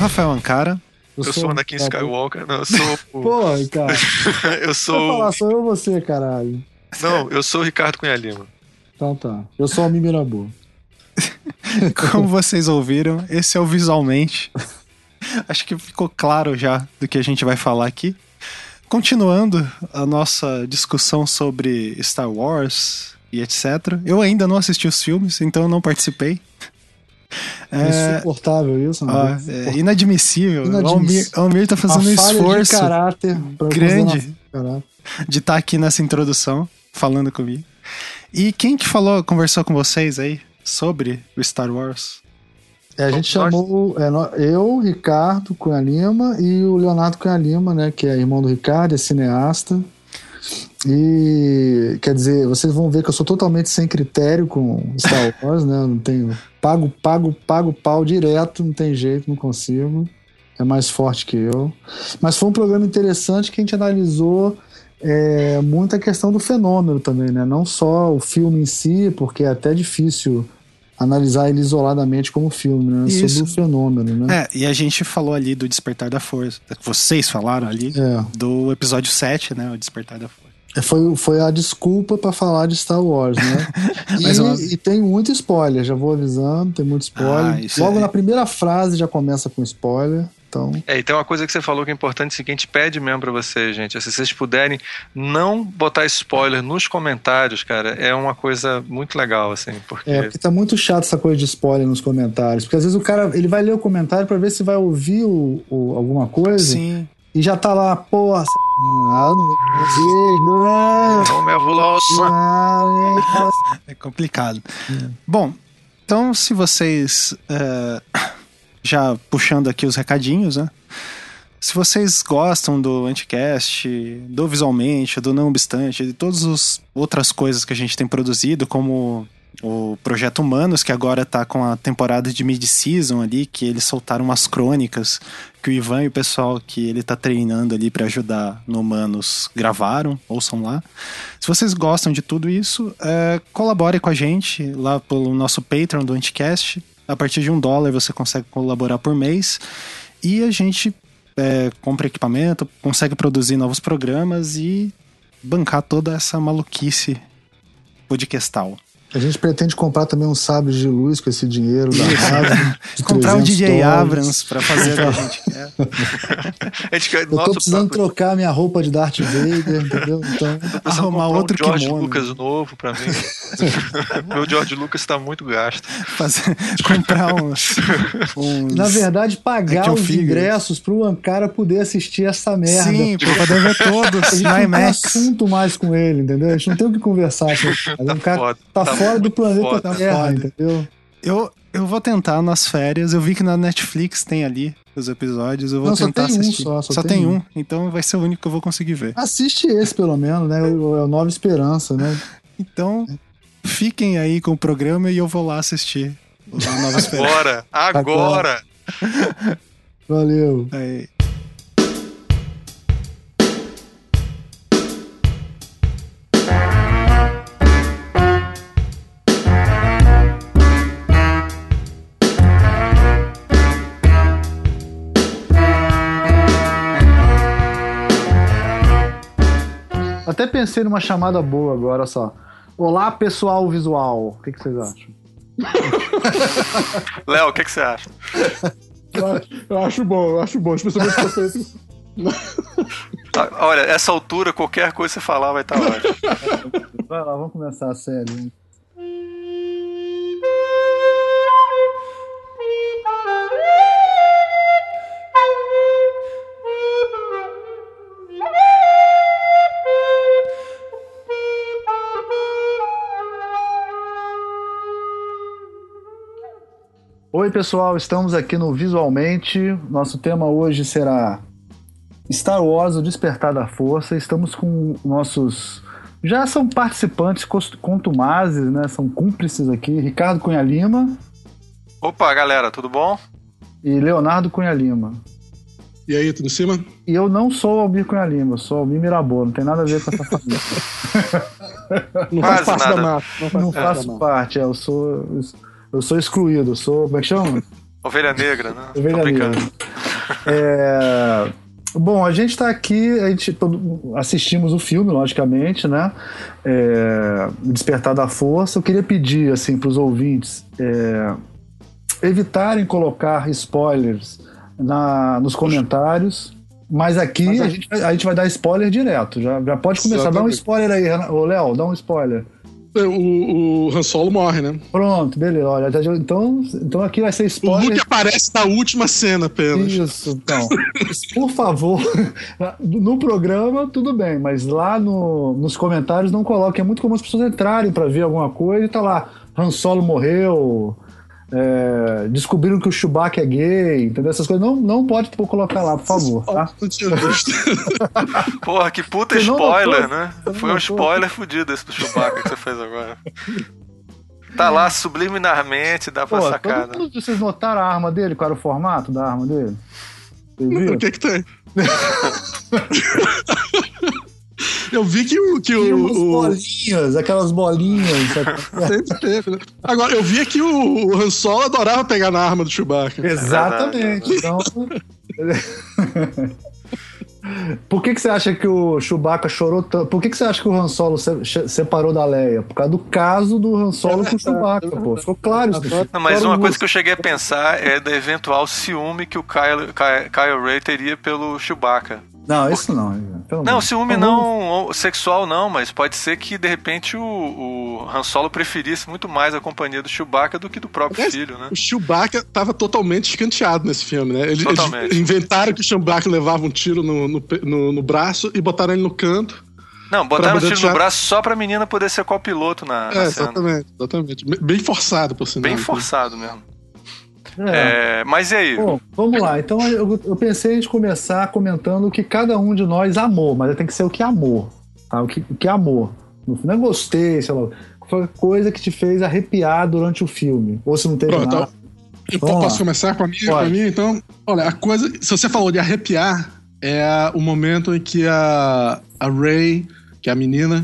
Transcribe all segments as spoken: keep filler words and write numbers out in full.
Rafael Ancara. Eu, eu sou o Anakin Skywalker. Não, eu sou o... Pô, cara. eu sou... Vou falar, sou eu ou você, caralho? Não, eu sou o Ricardo Cunha Lima. Então tá. Eu sou o Almir Miraboa. Como vocês ouviram, esse é o Visualmente. Acho que ficou claro já do que a gente vai falar aqui. Continuando a nossa discussão sobre Star Wars e etcétera. Eu ainda não assisti os filmes, então eu não participei. É insuportável isso, ó, é inadmissível. Inadmissível. O Almir, o Almir tá fazendo um esforço de caráter grande caráter. de estar tá aqui nessa introdução, falando comigo. E quem que falou, conversou com vocês aí sobre o Star Wars? É, a gente chamou é, eu, Ricardo Cunha Lima e o Leonardo Cunha Lima, né, que é irmão do Ricardo, é cineasta. E quer dizer, vocês vão ver que eu sou totalmente sem critério com Star Wars, né? Eu não tenho. Pago, pago, pago pau direto, não tem jeito, não consigo. É mais forte que eu. Mas foi um programa interessante que a gente analisou é, muito a questão do fenômeno também, né? Não só o filme em si, porque é até difícil analisar ele isoladamente como filme, né? Isso. Sobre o fenômeno, né? É, e a gente falou ali do Despertar da Força. Vocês falaram ali é. do episódio sete, né? O Despertar da Força. Foi, foi a desculpa pra falar de Star Wars, né? e, uma... e tem muito spoiler, já vou avisando, tem muito spoiler. Ah, Logo é... na primeira frase já começa com spoiler. Então... É, e tem uma coisa que você falou que é importante, assim, que a gente pede mesmo pra vocês, gente. Se vocês puderem não botar spoiler nos comentários, cara, é uma coisa muito legal, assim. Porque... É, porque tá muito chato essa coisa de spoiler nos comentários. Porque às vezes o cara, ele vai ler o comentário pra ver se vai ouvir o, o, alguma coisa. Sim. E já tá lá, porra, ah, não, não me avulsa. É complicado. É. Bom, então se vocês, é, já puxando aqui os recadinhos, né? Se vocês gostam do Anticast, do Visualmente, do Não Obstante, de todas as outras coisas que a gente tem produzido, como o Projeto Humanos, que agora tá com a temporada de mid-season ali, que eles soltaram umas crônicas que o Ivan e o pessoal que ele tá treinando ali pra ajudar no Humanos gravaram, ouçam lá. Se vocês gostam de tudo isso, é, colabore com a gente lá pelo nosso Patreon do Anticast. A partir de um dólar você consegue colaborar por mês e a gente é, compra equipamento, consegue produzir novos programas e bancar toda essa maluquice podcastal. A gente pretende comprar também uns sabres de luz com esse dinheiro da rádio. Comprar o D J Abrams pra fazer o que a gente quer. a gente quer eu tô precisando pra... trocar minha roupa de Darth Vader, entendeu? Então, arrumar outro um George kimono. Lucas novo pra mim. Meu George Lucas tá muito gasto. Fazer, comprar uns, uns... Na verdade, pagar os figure. ingressos pro Ancara poder assistir essa merda. Sim, pra poder ver todos. A gente não tem assunto mais com ele, entendeu? A gente não tem o que conversar com ele. É um cara foda, tá, tá fora do planeta foda, Terra, tá entendeu? Eu, eu vou tentar nas férias. Eu vi que na Netflix tem ali os episódios. Eu vou Não, tentar só tem assistir. Um só, só, só tem, tem um. um, então vai ser o único que eu vou conseguir ver. Assiste esse, pelo menos, né? É o Nova Esperança, né? Então, fiquem aí com o programa e eu vou lá assistir o Nova Esperança. Agora! Agora! Valeu! Aí. Até pensei numa chamada boa agora, só. Olá, pessoal visual. O que, que vocês acham? Léo, o que, que você acha? Eu, eu acho bom, eu acho bom. Especialmente se você... Olha, essa altura, qualquer coisa que você falar vai estar ótimo. Vai lá, vamos começar a série. Hein? Oi pessoal, estamos aqui no Visualmente. Nosso tema hoje será Star Wars, o Despertar da Força. Estamos com nossos... Já são participantes contumazes, né? São cúmplices aqui. Ricardo Cunha Lima. Opa, galera, tudo bom? E Leonardo Cunha Lima. E aí, tudo em cima? E eu não sou o Almir Cunha Lima, eu sou o Almir Miraboa. Não tem nada a ver com essa família. Não faz parte nada. da massa. Não, faz não parte faço da massa. parte, é, eu sou... Eu sou excluído, eu sou... Como é que chama? Ovelha negra, né? Ovelha Tô brincando. negra. É... Bom, a gente está aqui, a gente todo, assistimos o filme, logicamente, né? É, Despertar da Força. Eu queria pedir, assim, para os ouvintes é, evitarem colocar spoilers na, nos comentários, mas aqui mas a, gente, a gente vai dar spoiler direto. Já, já pode começar. Exatamente. Dá um spoiler aí, ô Léo, dá um spoiler. O, o Han Solo morre, né? Pronto, beleza. Olha, então, então aqui vai ser spoiler. O Luke aparece na última cena apenas. Isso, então. Por favor, no programa tudo bem, mas lá no, nos comentários não coloquem. É muito comum as pessoas entrarem pra ver alguma coisa e tá lá, Han Solo morreu, é, descobriram que o Chewbacca é gay, entendeu? Essas coisas não, não pode colocar lá, por favor, tá? Não tinha visto. Porra, que puta você spoiler, notou, né? Foi um spoiler fudido esse do Chewbacca que você fez agora. Tá lá subliminarmente, dá pra Pô, sacar. Todo mundo, vocês notaram a arma dele? Qual era o formato da arma dele? O que que tem? Eu vi que o... Que Tinha o, umas o... bolinhas, aquelas bolinhas. Sempre teve, né? Agora, eu vi que o, o Han Solo adorava pegar na arma do Chewbacca. Exatamente. Então... Por que, que você acha que o Chewbacca chorou tanto? Por que, que você acha que o Han Solo se separou da Leia? Por causa do caso do Han Solo com o Chewbacca, pô. Ficou claro isso. Não, mas uma coisa que eu cheguei a pensar é da eventual ciúme que o Kyle, Kyle, Kyle Ray teria pelo Chewbacca. Não, isso não. Não, menos. ciúme não sexual não, mas pode ser que de repente o, o Han Solo preferisse muito mais a companhia do Chewbacca do que do próprio Aliás, filho, né? O Chewbacca tava totalmente escanteado nesse filme, né? Eles, eles inventaram que o Chewbacca levava um tiro no, no, no, no braço e botaram ele no canto. Não, botaram o tiro deixar... no braço só pra menina poder ser copiloto na, na é, cena. Exatamente, exatamente. Bem forçado, por sinal. Bem forçado mesmo. É. É, mas e aí? Bom, vamos lá. Então eu, eu pensei em gente começar comentando o que cada um de nós amou, mas tem que ser o que amou. Tá? O, que, o que amou. Não é gostei, sei lá. Foi coisa que te fez arrepiar durante o filme. Ou se não teve Pronto, nada. Eu vamos posso lá. começar com a minha? Com a minha? Então, olha, a coisa. Se você falou de arrepiar, é o momento em que a, a Rey, que é a menina,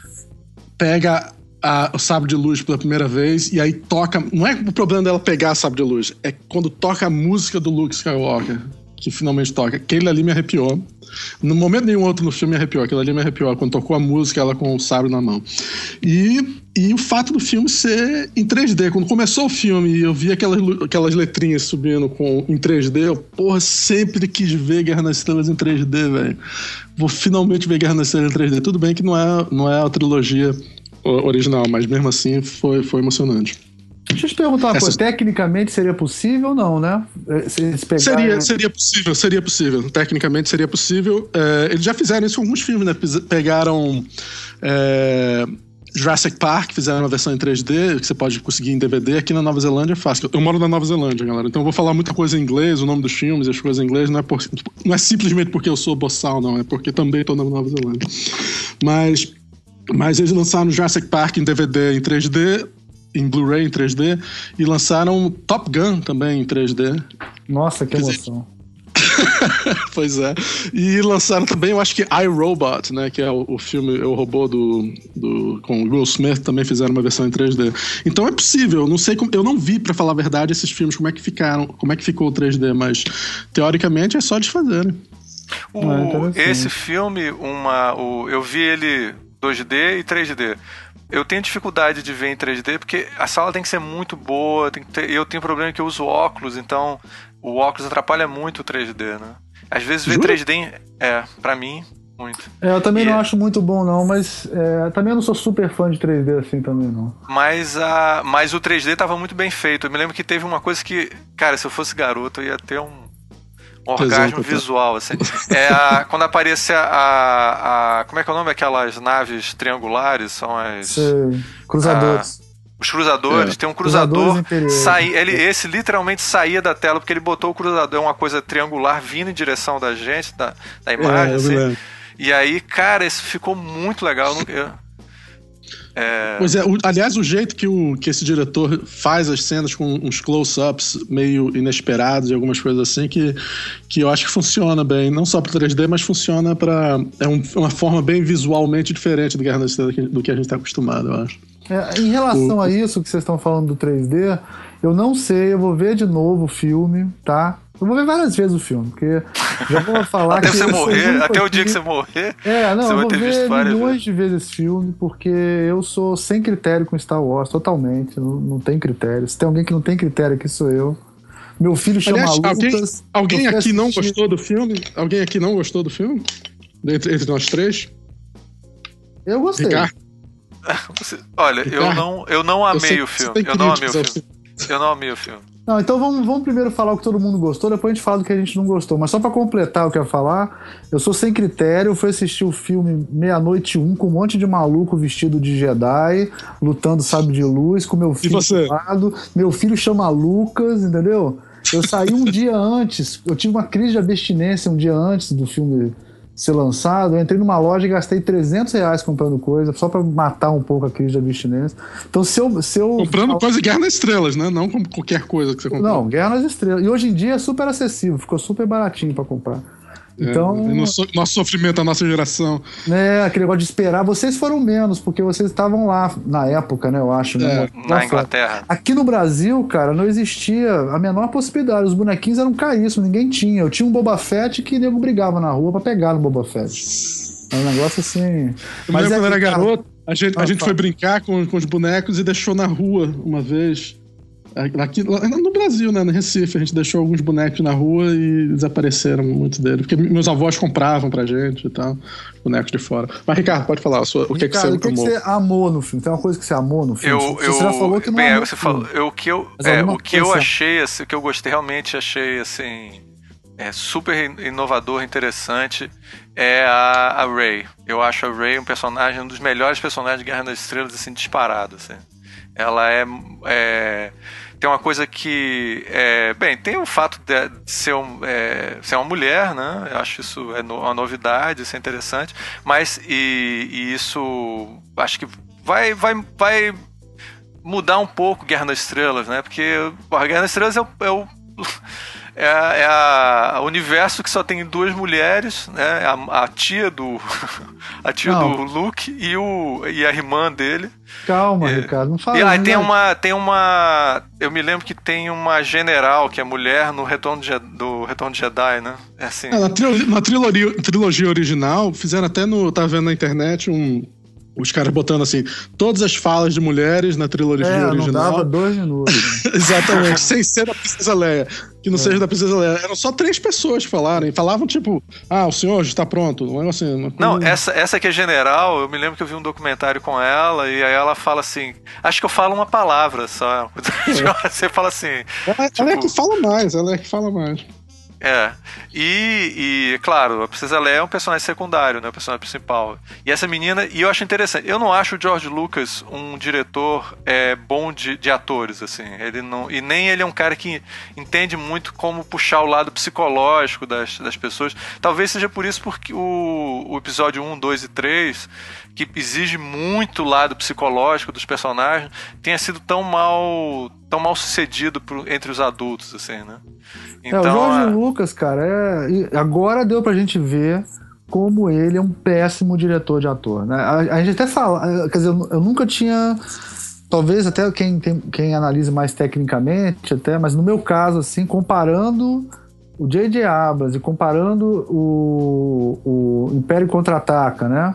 pega. A, o sabre de luz pela primeira vez e aí toca, não é o problema dela pegar o sabre de luz, é quando toca a música do Luke Skywalker, que finalmente toca, aquele ali me arrepiou. No momento nenhum outro no filme me arrepiou, aquele ali me arrepiou, quando tocou a música, ela com o sabre na mão. E, e o fato do filme ser em três D, quando começou o filme e eu vi aquelas, aquelas letrinhas subindo com, em três D, eu, porra, sempre quis ver Guerra nas Estrelas em três D, velho. Vou finalmente ver Guerra nas Estrelas em três D. Tudo bem que não é, não é a trilogia original, mas mesmo assim foi, foi emocionante. Deixa eu te perguntar uma Essa... coisa, tecnicamente seria possível ou não, né? Se eles pegarem... seria, seria possível, seria possível, tecnicamente seria possível. É, eles já fizeram isso com alguns filmes, né? Pegaram é, Jurassic Park, fizeram uma versão em três D, que você pode conseguir em D V D, aqui na Nova Zelândia é fácil. Eu moro na Nova Zelândia, galera, então eu vou falar muita coisa em inglês, o nome dos filmes e as coisas em inglês, não é, por, não é simplesmente porque eu sou boçal, não, é porque também estou na Nova Zelândia. Mas... Mas eles lançaram Jurassic Park em D V D em três D, em Blu-ray em três D, e lançaram Top Gun também em três D. Nossa, que emoção. Pois é. E lançaram também, eu acho que iRobot, né? Que é o, o filme, o robô do, do, com o Will Smith, também fizeram uma versão em três D. Então é possível, não sei como, eu não vi, pra falar a verdade, esses filmes, como é que ficaram, como é que ficou o três D, mas teoricamente é só desfazerem. O, é esse filme, uma, o, eu vi ele dois D e três D. Eu tenho dificuldade de ver em três D porque a sala tem que ser muito boa, tem que ter, eu tenho problema que eu uso óculos, então o óculos atrapalha muito o três D, né? Às vezes ver três D é, pra mim, muito. É, eu também e não é... acho muito bom não, mas é, também eu não sou super fã de três D assim também não. Mas, a, mas o três D tava muito bem feito. Eu me lembro que teve uma coisa que, cara, se eu fosse garoto eu ia ter um Um orgasmo visual, assim. É a, quando aparece a, a, a... Como é que é o nome? Aquelas naves triangulares, são as... Sim. Cruzadores. A, os cruzadores. É. Tem um cruzador... Sai, ele, esse literalmente saía da tela, porque ele botou o cruzador, uma coisa triangular, vindo em direção da gente, da, da imagem, é, assim. E aí, cara, isso ficou muito legal. Eu, É... Pois é, o, aliás, o jeito que, o, que esse diretor faz as cenas com uns close-ups meio inesperados e algumas coisas assim, que, que eu acho que funciona bem, não só para três D, mas funciona para... É um, uma forma bem visualmente diferente do Guerra nas Estrelas do que a gente está acostumado, eu acho. É, em relação o... a isso que vocês estão falando do três D, eu não sei, eu vou ver de novo o filme, tá? Eu vou ver várias vezes o filme, porque já vou falar até que... você morrer, até aqui. o dia que você morrer, é, não, você eu vai vou ter visto ver várias milhões vezes. de vezes esse filme, porque eu sou sem critério com Star Wars, totalmente, não, não tem critério. Se tem alguém que não tem critério aqui, sou eu. Meu filho chama Aliás, Lucas. Alguém, alguém aqui assistir... não gostou do filme? Alguém aqui não gostou do filme? Entre, entre nós três? Eu gostei. Ricardo? Olha, Ricardo? eu não, eu não amei sei, o filme. Eu não amei o filme. Eu não amei o filme. Não, então vamos, vamos primeiro falar o que todo mundo gostou, depois a gente fala do que a gente não gostou. Mas só pra completar o que eu ia falar, eu sou sem critério, eu fui assistir o filme Meia-Noite um com um monte de maluco vestido de Jedi, lutando sabre de luz, com meu filho do lado. Meu filho chama Lucas, entendeu? Eu saí um dia antes, eu tive uma crise de abstinência um dia antes do filme ser lançado, eu entrei numa loja e gastei trezentos reais comprando coisa, só pra matar um pouco a crise de abstinência. Então se eu... Se eu comprando coisa de Guerra nas Estrelas, né? Não como qualquer coisa que você comprou. Não, Guerra nas Estrelas. E hoje em dia é super acessível, ficou super baratinho pra comprar. Então, é, nosso, nosso sofrimento, a nossa geração. É, aquele negócio de esperar. Vocês foram menos, porque vocês estavam lá na época, né? Eu acho. É, né? Na Inglaterra. Aqui no Brasil, cara, não existia a menor possibilidade. Os bonequinhos eram caríssimos, ninguém tinha. Eu tinha um Boba Fett que nego brigava na rua pra pegar no Boba Fett. É um negócio assim. Eu Mas lembro é quando era que, cara... garoto, a gente, ah, a gente tá. foi brincar com, com os bonecos e deixou na rua uma vez. Aqui, no Brasil, né, no Recife, a gente deixou alguns bonecos na rua e desapareceram muitos deles, porque meus avós compravam pra gente e tal, bonecos de fora. Mas, Ricardo, pode falar, sua, o que, Ricardo, é que você o que, amou? que você amou no filme? Tem uma coisa que você amou no filme? Eu, você eu, já falou que não bem, amou você o filme. falou, eu, o que eu, é, o que eu achei, assim, o que eu gostei, realmente achei, assim, é, super inovador, interessante, é a, a Rey. Eu acho a Rey um personagem, um dos melhores personagens de Guerra nas Estrelas, assim, disparado, assim. Ela é... é tem uma coisa que... É, bem, tem o fato de ser, um, é, ser uma mulher, né? Eu acho isso é no, uma novidade, isso é interessante. Mas, e, e isso... Acho que vai, vai, vai mudar um pouco Guerra nas Estrelas, né? Porque a Guerra nas Estrelas é o... É o É, a, é a, o universo que só tem duas mulheres, né? A, a tia do a tia não. do Luke e, o, e a irmã dele. Calma, é, Ricardo, não fala. E aí não tem é... uma tem uma eu me lembro que tem uma general que é mulher no Retorno de, do Retorno de Jedi, né? É assim. Ah, na trilogia, na trilogia, trilogia original fizeram até no tá vendo na internet um os caras botando assim, todas as falas de mulheres na trilogia é, original. Não dava dois minutos. Né? Exatamente, sem ser da Princesa Leia. Que não é. seja da Princesa Leia. Eram só três pessoas que falaram. Falavam tipo, ah, o senhor já está pronto. Não, assim, uma coisa... não essa, essa que é general, eu me lembro que eu vi um documentário com ela e aí ela fala assim, acho que eu falo uma palavra só. É. Você fala assim... Ela, tipo... ela é que fala mais, ela é que fala mais. É, e, e claro, a Princesa Leia é um personagem secundário, né, o personagem principal. E essa menina, e eu acho interessante, eu não acho o George Lucas um diretor é, bom de, de atores, assim, ele não, e nem ele é um cara que entende muito como puxar o lado psicológico das, das pessoas. Talvez seja por isso porque o, o episódio um, dois e três, que exige muito o lado psicológico dos personagens, tenha sido tão mal... tão mal sucedido por, entre os adultos, assim, né? Então, é, o George a... Lucas, cara, é... agora deu pra gente ver como ele é um péssimo diretor de ator, né? A, a gente até fala, quer dizer, eu nunca tinha, talvez até quem, tem, quem analise mais tecnicamente, até, mas no meu caso, assim, comparando o J J Abrams e comparando o, o Império Contra-Ataca, né?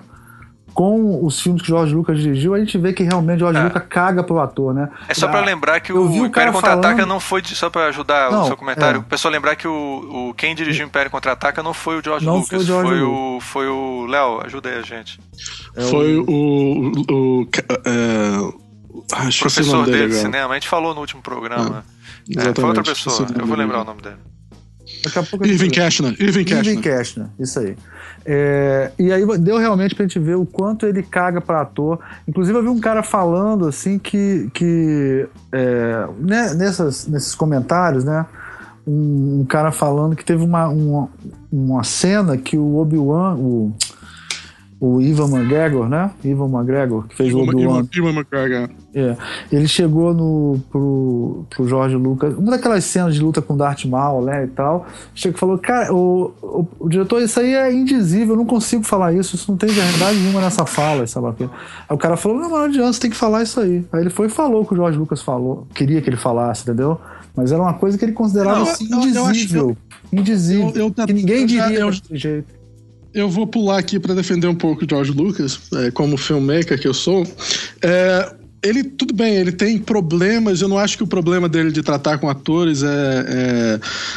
Com os filmes que o George Lucas dirigiu, a gente vê que realmente o George é. Lucas caga pro ator, né? É só pra lembrar que o, o Império Contra-Ataca falando... não foi... De, só pra ajudar não, o seu comentário, é. o pessoal lembrar que o, o, quem dirigiu o Império Contra-Ataca não foi o George não Lucas, foi o... George foi, Lucas. o foi o... Léo, ajuda aí a gente. É foi o... o, o, o é... ah, professor dele de cinema, a gente falou no último programa. Ah, é, foi outra pessoa, eu vou lembrar o nome dele. Daqui a pouco Irving Kershner. Irving Irving Kershner, isso aí. É, e aí deu realmente pra gente ver o quanto ele caga pra ator. Inclusive eu vi um cara falando assim que, que é, né, nessas, nesses comentários, né, um, um cara falando que teve uma, uma, uma cena que o Obi-Wan, o, o Ewan McGregor, né? Ewan McGregor, que fez Ewan, o Obi-Wan. Ewan McGregor. É. Ele chegou no, pro, pro George Lucas, uma daquelas cenas de luta com Darth Maul, né, e tal, chegou e falou, cara, o, o, o diretor, isso aí é indizível, eu não consigo falar isso, isso não tem verdade nenhuma nessa fala, sei lá o quê. Aí o cara falou, não, mas não adianta, você tem que falar isso aí. Aí ele foi e falou o que o George Lucas falou, queria que ele falasse, entendeu? Mas era uma coisa que ele considerava não, assim, indizível. Eu, eu, indizível. Eu, eu, que ninguém diria eu, desse jeito. Eu vou pular aqui para defender um pouco o George Lucas, é, como filmmaker que eu sou. É, ele, tudo bem, ele tem problemas, eu não acho que o problema dele de tratar com atores é, é,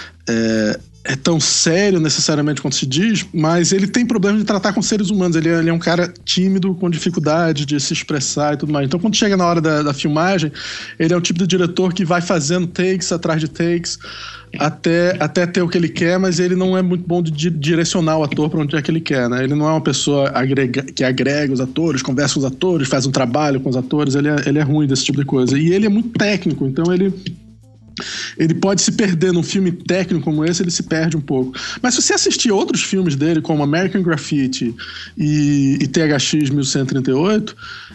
é, é tão sério necessariamente quanto se diz, mas ele tem problema de tratar com seres humanos. Ele é, ele é um cara tímido, com dificuldade de se expressar e tudo mais. Então, quando chega na hora da, da filmagem, ele é o tipo de diretor que vai fazendo takes atrás de takes, Até, até ter o que ele quer, mas ele não é muito bom de di- direcionar o ator para onde é que ele quer, né? Ele não é uma pessoa agrega, que agrega os atores, conversa com os atores, faz um trabalho com os atores, ele é, ele é ruim desse tipo de coisa. E ele é muito técnico, então ele, ele pode se perder num filme técnico como esse, ele se perde um pouco. Mas se você assistir outros filmes dele, como American Graffiti e, e T H X mil cento e trinta e oito...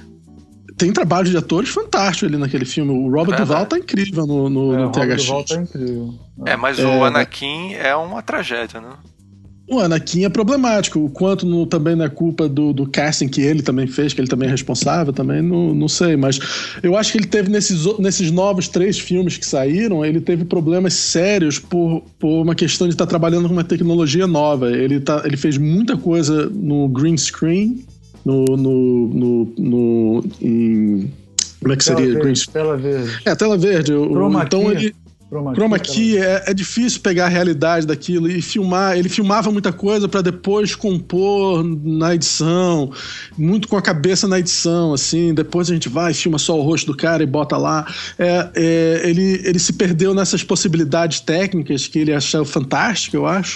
tem trabalho de atores fantástico ali naquele filme. O Robert é Duvall tá incrível no, no, é, no T H X. O Robert Duvall tá incrível. É, mas é, o Anakin é uma tragédia, né? O Anakin é problemático. O quanto no, também não é culpa do, do casting que ele também fez, que ele também é responsável, também não, não sei. Mas eu acho que ele teve nesses, nesses novos três filmes que saíram, ele teve problemas sérios por, por uma questão de estar trabalhando com uma tecnologia nova. Ele, tá, ele fez muita coisa no green screen, No, no, no, no em, como é que seria? Tela verde, tela verde. É, tela verde. Chroma então key. ele Chroma, Chroma key é, é difícil pegar a realidade daquilo e filmar. Ele filmava muita coisa para depois compor na edição, muito com a cabeça na edição, assim. Depois a gente vai, filma só o rosto do cara e bota lá. É, é, ele, ele se perdeu nessas possibilidades técnicas que ele achava fantástico, eu acho.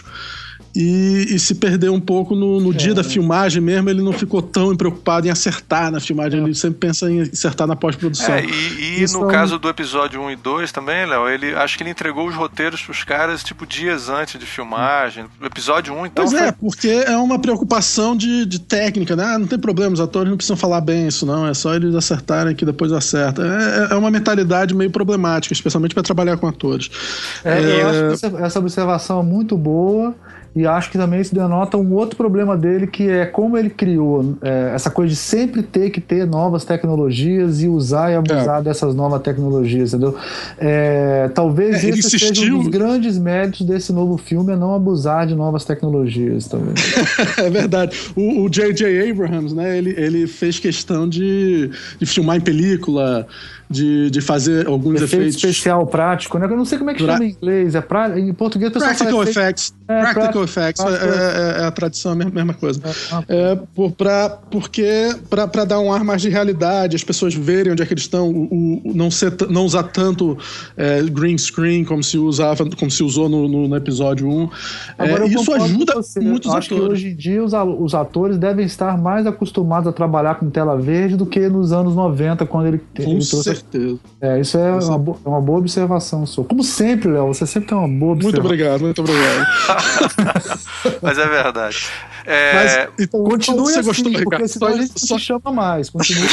E, e se perdeu um pouco no, no é, dia da filmagem mesmo. Ele não ficou tão preocupado em acertar na filmagem, é. Ele sempre pensa em acertar na pós-produção. É, e e no é um... caso do episódio um e dois também, Léo, ele, acho que ele entregou os roteiros pros caras tipo dias antes de filmagem. O episódio um, então... Pois foi... é, porque é uma preocupação de, de técnica, né? Ah, não tem problema, os atores não precisam falar bem isso, não. É só eles acertarem que depois acerta. É, é uma mentalidade meio problemática, especialmente para trabalhar com atores. É, é... Eu acho que essa observação é muito boa. E acho que também isso denota um outro problema dele, que é como ele criou é, essa coisa de sempre ter que ter novas tecnologias e usar e abusar é. dessas novas tecnologias, entendeu? É, talvez é, esse insistiu... seja um dos grandes méritos desse novo filme, é não abusar de novas tecnologias também. É verdade. O J J Abrams, né, ele, ele fez questão de, de filmar em película, de, de fazer alguns efeito efeitos... especial prático, né? Eu não sei como é que chama pra... em inglês, é pra... em português... Practical fala effects. É, Practical pra... effects. É, é, é a tradição, a mesma, mesma coisa. É, é, por, pra, porque pra, pra dar um ar mais de realidade, as pessoas verem onde é que eles estão, o, o, não, ser, não usar tanto é, green screen como se usava, como se usou no, no, no episódio um. Agora, é, isso ajuda muitos acho atores. Que hoje em dia os, os atores devem estar mais acostumados a trabalhar com tela verde do que nos anos noventa, quando ele, com ele trouxe... certeza. É, isso é uma, bo- uma boa observação sua. Como sempre, Léo, você sempre tem uma boa observação. Muito obrigado, muito obrigado. Mas é verdade. É... Mas, então, continue você assim, gostou, porque Ricardo? senão a gente não só... se chama mais. Continue.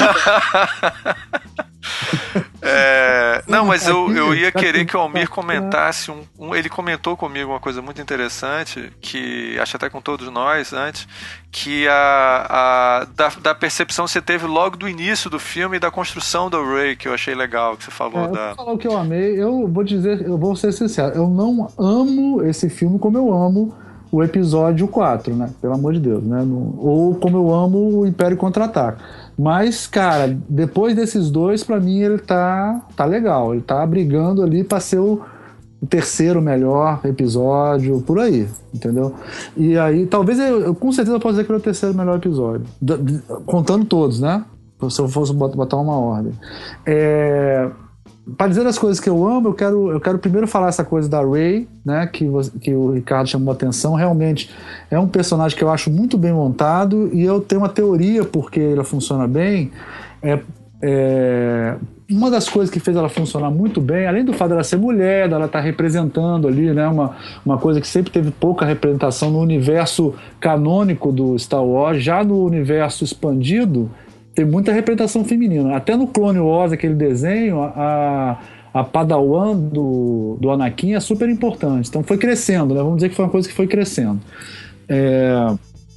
É, não, mas eu, eu ia querer que o Almir comentasse um, um, ele comentou comigo uma coisa muito interessante, que acho até com todos nós antes, que a, a da, da percepção que você teve logo do início do filme e da construção do Rey, que eu achei legal, que você falou. É, da... eu vou falar o que eu amei. Eu vou dizer, eu vou ser sincero, eu não amo esse filme como eu amo o episódio quatro, né? Pelo amor de Deus, né? No, ou como eu amo o Império Contra-Ataca. Mas, cara, depois desses dois, pra mim, ele tá, tá legal. Ele tá brigando ali pra ser o, o terceiro melhor episódio, por aí, entendeu? E aí, talvez, eu, eu com certeza posso dizer que ele é o terceiro melhor episódio. D- d- contando todos, né? Se eu fosse botar uma ordem. É... Para dizer as coisas que eu amo, eu quero, eu quero primeiro falar essa coisa da Rey, né, que, que o Ricardo chamou a atenção. Realmente é um personagem que eu acho muito bem montado, e eu tenho uma teoria porque ele funciona bem. É, É, uma das coisas que fez ela funcionar muito bem, além do fato dela ser mulher, dela estar representando ali, né, uma, uma coisa que sempre teve pouca representação no universo canônico do Star Wars, já no universo expandido tem muita representação feminina. Até no Clone Wars, aquele desenho, a, a Padawan do, do Anakin é super importante. Então foi crescendo, né? Vamos dizer que foi uma coisa que foi crescendo. É...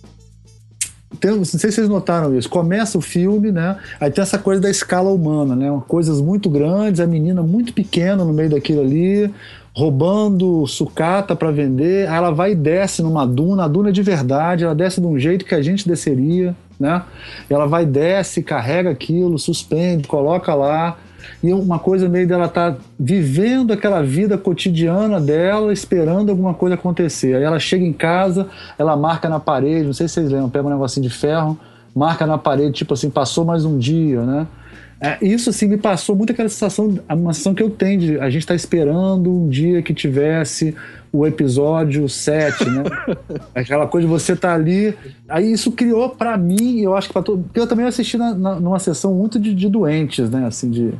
Tem, não sei se vocês notaram isso. Começa o filme, né? Aí tem essa coisa da escala humana, né? Coisas muito grandes, a menina muito pequena no meio daquilo ali, roubando sucata para vender. Aí ela vai e desce numa duna, a duna é de verdade, ela desce de um jeito que a gente desceria, né? Ela vai, desce, carrega aquilo, suspende, coloca lá. E uma coisa meio dela tá vivendo aquela vida cotidiana dela, esperando alguma coisa acontecer. Aí ela chega em casa, ela marca na parede, não sei se vocês lembram, pega um negocinho de ferro, marca na parede, tipo assim, passou mais um dia, né? É, isso assim me passou muito aquela sensação, uma sensação que eu tenho de a gente tá esperando um dia que tivesse o episódio sete, né? Aquela coisa de você tá ali. Aí isso criou pra mim, eu acho que pra todo. Porque eu também assisti na, na, numa sessão muito de, de doentes, né? Assim, de.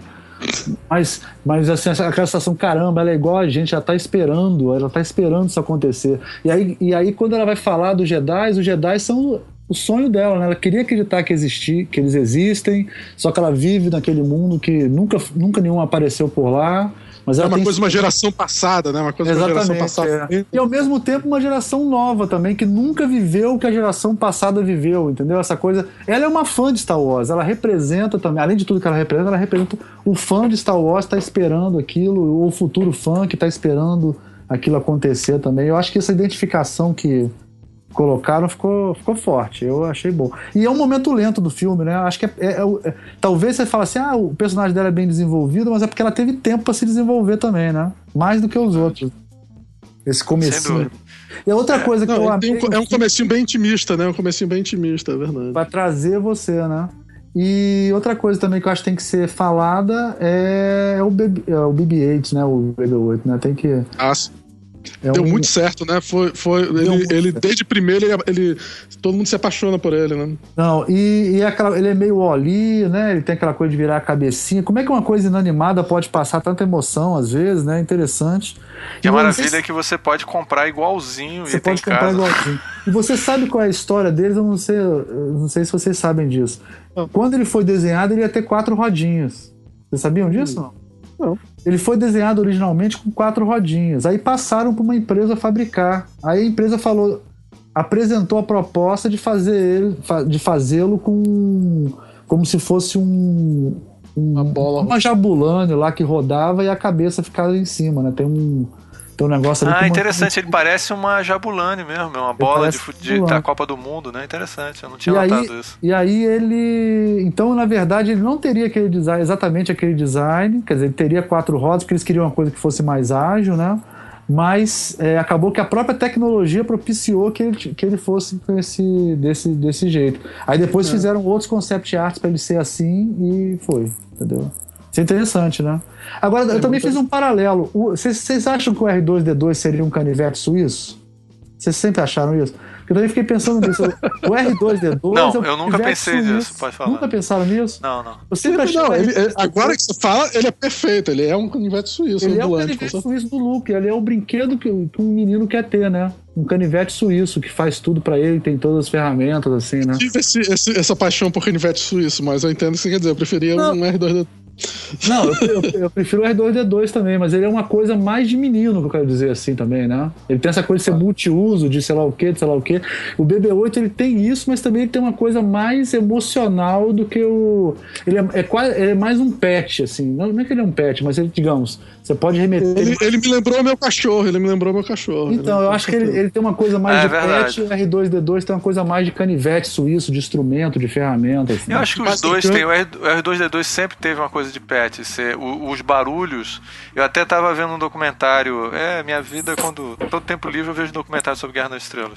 Mas, mas assim, aquela sensação, caramba, ela é igual a gente, já tá esperando, ela tá esperando isso acontecer. E aí, e aí quando ela vai falar dos Jedi, os Jedi são o sonho dela, né? Ela queria acreditar que, existir, que eles existem, só que ela vive naquele mundo que nunca, nunca nenhum apareceu por lá. Mas é ela uma tem... coisa de uma geração passada, né? Uma coisa de uma geração passada. É. E ao mesmo tempo uma geração nova também, que nunca viveu o que a geração passada viveu, entendeu? Essa coisa. Ela é uma fã de Star Wars, ela representa também, além de tudo que ela representa, ela representa o fã de Star Wars que está esperando aquilo, ou o futuro fã que está esperando aquilo acontecer também. Eu acho que essa identificação que colocaram ficou, ficou forte, eu achei bom. E é um momento lento do filme, né? Acho que é, é, é, talvez você fale assim, ah, o personagem dela é bem desenvolvido, mas é porque ela teve tempo para se desenvolver também, né? Mais do que os outros. Esse comecinho. E outra é, coisa que não, eu amei, um, é um comecinho bem intimista, né? Um comecinho bem intimista, é verdade. Pra trazer você, né? E outra coisa também que eu acho que tem que ser falada é o B B oito, né? O B B oito, né? Tem que... Ah, sim. É Deu um... muito certo, né? Foi, foi, ele, ele desde primeiro, ele, ele, todo mundo se apaixona por ele, né? Não, e, e aquela, ele é meio Oli, né? Ele tem aquela coisa de virar a cabecinha. Como é que uma coisa inanimada pode passar tanta emoção, às vezes, né? Interessante. E a maravilha é que você pode comprar igualzinho. Você pode comprar casa. igualzinho. E você sabe qual é a história deles? Eu não sei, eu não sei se vocês sabem disso. Quando ele foi desenhado, ele ia ter quatro rodinhas. Vocês sabiam disso, não? Não. Ele foi desenhado originalmente com quatro rodinhas. Aí passaram para uma empresa fabricar. Aí a empresa falou, apresentou a proposta de fazer ele, de fazê-lo com como se fosse um, um uma bola, uma jabulani lá que rodava e a cabeça ficava em cima, né? Tem um Tem um negócio ali. Ah, interessante. Uma... Ele parece uma jabulani mesmo, é uma bola de, de, da Copa do Mundo, né? Interessante, eu não tinha e notado aí, isso. E aí ele... Então, na verdade, ele não teria aquele design, exatamente aquele design, quer dizer, ele teria quatro rodas, porque eles queriam uma coisa que fosse mais ágil, né? Mas é, acabou que a própria tecnologia propiciou que ele, que ele fosse com esse, desse, desse jeito. Aí depois é. fizeram outros concept arts para ele ser assim e foi, entendeu? Isso é interessante, né? Agora, é eu também fiz um paralelo. Vocês acham que o R dois D dois seria um canivete suíço? Vocês sempre acharam isso? Eu também fiquei pensando nisso. O R dois D dois... Não, é eu nunca pensei suíço. nisso, pode falar. Nunca pensaram nisso? Não, não. Eu sempre achei não, ele, ele, agora que você fala, ele é perfeito. Ele é um canivete suíço. Ele ambulante, é um canivete suíço do Luke. Ele é o brinquedo que, que um menino quer ter, né? Um canivete suíço que faz tudo pra ele, tem todas as ferramentas, assim, né? Eu tive esse, esse, essa paixão por canivete suíço, mas eu entendo o que você quer dizer. Eu preferia não. um R dois D dois. Não, eu, eu, eu prefiro o R dois D dois também, mas ele é uma coisa mais de menino, que eu quero dizer assim também, né? Ele tem essa coisa de ser multiuso, de sei lá o que, de sei lá o que. O B B oito ele tem isso, mas também ele tem uma coisa mais emocional do que o... Ele é, é, quase, ele é mais um pet, assim. Não, não é que ele é um pet, mas ele, digamos, você pode remeter... Ele, ele me lembrou meu cachorro, ele me lembrou meu cachorro. Então, eu acho que ele, ele tem uma coisa mais é, de verdade. Pet, e o R dois D dois tem uma coisa mais de canivete suíço, de instrumento, de ferramenta. Assim. Eu acho que os mas dois têm... O R dois D dois sempre teve uma coisa de pet, ser, o, os barulhos. Eu até estava vendo um documentário, é, minha vida, quando todo tempo livre eu vejo um documentário sobre Guerra nas Estrelas.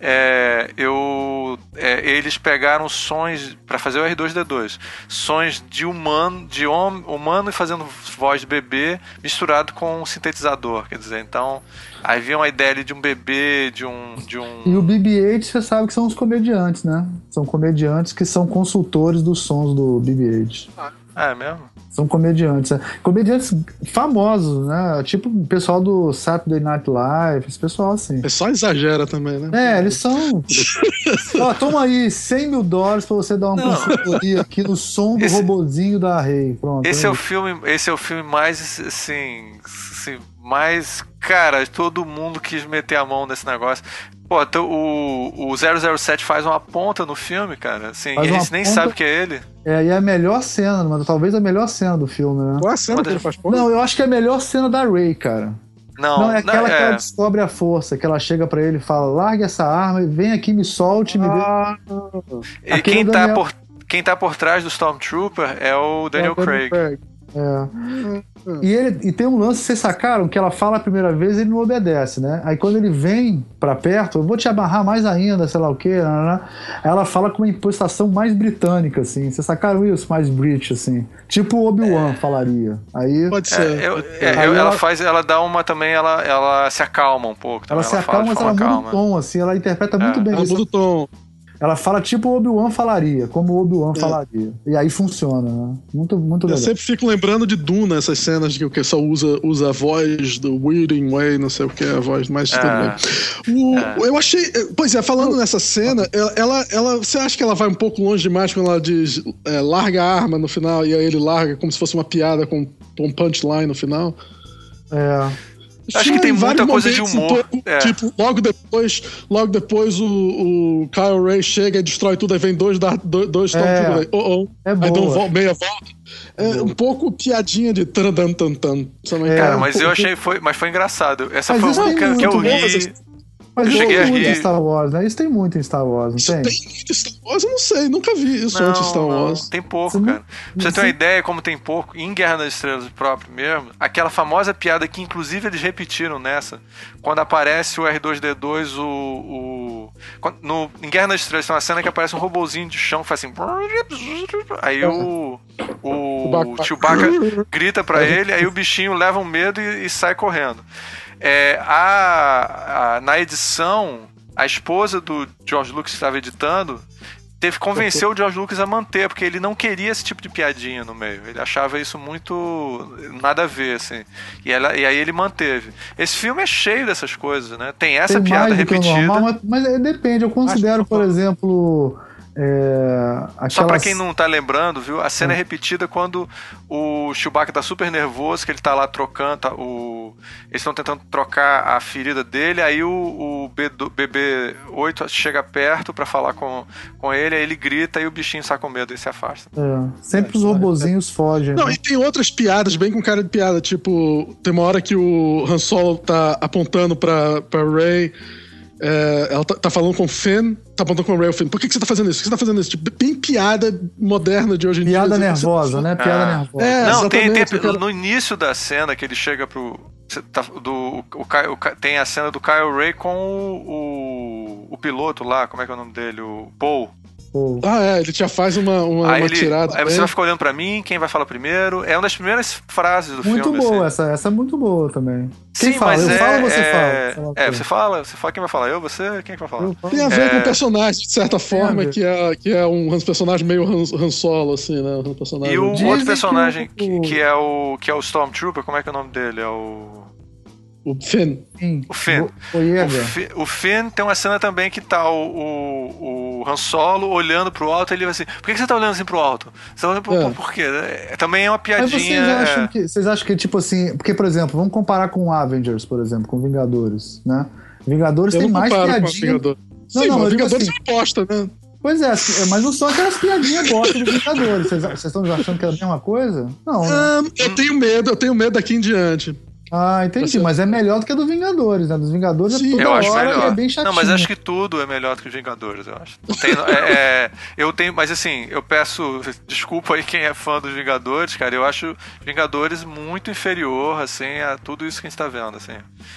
É, eu, é, eles pegaram sons para fazer o R dois D dois, sons de humano, de hom, humano e fazendo voz de bebê misturado com um sintetizador, quer dizer, então aí vinha uma ideia de um bebê, de um, de um... E o B B oito, você sabe que são os comediantes, né? São comediantes que são consultores dos sons do B B oito. Ah. Ah, é mesmo? São comediantes. Né? Comediantes famosos, né? Tipo o pessoal do Saturday Night Live, esse pessoal assim. É só exagera também, né? É, eles são... Ó, toma aí cem mil dólares pra você dar uma Não. consultoria aqui no som do esse... robozinho da Rei. Pronto. Esse é, o filme, esse é o filme mais, assim... assim mais... Cara, todo mundo quis meter a mão nesse negócio. Pô, o, o zero zero sete faz uma ponta no filme, cara. Assim, e a gente nem ponta... sabe que é ele. É, e é a melhor cena, mano. Talvez a melhor cena do filme, né? Qual é a cena que ele faz ponta? Não, eu acho que é a melhor cena da Rey, cara. Não, não é aquela não, que é... ela descobre a força, que ela chega pra ele e fala, larga essa arma e vem aqui, me solte, me ah, dê... E quem tá, por, quem tá por trás do Stormtrooper é o Daniel, é o Daniel Craig. Craig. É. E, ele, e tem um lance, vocês sacaram, que ela fala a primeira vez e ele não obedece, né? Aí quando ele vem pra perto, eu vou te amarrar mais ainda, sei lá o quê, né? Ela fala com uma impostação mais britânica, assim. Vocês sacaram isso? Mais British, assim. Tipo o Obi-Wan é. falaria. Aí, Pode ser. É, eu, é, aí ela, ela faz, ela dá uma também, ela, ela se acalma um pouco. Ela, ela se acalma, mas ela muda o tom, assim. Ela interpreta é. muito bem ela isso. Ela muda o tom. Ela fala tipo o Obi-Wan falaria, como o Obi-Wan é. falaria. E aí funciona, né? Muito, muito legal. Eu sempre fico lembrando de Duna, essas cenas que o pessoal usa, usa a voz do Weeding Way, não sei o que, a voz mais... É. O, é. Eu achei... Pois é, falando nessa cena, ela, ela, ela, você acha que ela vai um pouco longe demais quando ela diz é, larga a arma no final e aí ele larga como se fosse uma piada com um punchline no final? É... Acho que tem muita coisa de humor. Tipo, é. tipo, logo depois, logo depois o, o Kyle Ray chega e destrói tudo, aí vem dois da dois é. oh, oh. É aí dão um, meia volta. É, é um pouco piadinha de tan tan tan tan. Cara, mas eu achei foi, mas foi engraçado. Essa mas foi uma que, que eu ri. Mas eu cheguei tem muito rir. em Star Wars, né? Isso tem muito em Star Wars, não isso tem? Tem muito em Star Wars, eu não sei, nunca vi isso não, antes de Star Wars. Não, tem pouco, você cara. Pra você ter uma ideia como tem pouco, em Guerra nas Estrelas próprio mesmo, aquela famosa piada que inclusive eles repetiram nessa, quando aparece o R dois D dois, o... o no, em Guerra nas Estrelas tem uma cena que aparece um robozinho de chão que faz assim... Aí o... O Chewbacca grita pra ele, aí o bichinho leva um medo e, e sai correndo. É, a, a, na edição, a esposa do George Lucas que estava editando teve que convencer o George Lucas a manter, porque ele não queria esse tipo de piadinha no meio. Ele achava isso muito nada a ver, assim. E, ela, e aí ele manteve. Esse filme é cheio dessas coisas, né? Tem essa Tem piada repetida. Normal, mas, mas depende. Eu considero, por exemplo... É, aquelas... Só pra quem não tá lembrando, viu? A cena é, é repetida quando o Chewbacca tá super nervoso, que ele tá lá trocando, tá, o... eles estão tentando trocar a ferida dele, aí o, o B B oito chega perto pra falar com, com ele, aí ele grita e o bichinho sai com medo e se afasta. É, sempre é, os robozinhos é. fogem. Não, né? E tem outras piadas bem com cara de piada, tipo, tem uma hora que o Han Solo tá apontando pra, pra Rey. É, ela tá, tá falando com o Finn, tá apontando com o Ray, o Finn. Por que, que você tá fazendo isso? Por que você tá fazendo isso? Tipo, bem piada moderna de hoje em piada dia. Piada nervosa, você... né? Piada ah. nervosa. É, não, tem, tem porque... no início da cena que ele chega pro... Tá, do, o, o, o, tem a cena do Kyle Ray com o, o, o piloto lá, como é que é o nome dele? O Paul. Oh. Ah, é, ele já faz uma, uma, aí uma ele, tirada. Aí você vai ficar olhando pra mim, quem vai falar primeiro. É uma das primeiras frases do muito filme. Muito boa, assim. essa, essa é muito boa também. Quem Sim, fala? mas eu é, falo ou você é, fala? É, você fala, você fala quem vai falar. Eu, você, quem vai falar? Tem a ver é... com o personagem, de certa forma, que é, que é um personagem meio Han, Han Solo, assim, né? Um personagem... E o Dizem outro personagem que, que, que, é o, que é o Stormtrooper, como é que é o nome dele? É o... O Finn. Sim. O Finn. O, o, Finn. O Finn tem uma cena também que tá o, o, o Han Solo olhando pro alto e ele vai assim, por que você tá olhando assim pro alto? Você tá olhando pro, é. por quê? É, também é uma piadinha... Mas vocês acham, que, vocês acham que, tipo assim... Porque, por exemplo, vamos comparar com Avengers, por exemplo, com Vingadores, né? Vingadores Eu tem não mais piadinha... Vingador. Não, Sim, não, mas Vingadores assim, é bosta, né? Pois é, mas não são aquelas piadinhas bosta dos Vingadores. Vocês, vocês estão achando que é a mesma coisa? Não, né? Ah, eu tenho medo, eu tenho medo daqui em diante. Ah, entendi, mas é melhor do que a dos Vingadores, né? Dos Vingadores Sim, é toda eu acho hora melhor. E é bem chatinho. Não, mas acho que tudo é melhor do que os Vingadores, eu acho. Tem, é, é, eu tenho, mas assim, eu peço desculpa aí quem é fã dos Vingadores, cara, eu acho Vingadores muito inferior, assim, a tudo isso que a gente tá vendo, assim.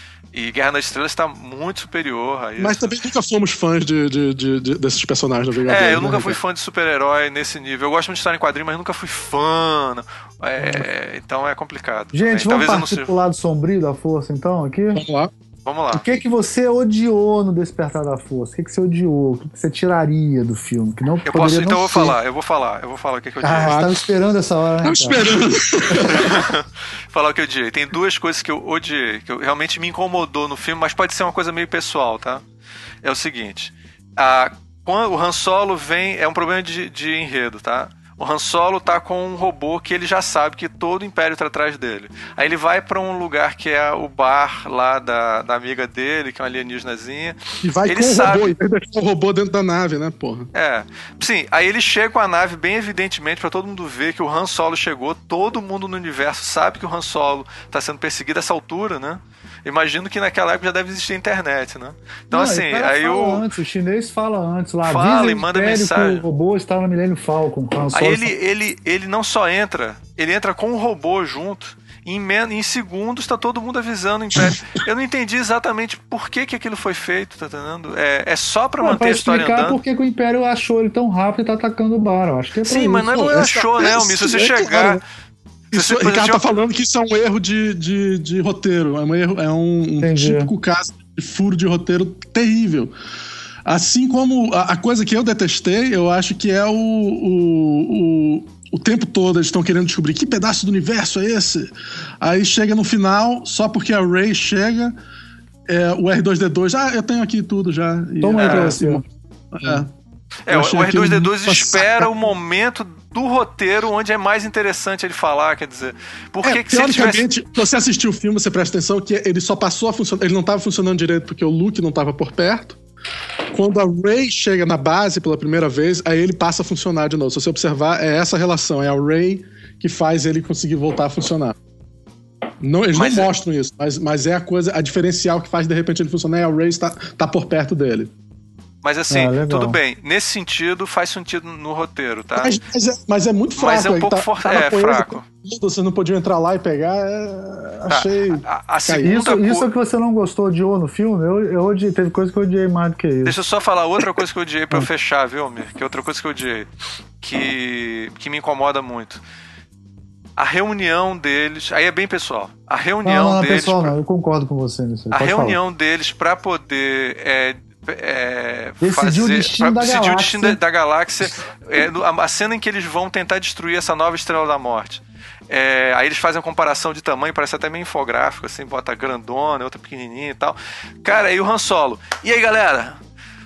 E Guerra nas Estrelas está muito superior a isso. Mas também nunca fomos fãs de, de, de, de desses personagens do Vingadores. É, eu nunca né? fui fã de super-herói nesse nível. Eu gosto muito de estar em quadrinho, mas nunca fui fã. É, então é complicado. Gente, também. vamos Talvez partir eu não pro lado sombrio da força, então, aqui? Vamos lá. Vamos lá. O que que você odiou no Despertar da Força? O que que você odiou? O que que você tiraria do filme? Que não eu posso, então eu vou ser. falar, eu vou falar, eu vou falar o que, que eu odiei. Ah, você tava esperando essa hora, né? Tava esperando. Falar o que eu odiei. Tem duas coisas que eu odiei, que eu, realmente me incomodou no filme, mas pode ser uma coisa meio pessoal, tá? É o seguinte, a, quando o Han Solo vem, é um problema de, de enredo, tá? O Han Solo tá com um robô que ele já sabe que todo o Império tá atrás dele. Aí ele vai pra um lugar que é o bar lá da, da amiga dele, que é uma alienígenazinha. E vai ele com o sabe... robô, e deixar o robô dentro da nave, né, porra? É. Sim, aí ele chega com a nave bem evidentemente pra todo mundo ver que o Han Solo chegou. Todo mundo no universo sabe que o Han Solo tá sendo perseguido a essa altura, né? Imagino que naquela época já deve existir internet, né? Então, não, assim, aí o... Antes, o chinês fala antes lá. Fala e manda mensagem. Que o robô está no Millennium Falcon. Aí ele, ele, ele não só entra, ele entra com o robô junto. Em, men- em segundos tá todo mundo avisando o Império. Eu não entendi exatamente por que, que aquilo foi feito, tá entendendo? É, é só pra não, manter pra a história andando. Por que o Império achou ele tão rápido e tá atacando o bar. Eu acho que é Sim, isso. mas não, não é achou, né, Almir? Se você chegar... Isso, o Ricardo tá falando que isso é um erro de, de, de roteiro. É um, erro, é um, um típico caso de furo de roteiro terrível. Assim como a, a coisa que eu detestei, eu acho que é o, o, o, o tempo todo eles estão querendo descobrir que pedaço do universo é esse. Aí chega no final, só porque a Rey chega, é, o R dois D dois, ah, eu tenho aqui tudo já. Toma aí é, pra você. É. É, o R dois D dois espera o momento do roteiro onde é mais interessante ele falar, quer dizer... Porque é, que se ele tivesse... se você assistiu o filme, você presta atenção que ele só passou a funcionar... Ele não estava funcionando direito porque o Luke não estava por perto. Quando a Rey chega na base pela primeira vez, aí ele passa a funcionar de novo. Se você observar, é essa relação. É a Rey que faz ele conseguir voltar a funcionar. Não, eles mas não é... mostram isso, mas, mas é a coisa, a diferencial que faz de repente ele funcionar é a Rey estar tá por perto dele. Mas assim, ah, tudo bem. Nesse sentido, faz sentido no roteiro, tá? Mas, mas, é, mas é muito fraco. Mas é um pouco tá, for... tá é, fraco. Vocês não podiam entrar lá e pegar. É... Achei. A, a, a segunda isso, co... isso é que você não gostou, odiou no filme? Eu, eu odiei. Teve coisa que eu odiei mais do que isso. Deixa eu só falar outra coisa que eu odiei pra eu fechar, viu, Almir? Que é outra coisa que eu odiei. Que, que me incomoda muito. A reunião deles. Aí é bem pessoal. A reunião não, não, não deles. Pessoal, pra... não, eu concordo com você nisso. A Pode reunião falar. deles pra poder. É, É, decidir fazer, o destino da decidir galáxia. O destino da, da galáxia é, a cena em que eles vão tentar destruir essa nova Estrela da Morte. É, aí eles fazem uma comparação de tamanho, parece até meio infográfico, assim, bota grandona, outra pequenininha e tal. Cara, aí o Han Solo. E aí, galera?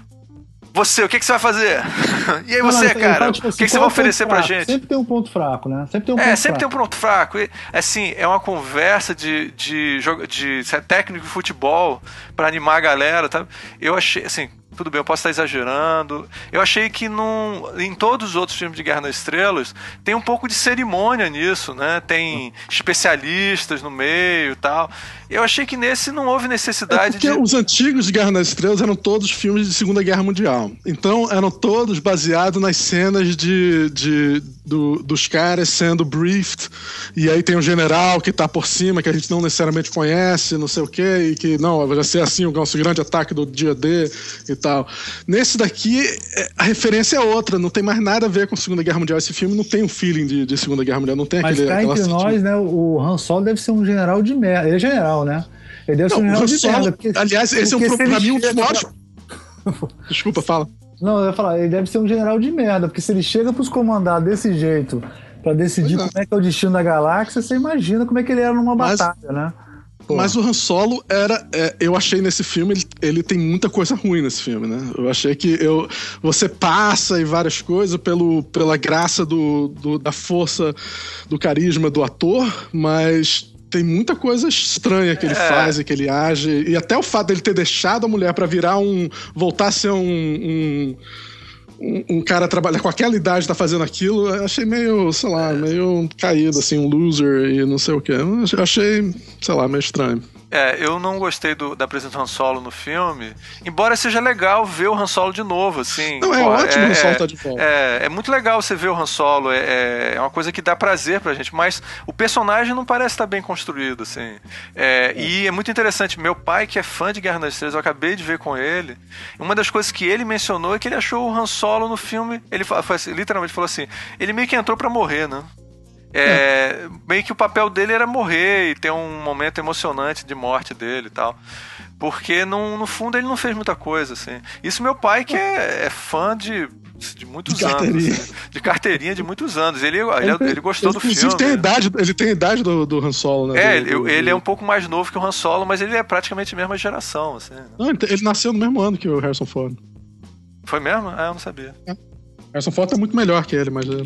Você, o que, que você vai fazer? E aí você, não, cara? Tá, tipo, assim, o que, que você vai oferecer pra gente? Sempre tem um ponto fraco, né? Sempre tem um é, ponto sempre fraco. tem um ponto fraco. E, assim, é uma conversa de, de, de, de, de técnico de futebol pra animar a galera, tá? Eu achei, assim... Tudo bem, eu posso estar exagerando. Eu achei que num, em todos os outros filmes de Guerra nas Estrelas tem um pouco de cerimônia nisso, né? Tem especialistas no meio e tal. Eu achei que nesse não houve necessidade é porque de... os antigos de Guerra nas Estrelas eram todos filmes de Segunda Guerra Mundial. Então eram todos baseados nas cenas de, de, do, dos caras sendo briefed. E aí tem um general que tá por cima, que a gente não necessariamente conhece, não sei o quê, e que não, vai ser assim o nosso grande ataque do dia D e tal. Nesse daqui, a referência é outra, não tem mais nada a ver com a Segunda Guerra Mundial. Esse filme não tem um feeling de, de Segunda Guerra Mundial, não tem Mas aquele... Mas cá entre nós, né, o Han Solo deve ser um general de merda. Ele é general, né? Ele deve não, ser um general de Solo, merda. Porque, aliás, esse é um, pra mim um dos maiores... Desculpa, fala. Não, eu ia falar, ele deve ser um general de merda, porque se ele chega pros comandados desse jeito pra decidir pois como é. é que é o destino da galáxia, você imagina como é que ele era numa Mas... batalha, né? Pô. Mas o Han Solo era... É, eu achei nesse filme, ele, ele tem muita coisa ruim nesse filme, né? Eu achei que eu, você passa e várias coisas pelo, pela graça do, do, da força, do carisma do ator, mas tem muita coisa estranha que ele é. faz e que ele age. E até o fato dele ter deixado a mulher pra virar um... voltar a ser um... um Um, um cara trabalhar com aquela idade tá fazendo aquilo, eu achei meio, sei lá, meio caído, assim, um loser e não sei o que. Eu achei, sei lá, meio estranho. É, eu não gostei do, da presença do Han Solo no filme, embora seja legal ver o Han Solo de novo, assim. Não, é pô, ótimo é, o Han Solo é, tá de volta. É, é muito legal você ver o Han Solo, é, é uma coisa que dá prazer pra gente, mas o personagem não parece estar bem construído, assim. É, é. E é muito interessante, meu pai, que é fã de Guerra nas Estrelas, eu acabei de ver com ele, uma das coisas que ele mencionou é que ele achou o Han Solo no filme, ele foi assim, literalmente falou assim, ele meio que entrou pra morrer, né? É, é. Meio que o papel dele era morrer e ter um momento emocionante de morte dele e tal. Porque no, no fundo ele não fez muita coisa, assim. Isso meu pai que é, é fã de, de muitos de anos. Carteirinha. Assim, de carteirinha de muitos anos. Ele, ele, ele gostou ele, do filme. Tem a idade, ele tem a idade do, do Han Solo, né? É, do, ele, do, ele do... é um pouco mais novo que o Han Solo, mas ele é praticamente a mesma geração, assim. Não, ele, ele nasceu no mesmo ano que o Harrison Ford. Foi mesmo? Ah, eu não sabia. É. Harrison Ford é muito melhor que ele, mas... É.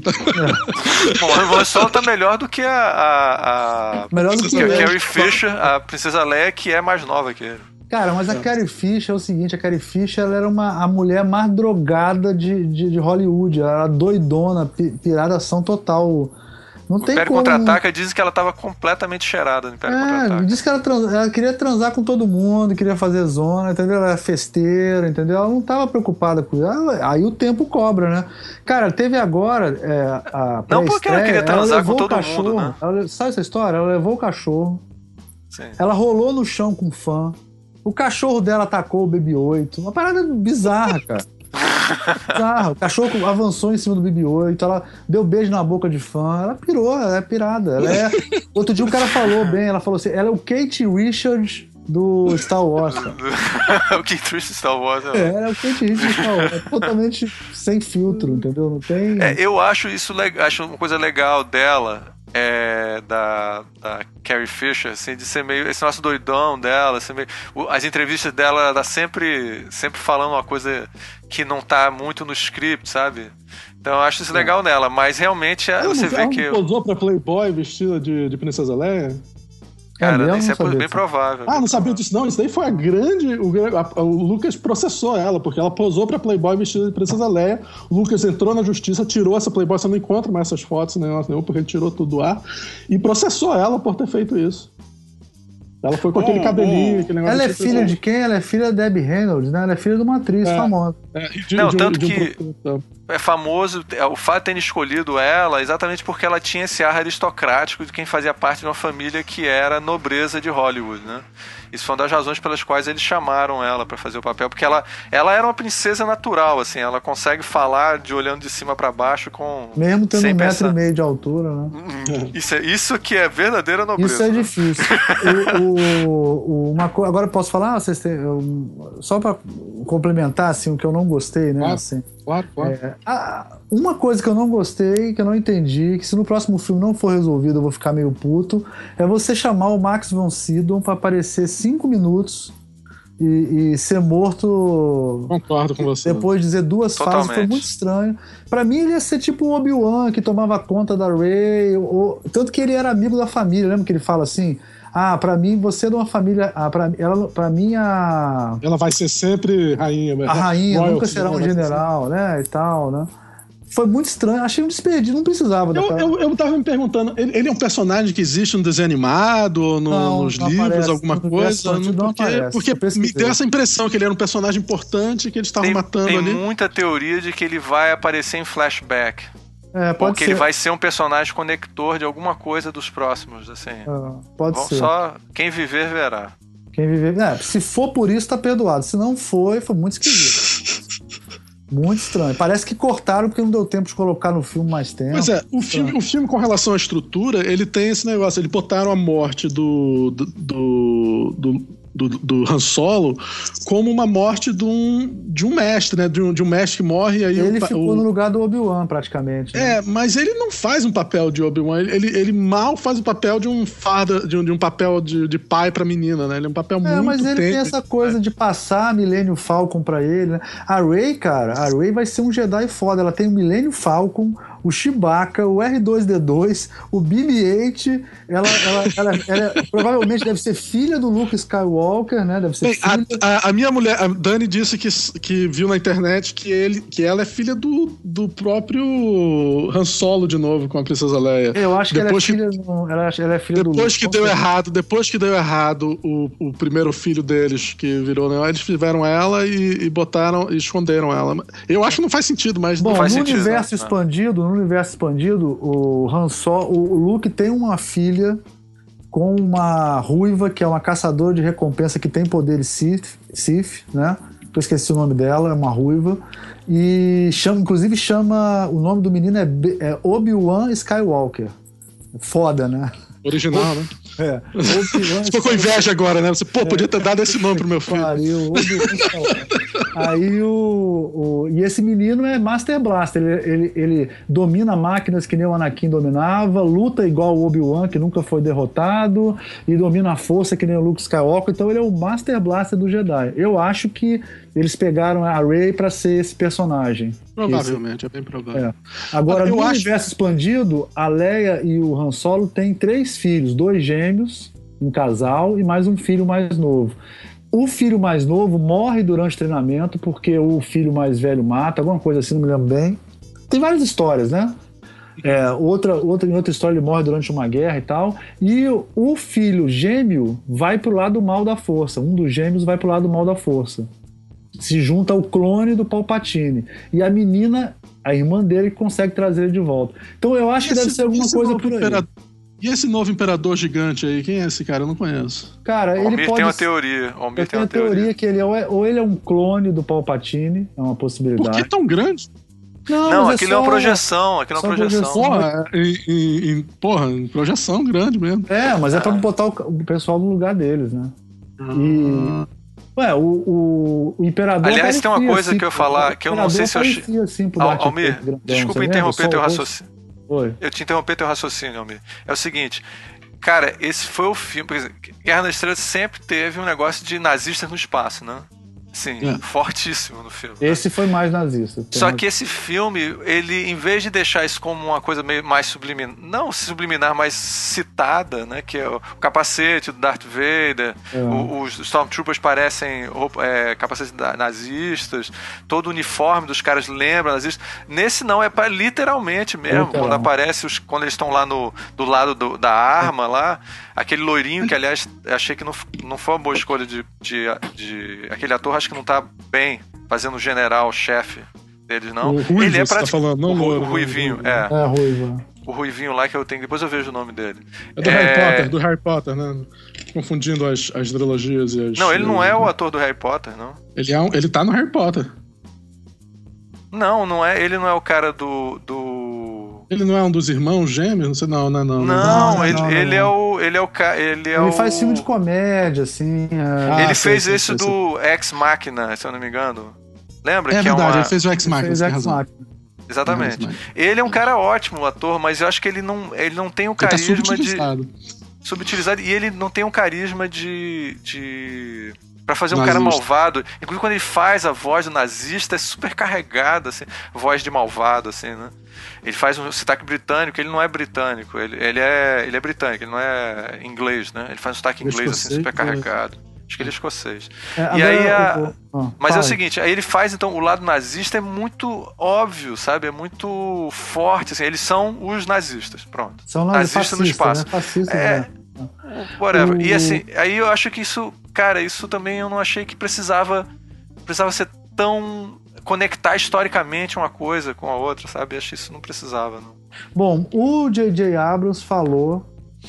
Bom, o Han Solo tá melhor do que a... a, a melhor do que a ele. Carrie Fisher, a Princesa Leia, que é mais nova que ele. Cara, mas a Carrie Fisher é o seguinte, a Carrie Fisher ela era uma, a mulher mais drogada de, de, de Hollywood, ela era doidona, pi, piradação total. Não o tem Império como... Contra-Ataca dizem que ela tava completamente cheirada no Império é, Contra-Ataca. Diz que ela, trans, ela queria transar com todo mundo, queria fazer zona, entendeu? Ela era festeira, entendeu? Ela não tava preocupada com isso. Aí o tempo cobra, né? Cara, teve agora é, a não porque ela queria transar ela com todo cachorro, mundo, né? Ela, sabe essa história? Ela levou o cachorro, Sim. Ela rolou no chão com fã, o cachorro dela atacou o B B oito, uma parada bizarra, cara. Bizarra. O cachorro avançou em cima do B B oito, ela deu beijo na boca de fã, ela pirou, ela é pirada. Ela é... Outro dia o cara falou bem, ela falou assim, ela é o Kate Richards do Star Wars, cara. O Kate Richards do Star Wars. É, ela é o Kate Richards do Star Wars, é totalmente sem filtro, entendeu? Não tem... É, eu acho isso legal, acho uma coisa legal dela, é, da, da Carrie Fisher, assim, de ser meio, esse nosso doidão dela, ser meio, as entrevistas dela, ela tá sempre, sempre falando uma coisa que não tá muito no script, sabe? Então eu acho isso legal nela, mas realmente ela você não, vê ela que... Ela posou pra Playboy vestida de, de Princesa Leia? Cara, é isso é bem disso. provável. Ah, não sabia disso não? Isso daí foi a grande... O, a, o Lucas processou ela, porque ela posou pra Playboy vestida de Princesa Leia. O Lucas entrou na justiça, tirou essa Playboy, você não encontra mais essas fotos, nem nenhum, porque ele tirou tudo do ar, e processou ela por ter feito isso. Ela foi com uh, aquele cabelinho, uh, aquele negócio. Ela é filha de quem? Ela é filha da Debbie Reynolds, né? Ela é filha de uma atriz é, famosa. É, de, não, de, tanto de um, que de um... é famoso o fato de terem escolhido ela exatamente porque ela tinha esse ar aristocrático de quem fazia parte de uma família que era nobreza de Hollywood, né? Isso foi uma das razões pelas quais eles chamaram ela para fazer o papel, porque ela, ela era uma princesa natural, assim, ela consegue falar de olhando de cima para baixo com... Mesmo tendo um pensar. metro e meio de altura, né? Isso, é, isso que é verdadeira nobreza. Isso é né? difícil. o, o, uma co... Agora eu posso falar? Vocês têm... eu... Só para complementar, assim, o que eu não gostei, né? Claro, assim, claro, claro. É... Ah, uma coisa que eu não gostei, que eu não entendi, que se no próximo filme não for resolvido eu vou ficar meio puto, é você chamar o Max von Sydow para aparecer cinco minutos e, e ser morto. Concordo com você. Depois de dizer duas Totalmente. falas, foi muito estranho. Pra mim ele ia ser tipo o Obi-Wan, que tomava conta da Rey, ou... tanto que ele era amigo da família, lembra que ele fala assim... Ah, pra mim, você é de uma família... Ah, pra, ela, pra mim, a... Ela vai ser sempre rainha. A rainha Royalty, nunca será um né? general, né, e tal, né? Foi muito estranho, achei um desperdício, não precisava Eu, daquela... eu, eu tava me perguntando, ele, ele é um personagem que existe no desenho animado, ou no, Não, nos não livros, aparece, alguma no coisa? universo não porque aparece, porque eu pesquisei. me deu essa impressão que ele era um personagem importante que eles estavam Tem, matando tem ali. muita teoria de que ele vai aparecer em flashback. É, pode Porque ser. ele vai ser um personagem conector de alguma coisa dos próximos, assim. Ah, pode Vamos ser. só... Quem viver, verá. Quem viver... É, se for por isso, tá perdoado. Se não foi, foi muito esquisito. Muito estranho. Parece que cortaram porque não deu tempo de colocar no filme mais tempo. Pois é, o filme, o filme com relação à estrutura, ele tem esse negócio, eles botaram a morte do do, do, do, do, do Han Solo como uma morte de um, de um mestre, né? De um, de um mestre que morre e aí... Ele o, ficou o... no lugar do Obi-Wan, praticamente. Né? É, mas ele não faz um papel de Obi-Wan, ele, ele, ele mal faz o papel de um farda, de um, de um papel de, de pai pra menina, né? Ele é um papel É, muito mas ele tenso. tem essa coisa de passar a Millennium Falcon pra ele, né? A Rey, cara, a Rey vai ser um Jedi foda. Ela tem o Millennium Falcon, o Chewbacca, o R dois D dois, o B B oito. Ela, ela, ela, ela provavelmente deve ser filha do Luke Skywalker, né? Deve ser Bem, filha... a, a, a minha mulher, a Dani, disse que, que viu na internet que, ele, que ela é filha do, do próprio Han Solo de novo com a Princesa Leia. Eu acho que depois ela é filha, do, ela, ela é filha do Depois Luke. que deu errado, depois que deu errado o, o primeiro filho deles, que virou, né? Eles tiveram ela e, e botaram, e esconderam ela. Eu acho que não faz sentido, mas Bom, não faz no sentido, universo não. expandido, no universo expandido, o Han Solo, o Luke tem uma filha com uma ruiva que é uma caçadora de recompensa que tem poderes Sith, Sith, né? Eu esqueci o nome dela, é uma ruiva. E chama, inclusive chama, o nome do menino é, é Obi-Wan Skywalker. Foda, né? original, né? É. Você ficou com inveja agora, né? Você, pô, podia ter dado esse nome pro meu filho. Pariu, Aí o, o. E esse menino é Master Blaster. Ele, ele, ele domina máquinas que nem o Anakin dominava, luta igual o Obi-Wan, que nunca foi derrotado, e domina a força que nem o Luke Skywalker. Então ele é o Master Blaster do Jedi. Eu acho que eles pegaram a Rey pra ser esse personagem. Provavelmente, esse... é bem provável. É. Agora, eu no acho... universo expandido, a Leia e o Han Solo têm três filhos, dois gêmeos, um casal e mais um filho mais novo. O filho mais novo morre durante o treinamento porque o filho mais velho mata, alguma coisa assim, não me lembro bem. Tem várias histórias, né? É, outra, outra, em outra história ele morre durante uma guerra e tal. E o filho gêmeo vai pro lado mal da força. Um dos gêmeos vai pro lado mal da força. Se junta ao clone do Palpatine. E a menina, a irmã dele, consegue trazer ele de volta. Então eu acho e que esse, deve ser alguma coisa por aí. Imperador... E esse novo imperador gigante aí? Quem é esse cara? Eu não conheço. Cara, ele Almir pode... tem uma teoria. Almir tem uma teoria. teoria que ele é, ou ele é um clone do Palpatine, é uma possibilidade. Por que tão grande? Não, não aquilo é, só... é uma projeção. Aquilo é uma projeção. projeção. Porra, em, em, em, porra, em projeção grande mesmo. É, mas é pra botar o, o pessoal no lugar deles, né? Hum. E... Ué, o, o, o imperador... Aliás, tem uma coisa assim, que eu ia falar, que eu não sei se eu... Assim, Al, Almir, desculpa interromper teu raciocínio. Oi. Eu te interromper teu raciocínio, Almir. É o seguinte... Cara, esse foi o filme... Por exemplo, Guerra nas Estrelas sempre teve um negócio de nazistas no espaço, né? Sim, é. Fortíssimo no filme. Esse né? foi mais nazista. Só mais... que esse filme, ele, em vez de deixar isso como uma coisa meio mais subliminar, não subliminar, mas citada, né? Que é o capacete do Darth Vader, é. o, os Stormtroopers parecem é, capacetes nazistas, todo o uniforme dos caras lembra nazistas. Nesse não, é para literalmente mesmo, Literal. quando aparece, os, quando eles estão lá no, do lado do, da arma, lá, aquele loirinho, que aliás, achei que não, não foi uma boa escolha de, de, de aquele ator, acho que não tá bem fazendo o general-chefe deles, não. O ele é pra... tá falando, não, o, Ru, o Ruivinho, Ruivo. é. É, Ruivo. O Ruivinho lá que eu tenho, depois eu vejo o nome dele. É do é... Harry Potter, do Harry Potter, né? Confundindo as, as trilogias e as... Não, ele não é o ator do Harry Potter, não. Ele, é um, ele tá no Harry Potter. Não, não é, ele não é o cara do... do... Ele não é um dos irmãos gêmeos? Não sei, não, não, não. Não, não, não ele, não, não, ele é o... Ele é o cara... Ele, é ele o... faz filme de comédia, assim... É... Ele ah, fez sei, esse sei, do sei. Ex Machina, se eu não me engano. Lembra? É que verdade, é uma... ele fez o Ex Machina, você tem razão. Exatamente. Ele é um cara ótimo, o ator, mas eu acho que ele não, ele não tem o carisma ele tá subutilizado. de... Subutilizado. E ele não tem um carisma de... de... pra fazer um nazista. cara malvado. Inclusive quando ele faz a voz do nazista, é super carregada, assim. Voz de malvado, assim, né? Ele faz um sotaque britânico, ele não é britânico, ele, ele, é, ele é britânico, ele não é inglês, né? Ele faz um sotaque inglês, escocês, assim, super carregado. Acho que ele é escocês. É, e aí a... oh, Mas fala. É o seguinte, aí ele faz, então, o lado nazista é muito óbvio, sabe? É muito forte, assim. Eles são os nazistas, pronto. São nazistas fascista, no espaço. Né? Fascista, é... né? Whatever. O... E assim, aí eu acho que isso, cara, isso também eu não achei que precisava precisava ser tão... conectar historicamente uma coisa com a outra, sabe? Acho que isso não precisava, não. Bom, o J J Abrams falou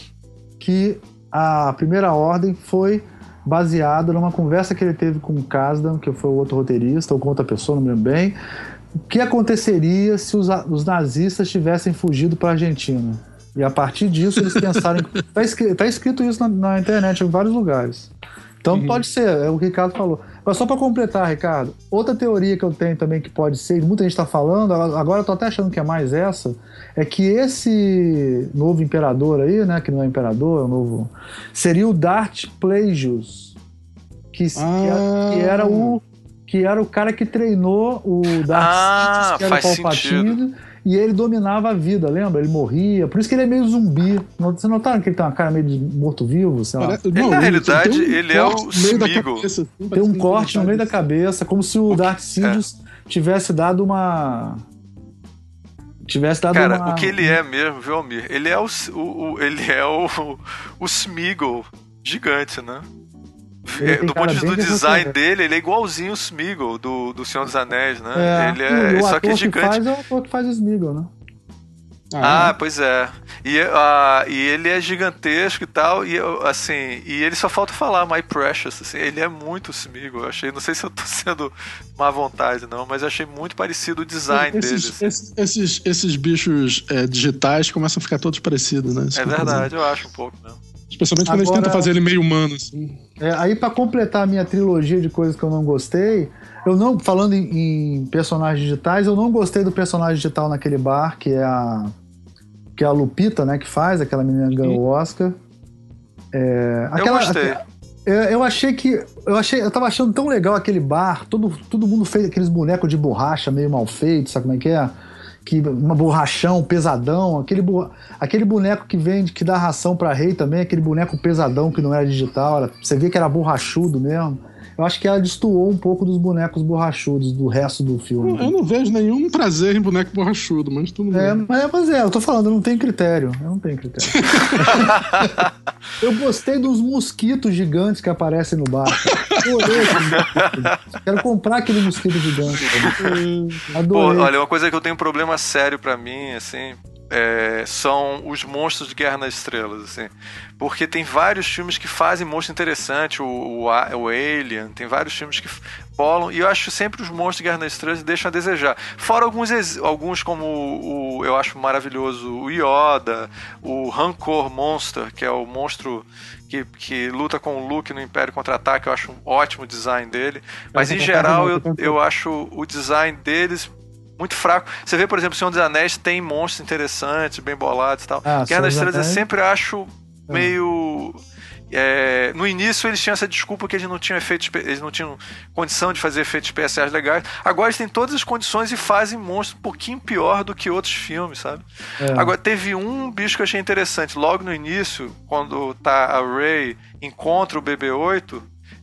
que a Primeira Ordem foi baseada numa conversa que ele teve com o Kasdan, que foi o outro roteirista, ou com outra pessoa, não me lembro bem. O que aconteceria se os, os nazistas tivessem fugido para a Argentina? E a partir disso eles pensaram... Está escrito, tá escrito isso na, na internet, em vários lugares. Então uhum. pode ser, é o que o Ricardo falou. Mas só para completar, Ricardo, outra teoria que eu tenho também que pode ser, muita gente está falando, agora eu tô até achando que é mais essa, é que esse novo imperador aí, né, que não é imperador, é o novo... seria o Darth Plagueis, que, ah. que, era, que, era o, que era o cara que treinou o Darth ah, Sidious, que era o Palpatine, e ele dominava a vida, lembra? Ele morria, por isso que ele é meio zumbi. Vocês notaram que ele tem uma cara meio de morto-vivo? Sei lá. Ele, na realidade, um ele é o Smeagol. Cabeça, assim, tem um corte no meio da cabeça, como se o, o Darth Sidious é. tivesse dado uma... Tivesse dado Cara, uma... o que ele é mesmo, viu, Almir? Ele é o, o, o, ele é o, o Smeagol gigante, né? Do ponto de vista do design dele, ele é igualzinho o Smeagol do, do Senhor dos Anéis, né? É, ele é, o só que é gigante. Que faz é o ator que faz o Smeagol, né? Ah, ah pois é. E, uh, e ele é gigantesco e tal, e assim, e ele só falta falar My Precious, assim, ele é muito Smeagol, eu achei, não sei se eu tô sendo má vontade não, mas eu achei muito parecido o design esses, dele. Assim. Esses, esses, esses bichos é, digitais começam a ficar todos parecidos, né? Isso é verdade, eu acho um pouco mesmo. Especialmente quando Agora, a gente tenta fazer ele meio humano, assim. É, aí, pra completar a minha trilogia de coisas que eu não gostei, eu não, falando em, em personagens digitais, eu não gostei do personagem digital naquele bar, que é a, que é a Lupita, né, que faz, aquela menina que ganhou o Oscar. É, aquela, eu gostei. Eu, eu achei que. Eu achei. Eu tava achando tão legal aquele bar, todo, todo mundo fez aqueles bonecos de borracha meio mal feitos, sabe como é que é? Que, uma borrachão, pesadão, aquele, aquele boneco que vende, que dá ração pra rei também, aquele boneco pesadão que não era digital, era, você vê que era borrachudo mesmo. Eu acho que ela destoou um pouco dos bonecos borrachudos do resto do filme. Eu, eu não vejo nenhum prazer em boneco borrachudo, mas tudo bem. É, mas, mas é, eu tô falando, eu não tenho critério. Eu não tenho critério. Eu gostei dos mosquitos gigantes que aparecem no bar. Adorei aquele Quero comprar aquele mosquito gigante. Adorei. Pô, olha, uma coisa que eu tenho um problema sério pra mim, assim... É, são os monstros de Guerra nas Estrelas, assim. Porque tem vários filmes que fazem monstro interessante, o, o, o Alien, tem vários filmes que bolam, e eu acho sempre os monstros de Guerra nas Estrelas deixam a desejar. Fora alguns, alguns como o, o, eu acho maravilhoso, o Yoda, o Rancor Monster, que é o monstro que, que luta com o Luke no Império Contra-Ataque, eu acho um ótimo design dele. Mas em geral eu, eu acho o design deles muito fraco. Você vê, por exemplo, o Senhor dos Anéis tem monstros interessantes, bem bolados e tal. Ah, Guerra das Estrelas eu sempre acho meio... É, no início eles tinham essa desculpa que eles não tinham efeitos, eles não tinham condição de fazer efeitos especiais legais. Agora eles têm todas as condições e fazem monstros um pouquinho pior do que outros filmes, sabe? É. Agora teve um bicho que eu achei interessante. Logo no início, quando tá a Rey encontra o B B oito,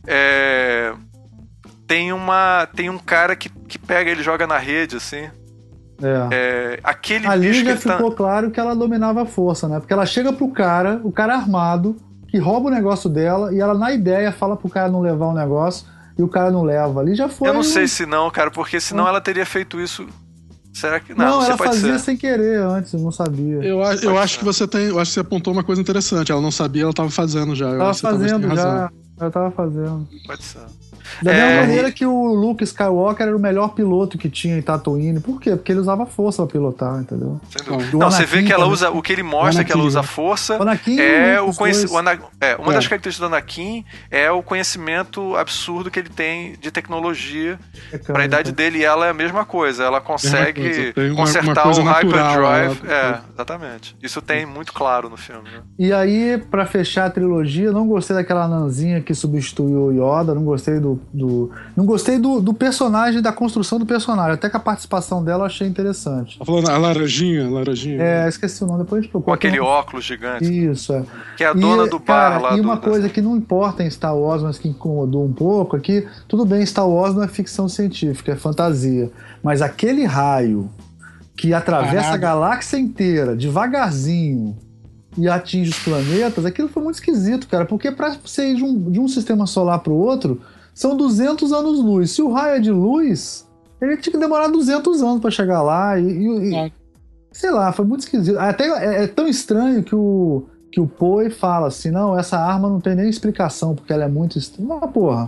é... Tem, uma, tem um cara que, que pega ele e joga na rede, assim. É. É, aquele Ali bicho já que ficou tá... claro que ela dominava a força, né? Porque ela chega pro cara, o cara armado, que rouba o negócio dela, e ela, na ideia, fala pro cara não levar o negócio, e o cara não leva. Ali já foi... Eu não sei se não, cara, porque senão ela teria feito isso... Será que... Não, não, não ela pode fazia ser. sem querer antes, eu não sabia. Eu, eu acho que você tem... Eu acho que você apontou uma coisa interessante. Ela não sabia, ela tava fazendo já. Eu tava acho fazendo que já. Ela tava fazendo. Pode ser. Da é... mesma maneira que o Luke Skywalker era o melhor piloto que tinha em Tatooine. Por quê? Porque ele usava força pra pilotar, entendeu? Não, Anakin, você vê que ela usa... O que ele mostra que ela usa força o Anakin, é o conhecimento... É, uma é. das características do Anakin é o conhecimento absurdo que ele tem de tecnologia. É, cara, pra idade é. dele, e ela é a mesma coisa. Ela consegue coisa. consertar uma, uma o Hyperdrive. É, exatamente. Isso tem muito claro no filme. Né? E aí, pra fechar a trilogia, não gostei daquela anãzinha que substituiu o Yoda, não gostei do Do, não gostei do, do personagem, da construção do personagem. Até que a participação dela eu achei interessante. Tá falando a laranjinha, a laranjinha. É, esqueci o nome, depois a gente procura. Com aquele óculos gigante. Isso, é. Que é a dona e, do bar cara, lá. E uma do, coisa dessa... que não importa em Star Wars, mas que incomodou um pouco, é que, tudo bem, Star Wars não é ficção científica, é fantasia. Mas aquele raio que atravessa Caramba. a galáxia inteira, devagarzinho, e atinge os planetas, aquilo foi muito esquisito, cara. Porque pra você ir de um, de um sistema solar pro outro... São duzentos anos-luz. Se o raio é de luz, ele tinha que demorar duzentos anos pra chegar lá. E, e, e sei lá, foi muito esquisito. Até é, é tão estranho que o, que o Poe fala assim: não, essa arma não tem nem explicação, porque ela é muito estranha. Não, porra.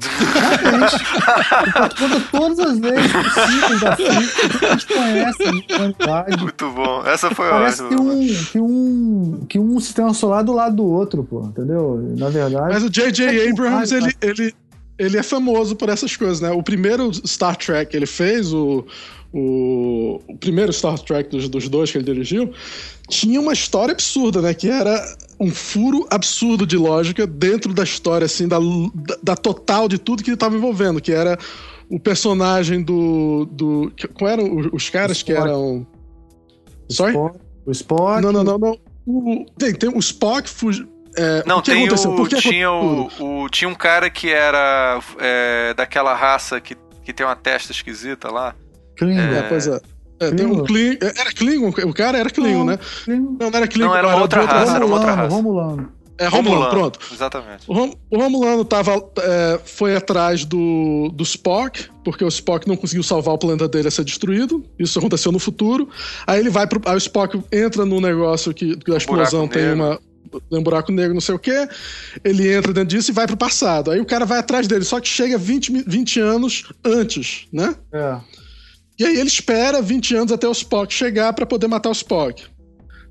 Realmente. Conta todas as leis possíveis da física que a gente conhece na humanidade. Muito bom. Essa foi Parece ótima. Que um, que, um, que um sistema solar do lado do outro, pô. Entendeu? Na verdade. Mas o J J Abrams, ele. ele... Ele é famoso por essas coisas, né? O primeiro Star Trek que ele fez, o, o, o primeiro Star Trek dos, dos dois que ele dirigiu, tinha uma história absurda, né? Que era um furo absurdo de lógica dentro da história, assim, da, da, da total de tudo que ele estava envolvendo, que era o personagem do... do qual eram os, os caras Spock. que eram... Sorry? Spock. O Spock... Não, não, não. não. O, tem, tem o Spock... Fugi... É, não, o que tem aconteceu? o, tinha, o, o, tinha um cara que era é, daquela raça que, que tem uma testa esquisita lá. Klingon. É, é, pois é. é tem um Klingon. Era Klingon, o cara era Klingon, não, né? Klingon. Não, não era Klingon. Não, era uma outra raça, Romulano, era uma outra raça. Romulano. É, Romulano, Romulano, pronto. Exatamente. O, Rom, o Romulano tava, é, foi atrás do, do Spock, porque o Spock não conseguiu salvar o planeta dele a ser destruído. Isso aconteceu no futuro. Aí ele vai pro... Aí o Spock entra no negócio que, que a explosão tem negro. uma... um buraco negro, não sei o que, ele entra dentro disso e vai pro passado. Aí o cara vai atrás dele, só que chega vinte, vinte anos antes, né? É. E aí ele espera vinte anos até o Spock chegar pra poder matar o Spock.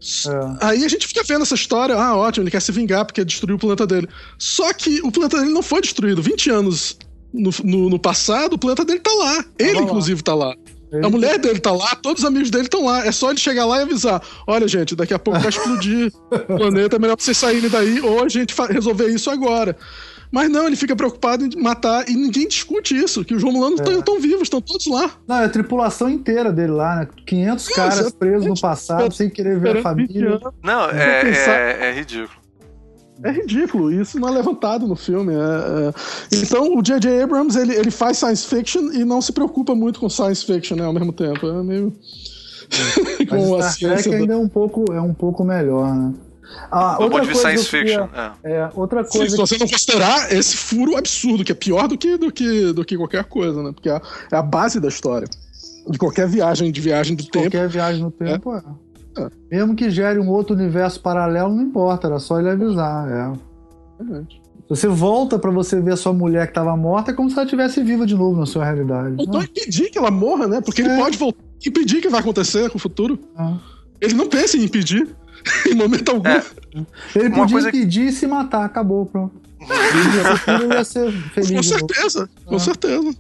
É. Aí a gente fica vendo essa história, ah, ótimo, ele quer se vingar porque destruiu o planeta dele. Só que o planeta dele não foi destruído. vinte anos no, no, no passado, o planeta dele tá lá. Ele, lá. inclusive, tá lá. Ele... A mulher dele tá lá, todos os amigos dele estão lá. É só ele chegar lá e avisar: olha, gente, daqui a pouco vai explodir o planeta, é melhor vocês saírem daí ou a gente resolver isso agora. Mas não, ele fica preocupado em matar e ninguém discute isso, que os Romulanos estão é. vivos, estão todos lá. Não, é a tripulação inteira dele lá, né? quinhentos não, caras é presos no passado, é, sem querer ver a família. Não, é, é, é ridículo. É ridículo, isso não é levantado no filme. É, é... Então, o J J Abrams, ele, ele faz science fiction e não se preocupa muito com science fiction, né, ao mesmo tempo. É meio... É. com a ciência ainda da... é, um pouco, é um pouco melhor, né? Ah, do ponto de vista science fiction. Queria, é. É, outra coisa. Sim, se você não considerar esse furo absurdo, que é pior do que, do que, do que qualquer coisa, né? Porque é a, é a base da história. De qualquer viagem, de viagem do de tempo. Qualquer viagem no tempo, é. é. é. Mesmo que gere um outro universo paralelo, não importa, era só ele avisar. É. É. Se você volta pra você ver a sua mulher que tava morta, é como se ela estivesse viva de novo na sua realidade. Ou então impedir que ela morra, né? Porque é. ele pode voltar, impedir que vai acontecer com o futuro. É. Ele não pensa em impedir. Em momento algum. É. Ele Uma podia coisa... impedir e se matar, acabou, pronto. Ele ia ser feliz. Com certeza, com ah. certeza.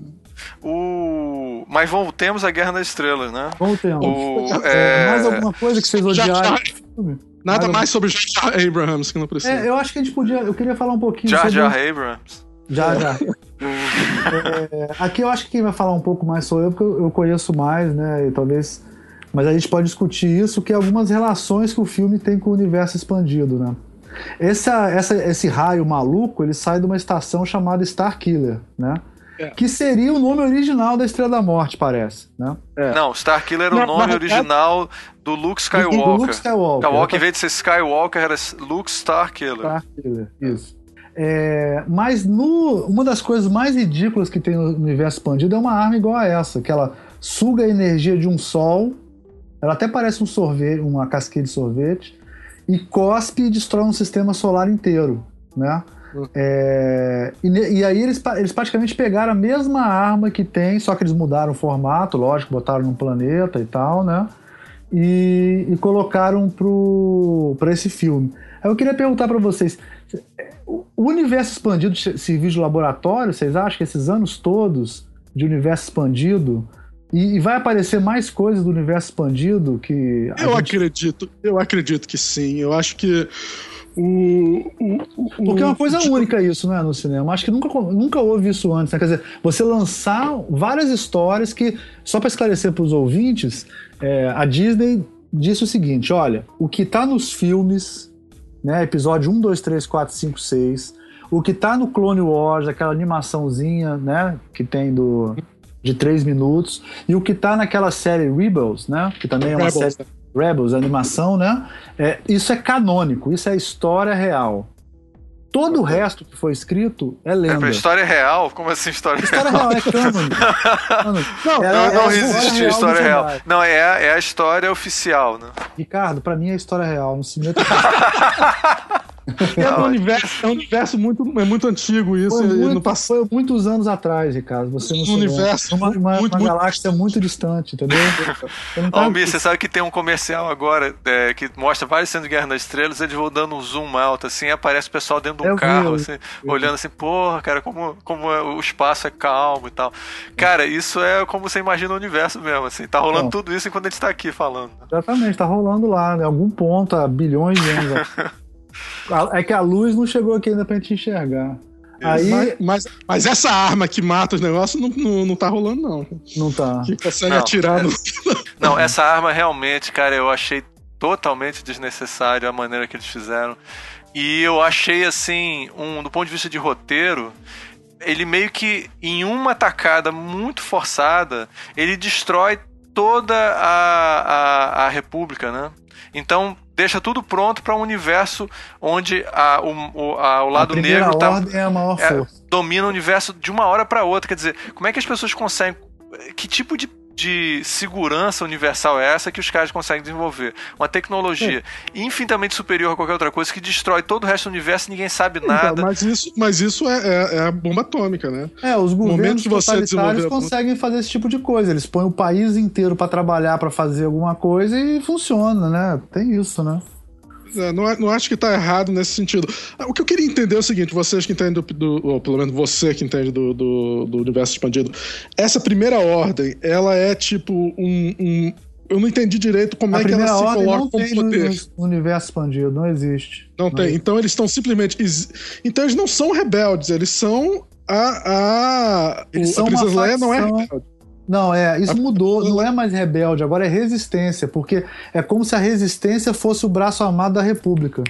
O... Mas voltemos à Guerra nas Estrelas, né? Voltemos. O... É... Mais alguma coisa que vocês odiaram? Nada mais sobre Jar Jar Abrams que não precisa. É, eu acho que a gente podia. Eu queria falar um pouquinho Jar sobre. Jar Abrams. Já, já. é, aqui eu acho que quem vai falar um pouco mais sou eu, porque eu conheço mais, né? E talvez. Mas a gente pode discutir isso, que é algumas relações que o filme tem com o universo expandido, né? Essa, essa, esse raio maluco, ele sai de uma estação chamada Starkiller, né? É. Que seria o nome original da Estrela da Morte, parece, né? É. Não, Starkiller era o nome na, original é... do Luke Skywalker. Do Luke Skywalker. Skywalker, em vez de ser Skywalker, era Luke Starkiller. Starkiller, isso. É, mas no, uma das coisas mais ridículas que tem no universo expandido é uma arma igual a essa, que ela suga a energia de um sol. Ela até parece um sorvete, uma casquinha de sorvete, e cospe e destrói um sistema solar inteiro, né? Uhum. É, e, e aí eles, eles praticamente pegaram a mesma arma que tem, só que eles mudaram o formato, lógico, botaram num planeta e tal, né? E, e colocaram para esse filme. Aí eu queria perguntar para vocês, o universo expandido de serviço de laboratório, vocês acham que esses anos todos de universo expandido... E vai aparecer mais coisas do universo expandido que... Eu gente... acredito, eu acredito que sim. Eu acho que o... o, o Porque é uma coisa o... única isso, né, no cinema. Acho que nunca, nunca houve isso antes, né? Quer dizer, você lançar várias histórias que, só para esclarecer para os ouvintes, é, a Disney disse o seguinte, olha, o que tá nos filmes, né, episódio um, dois, três, quatro, cinco, seis, o que tá no Clone Wars, aquela animaçãozinha, né, que tem do... de três minutos, e o que tá naquela série Rebels, né, que também é uma Rebels. série Rebels, animação, né, é, isso é canônico, isso é história real. Todo o resto que foi escrito é lenda. É, história real? Como assim história, história real? História real, é cânone. Não, é, não, é não existe história real. real. Não, é a, é a história oficial, né? Ricardo, pra mim é história real, não se meta. É um universo, é um universo muito, é muito antigo isso. Foi, muito, não foi muitos anos atrás, Ricardo. Você não um universo uma, uma, muito, uma galáxia muito... muito distante, entendeu? Ó, Mir, você sabe que tem um comercial agora é, que mostra várias cenas de Guerra nas Estrelas, eles vão dando um zoom alto, assim, e aparece o pessoal dentro de um eu carro, vi, assim, olhando assim, porra, cara, como, como o espaço é calmo e tal. Cara, isso é como você imagina o universo mesmo, assim, tá rolando Bom, tudo isso enquanto a gente tá aqui falando. Exatamente, tá rolando lá, em algum ponto, há bilhões de anos. É que a luz não chegou aqui ainda pra gente enxergar. Aí... Mas, mas, mas essa arma que mata os negócios não, não, não tá rolando, não. Não tá. Que consegue não, atirar é... no... Não, essa arma realmente, cara, eu achei totalmente desnecessário a maneira que eles fizeram. E eu achei, assim, um, do ponto de vista de roteiro, ele meio que, em uma tacada muito forçada, ele destrói toda a, a, a República, né? Então, deixa tudo pronto para um universo onde a, o, a, o lado negro tá, é a maior força. É, domina o universo de uma hora para outra. Quer dizer, como é que as pessoas conseguem... Que tipo de de segurança universal é essa que os caras conseguem desenvolver? Uma tecnologia é. infinitamente superior a qualquer outra coisa que destrói todo o resto do universo e ninguém sabe nada. Então, mas isso, mas isso é, é, é a bomba atômica, né? É, os governos totalitários conseguem fazer esse tipo de coisa. Eles põem o país inteiro pra trabalhar, pra fazer alguma coisa e funciona, né? Tem isso, né? É, não, não acho que tá errado nesse sentido. O que eu queria entender é o seguinte, vocês que entendem do, do ou pelo menos você que entende do, do, do universo expandido, essa primeira ordem, ela é tipo um... um eu não entendi direito como a é que ela se coloca como poder. No universo expandido, não existe. Não, não tem. Existe. Então eles estão simplesmente... Então eles não são rebeldes, eles são a... a eles o, são a Princesa Leia não é rebelde. Não, é, isso mudou, não é mais rebelde, agora é resistência, porque é como se a resistência fosse o braço armado da República.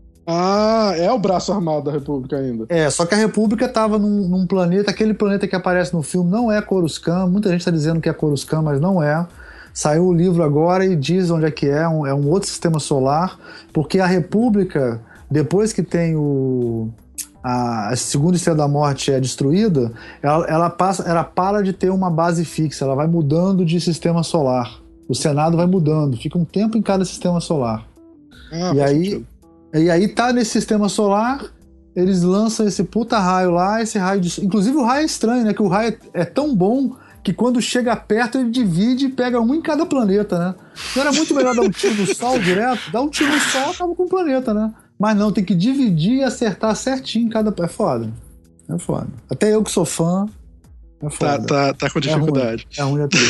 Ah, é o braço armado da República ainda. É, só que a República estava num, num planeta, aquele planeta que aparece no filme não é Coruscant, muita gente está dizendo que é Coruscant, mas não é. Saiu o livro agora e diz onde é que é, um, é um outro sistema solar, porque a República, depois que tem o... a segunda Estrela da Morte é destruída, ela, ela, passa, ela para de ter uma base fixa, ela vai mudando de sistema solar. O Senado vai mudando, fica um tempo em cada sistema solar. Ah, e, aí, e aí tá nesse sistema solar, eles lançam esse puta raio lá, esse raio de... Inclusive o raio é estranho, né? Que o raio é, é tão bom que quando chega perto ele divide e pega um em cada planeta, né? Não era muito melhor dar um tiro no Sol direto? Dar um tiro no Sol acaba com o planeta, né? Mas não, tem que dividir e acertar certinho em cada... É foda. É foda. Até eu que sou fã, é foda. Tá, tá, tá com dificuldade. É ruim, é ruim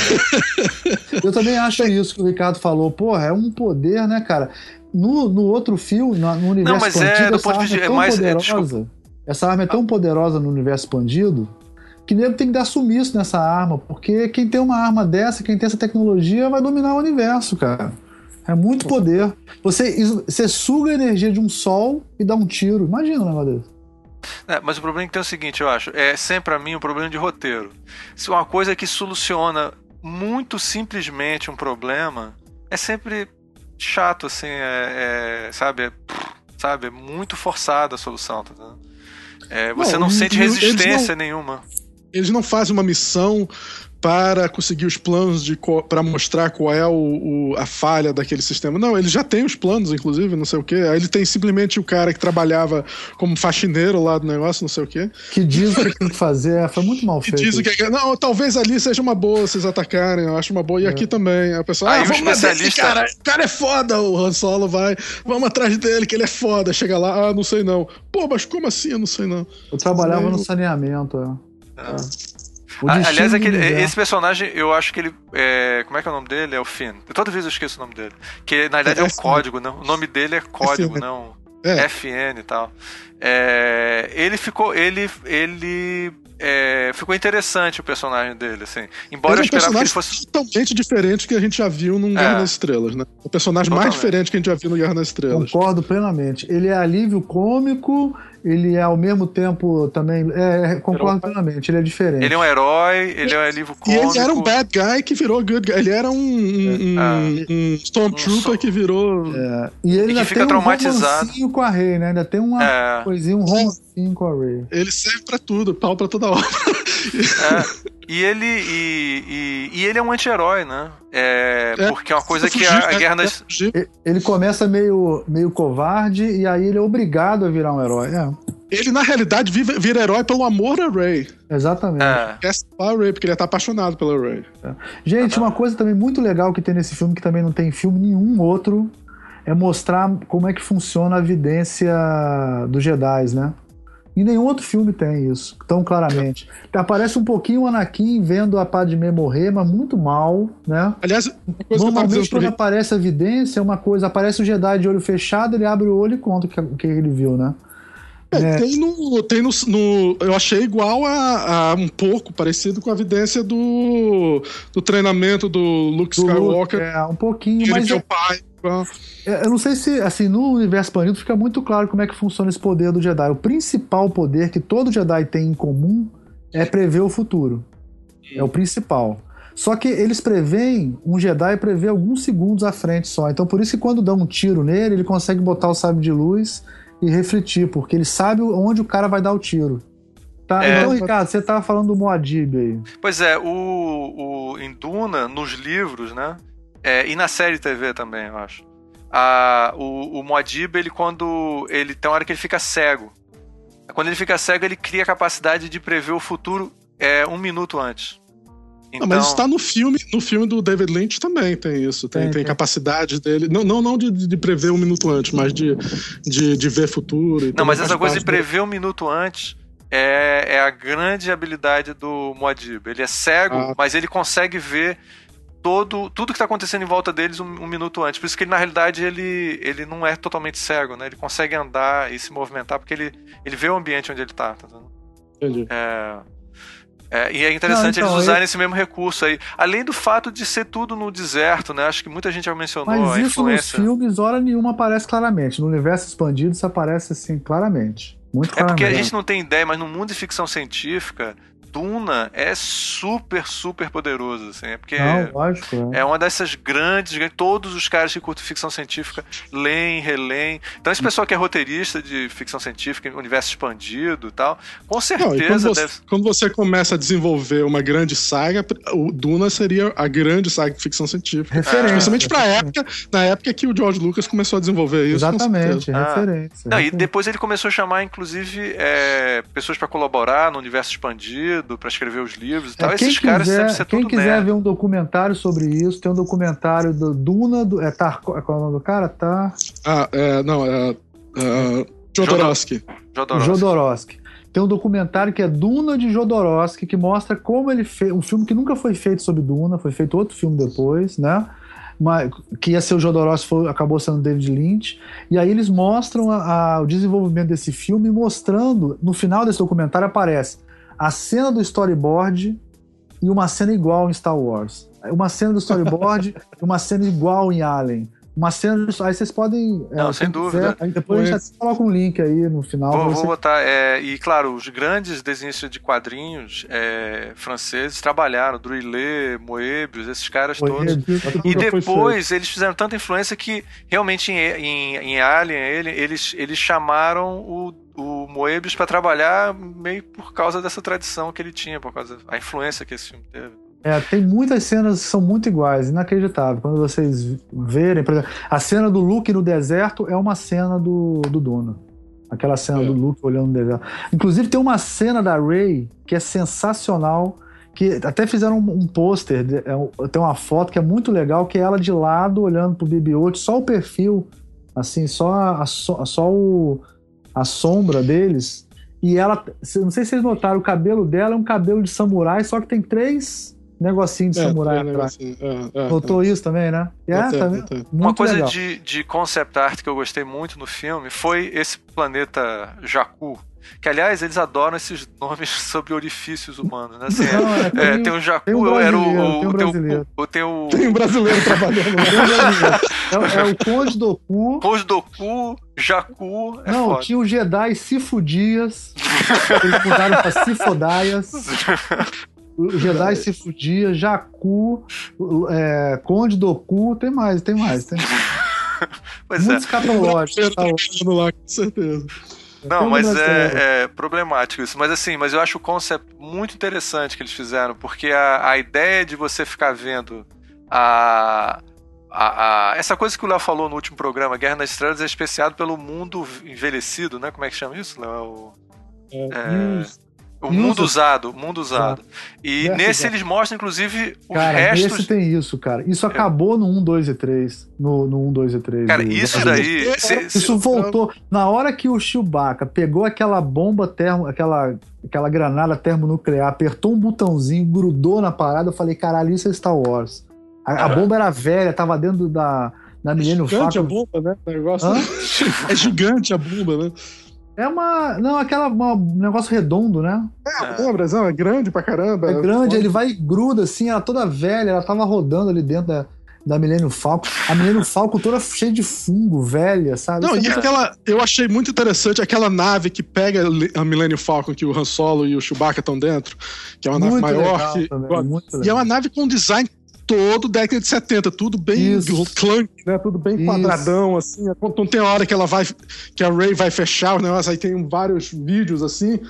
até. Eu também acho isso que o Ricardo falou. Porra, é um poder, né, cara? No, no outro filme, no, no universo não, mas expandido, é, do essa ponto arma de... é tão mais, poderosa. É, essa arma é tão poderosa no universo expandido que nego tem que dar sumiço nessa arma, porque quem tem uma arma dessa, quem tem essa tecnologia, vai dominar o universo, cara. É muito poder. Você, você suga a energia de um sol e dá um tiro. Imagina um negócio desse. É, mas o problema é que tem o seguinte, eu acho. É sempre, pra mim, um problema de roteiro. Se uma coisa que soluciona muito simplesmente um problema, é sempre chato, assim, é, é, sabe? É, sabe? É muito forçada a solução, tá vendo? É, você não, não sente resistência não, nenhuma. Eles não fazem uma missão para conseguir os planos de para mostrar qual é o, o, a falha daquele sistema. Não, ele já tem os planos, inclusive, não sei o quê. Aí ele tem simplesmente o cara que trabalhava como faxineiro lá do negócio, não sei o quê. Que diz o que tem que fazer. Foi muito mal feito. Que diz o que é, não, talvez ali seja uma boa vocês atacarem, eu acho uma boa. E é. aqui também. A pessoa, aí ah, o especialista... cara, o cara é foda, o Han Solo vai, vamos atrás dele, que ele é foda. Chega lá, ah, não sei não. Pô, mas como assim? Eu não sei não. Eu trabalhava sei, no saneamento, é. Ah. é. Aliás, aquele, esse personagem, eu acho que ele... É, como é que é o nome dele? É o Finn. Toda vez eu esqueço o nome dele. Que na verdade é, é um código, não? O nome dele é código, F N. Não... É. F N e tal. É, ele ficou... Ele... ele é, ficou interessante o personagem dele, assim. Embora ele eu esperava é um que ele fosse... totalmente diferente que a gente já viu num Guerra é. nas Estrelas, né? O personagem totalmente. mais diferente que a gente já viu no Guerra nas Estrelas. Concordo plenamente. Ele é alívio cômico... Ele é ao mesmo tempo também. É, concordo plenamente, ele é diferente. Ele é um herói, ele é um alívio cômico. E ele era um bad guy que virou good guy. Ele era um, um, ah, um Stormtrooper um so... que virou. É. E ele e ainda fica tem um traumatizado. romancinho com a Rey, né? Ainda tem uma é. coisinha, um romancinho com a Rey. Ele serve pra tudo, pau pra toda hora. É. E ele, e, e, e ele é um anti-herói, né? É, é, porque é uma coisa que a, a Guerra nas... Ele começa meio, meio covarde e aí ele é obrigado a virar um herói. É. Ele, na realidade, vive, vira herói pelo amor a Rey. Exatamente. É. Quer salvar a Rey, porque ele tá apaixonado pela Rey. É. Gente, ah, uma coisa também muito legal que tem nesse filme, que também não tem em filme nenhum outro, é mostrar como é que funciona a evidência dos Jedi, né? E nenhum outro filme tem isso, tão claramente. Aparece um pouquinho o Anakin vendo a Padmé morrer, mas muito mal, né? Aliás, uma coisa normalmente que eu quando aparece a evidência, é uma coisa, aparece o Jedi de olho fechado, ele abre o olho e conta o que, que ele viu, né? É, é. Tem, no, tem no, no... Eu achei igual a, a um pouco parecido com a evidência do, do treinamento do Luke do Skywalker. Luke, é, um pouquinho, ele mas... É, é... o pai. Eu não sei se, assim, no universo expandido fica muito claro como é que funciona esse poder do Jedi. O principal poder que todo Jedi tem em comum é prever o futuro. É o principal. Só que eles preveem, um Jedi prevê alguns segundos à frente só. Então por isso que quando dá um tiro nele, ele consegue botar o sabre de luz e refletir, porque ele sabe onde o cara vai dar o tiro. Tá, É. então, Ricardo, você tava falando do Muad'Dib aí. Pois é, o, o, em Duna, nos livros, né? É, e na série T V também, eu acho. A, o, o Muad'Dib, ele quando... Ele, tem uma hora que ele fica cego. Quando ele fica cego, ele cria a capacidade de prever o futuro é, um minuto antes. Então... Não, mas isso tá no filme, no filme do David Lynch também tem isso. Tem, Tem, tem tem. capacidade dele. Não, não, não de, de prever um minuto antes, mas de, de, de ver futuro. E Não, mas também essa faz coisa de parte prever um minuto antes é, é a grande habilidade do Muad'Dib. Ele é cego, Ah. mas ele consegue ver todo, tudo que está acontecendo em volta deles um, um minuto antes. Por isso que ele, na realidade, ele, ele não é totalmente cego, né? Ele consegue andar e se movimentar porque ele, ele vê o ambiente onde ele está. Tá vendo? Entendi. É... É, e é interessante Não, então, eles usarem eu- esse mesmo recurso aí. Além do fato de ser tudo no deserto, né? Acho que muita gente já mencionou Mas a isso nos influência. filmes, hora nenhuma, aparece claramente. No universo expandido, isso aparece assim, claramente. Muito É claramente. porque a gente não tem ideia, mas no mundo de ficção científica, Duna é super, super poderoso, assim. É porque Não, lógico. É. é uma dessas grandes, todos os caras que curtem ficção científica leem, releem. Então esse pessoal que é roteirista de ficção científica, universo expandido e tal, com Não, e certeza quando, você, deve... quando você começa a desenvolver uma grande saga, o Duna seria a grande saga de ficção científica. Referência. Especialmente pra época, na época que o George Lucas começou a desenvolver isso. com Exatamente, certeza. Ah. referência. Não, e referência. depois ele começou a chamar, inclusive, é, pessoas pra colaborar no universo expandido, pra escrever os livros e tal. É, quem Esses caras quiser, devem ser quem tudo quiser nerd. ver um documentário sobre isso, tem um documentário do Duna, do, é Tar, qual é o nome do cara? Tá. Ah, é, não, é. é Jodorowsky. Jodorowsky. Jodorowsky. Tem um documentário que é Duna de Jodorowsky, que mostra como ele fez. Um filme que nunca foi feito sobre Duna, foi feito outro filme depois, né? Mas, que ia ser o Jodorowsky, foi, acabou sendo David Lynch. E aí eles mostram a, a, o desenvolvimento desse filme, mostrando. No final desse documentário aparece a cena do storyboard e uma cena igual em Star Wars. Uma cena do storyboard e uma cena igual em Alien. Uma cena. Aí vocês podem. Não, é, sem quem dúvida. Aí depois a gente até coloca um link aí no final. Vou, pra vou você- botar. É, e claro, os grandes desenhistas de quadrinhos é, franceses trabalharam, Druillet, Moebius, esses caras todos. Moebius, Tudo E já foi depois eles fizeram tanta influência que realmente em, em, em Alien ele, eles, eles chamaram o, o Moebius para trabalhar meio por causa dessa tradição que ele tinha, por causa da influência que esse filme teve. É, tem muitas cenas que são muito iguais, inacreditável. Quando vocês verem, por exemplo, a cena do Luke no deserto é uma cena do, do Duna. Aquela cena É. do Luke olhando no deserto. Inclusive tem uma cena da Rey que é sensacional, que até fizeram um, um pôster, de- é um- tem uma foto que é muito legal, que é ela de lado olhando pro B B oito, só o perfil, assim, só, a, so- só o, a sombra deles. E ela, não sei se vocês notaram, o cabelo dela é um cabelo de samurai, só que tem três negocinhos de É, samurai é, um atrás. negocinho, é, é, Notou isso também, né? É, Notei, tá vendo? notei. Muito Uma coisa legal. de, de concept art que eu gostei muito no filme foi esse planeta Jakku. Que, aliás, eles adoram esses nomes sobre orifícios humanos, né? Assim, Não, é, é, tem- tem o Jakku, tem um era o, brasileiro, o, tem um tem o- brasileiro. o, tem o Tem um brasileiro trabalhando. É, é o Conde Doku. Kosdoku, Jakku, é Não, foda. tinha o Jedi Sifudias. Eles mudaram pra Sifodaias. O Jedi Sifudias, Jakku, é, Conde Doku. Tem mais, tem mais. Tem Pois muito é. escatológico. Tá? trabalhando lá, com certeza. Não, Tem um mas brasileiro. é, é problemático isso. Mas assim, mas eu acho o concept muito interessante que eles fizeram, porque a, a ideia de você ficar vendo a, a, a- essa coisa que o Léo falou no último programa, Guerra nas Estrelas, é especiado pelo mundo envelhecido, né? Como é que chama isso, Léo? É, o mundo Uso. usado, o mundo usado. E Verso nesse usado. eles mostram, inclusive, os Cara, restos. esse tem isso, cara. Isso acabou no um, dois e três. No, no um, dois e três. Cara, do- isso do- daí. cê- cê- Isso voltou. Na hora que o Chewbacca pegou aquela bomba termo, aquela, aquela granada termonuclear, apertou um botãozinho, grudou na parada, eu falei, caralho, isso é Star Wars. A, a bomba era velha, tava dentro da, da Millennium Gigante a Falcon. bomba, né? O negócio Hã? é gigante a bomba, né? É uma. Não, aquela. uma- um negócio redondo, né? É, é, Brasil, é grande pra caramba. É grande, ele vai e gruda assim, ela toda velha, ela tava rodando ali dentro da, da Millennium Falcon. A Millennium Falcon toda cheia de fungo, velha, sabe? Não, Isso é e muito- aquela. Eu achei muito interessante aquela nave que pega a Millennium Falcon, que o Han Solo e o Chewbacca estão dentro, que é uma nave muito maior. legal que- também, muito e é legal. uma nave com design todo década de setenta, tudo bem Isso. clunk, né? Tudo bem Isso. quadradão, assim. Então tem a hora que ela vai. Que a Rey vai fechar os negócios, aí tem vários vídeos assim.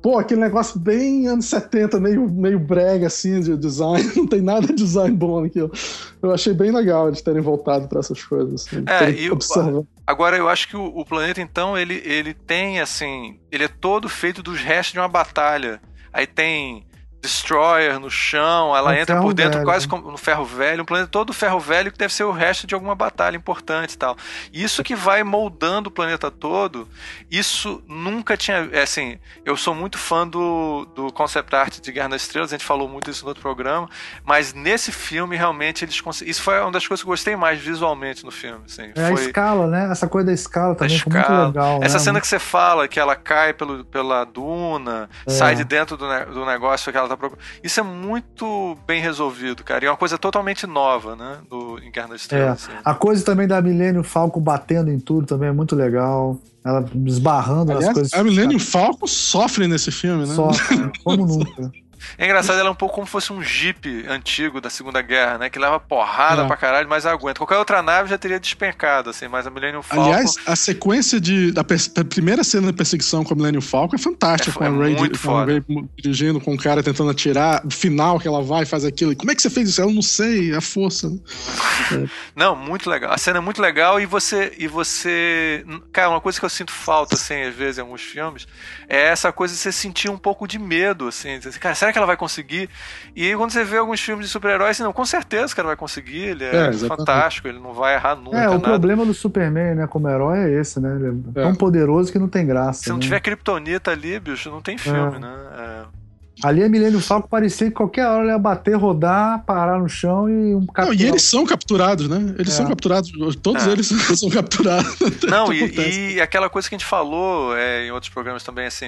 pô, aquele negócio bem anos setenta, meio, meio brega, assim, de design. Não tem nada de design bom naquilo. Eu achei bem legal eles terem voltado para essas coisas. Assim, é, e o, agora eu acho que o, o planeta, então, ele, ele tem, assim, ele é todo feito dos restos de uma batalha. Aí tem Destroyer no chão, ela no entra por dentro velho. quase como no ferro velho, um planeta todo ferro velho que deve ser o resto de alguma batalha importante e tal. Isso que vai moldando o planeta todo, isso nunca tinha, é assim, eu sou muito fã do, do concept art de Guerra nas Estrelas, a gente falou muito isso no outro programa, mas nesse filme realmente eles conseguiram, isso foi uma das coisas que eu gostei mais visualmente no filme, assim. É foi a escala, né? Essa coisa da escala também foi muito legal. Essa né? cena que você fala, que ela cai pelo, pela duna, é. sai de dentro do, ne- do negócio que ela tá procurando. Isso é muito bem resolvido, cara. E é uma coisa totalmente nova, né? Do, em Guerra nas Estrelas. É. Assim. A coisa também da Millennium Falcon batendo em tudo também é muito legal. Ela esbarrando Aliás, nas coisas. A Millennium Falcon sofre nesse filme, né? Sofre, como nunca. É engraçado, ela é um pouco como se fosse um Jeep antigo da Segunda Guerra, né? Que leva porrada é. pra caralho, mas aguenta. Qualquer outra nave já teria despencado, assim, mas a Millennium Falcon... Aliás, a sequência de... da, per, a primeira cena de perseguição com a Millennium Falcon é fantástica. É, com é a Ray, muito com a Ray dirigindo, com o cara tentando atirar. O final que ela vai e faz aquilo. E como é que você fez isso? Eu não sei, é a força. Né? É. Não, muito legal. A cena é muito legal e você... E você... Cara, uma coisa que eu sinto falta, assim, às vezes, em alguns filmes, é essa coisa de você sentir um pouco de medo, assim. De, cara, será que ela vai conseguir? E aí quando você vê alguns filmes de super-heróis, assim, não, com certeza o cara vai conseguir, ele é, é fantástico, ele não vai errar nunca. É, o nada. problema do Superman, né, como herói é esse, né? Ele é, é. tão poderoso que não tem graça. Se não né? tiver Kryptonita ali, bicho, não tem filme, é. né? É. Ali a Millennium Falcon parecia que qualquer hora ele ia bater, rodar, parar no chão e um capturar. Não, e eles são capturados, né? Eles é. são capturados, todos é. eles são capturados. Não, e, e aquela coisa que a gente falou é, em outros programas também, assim,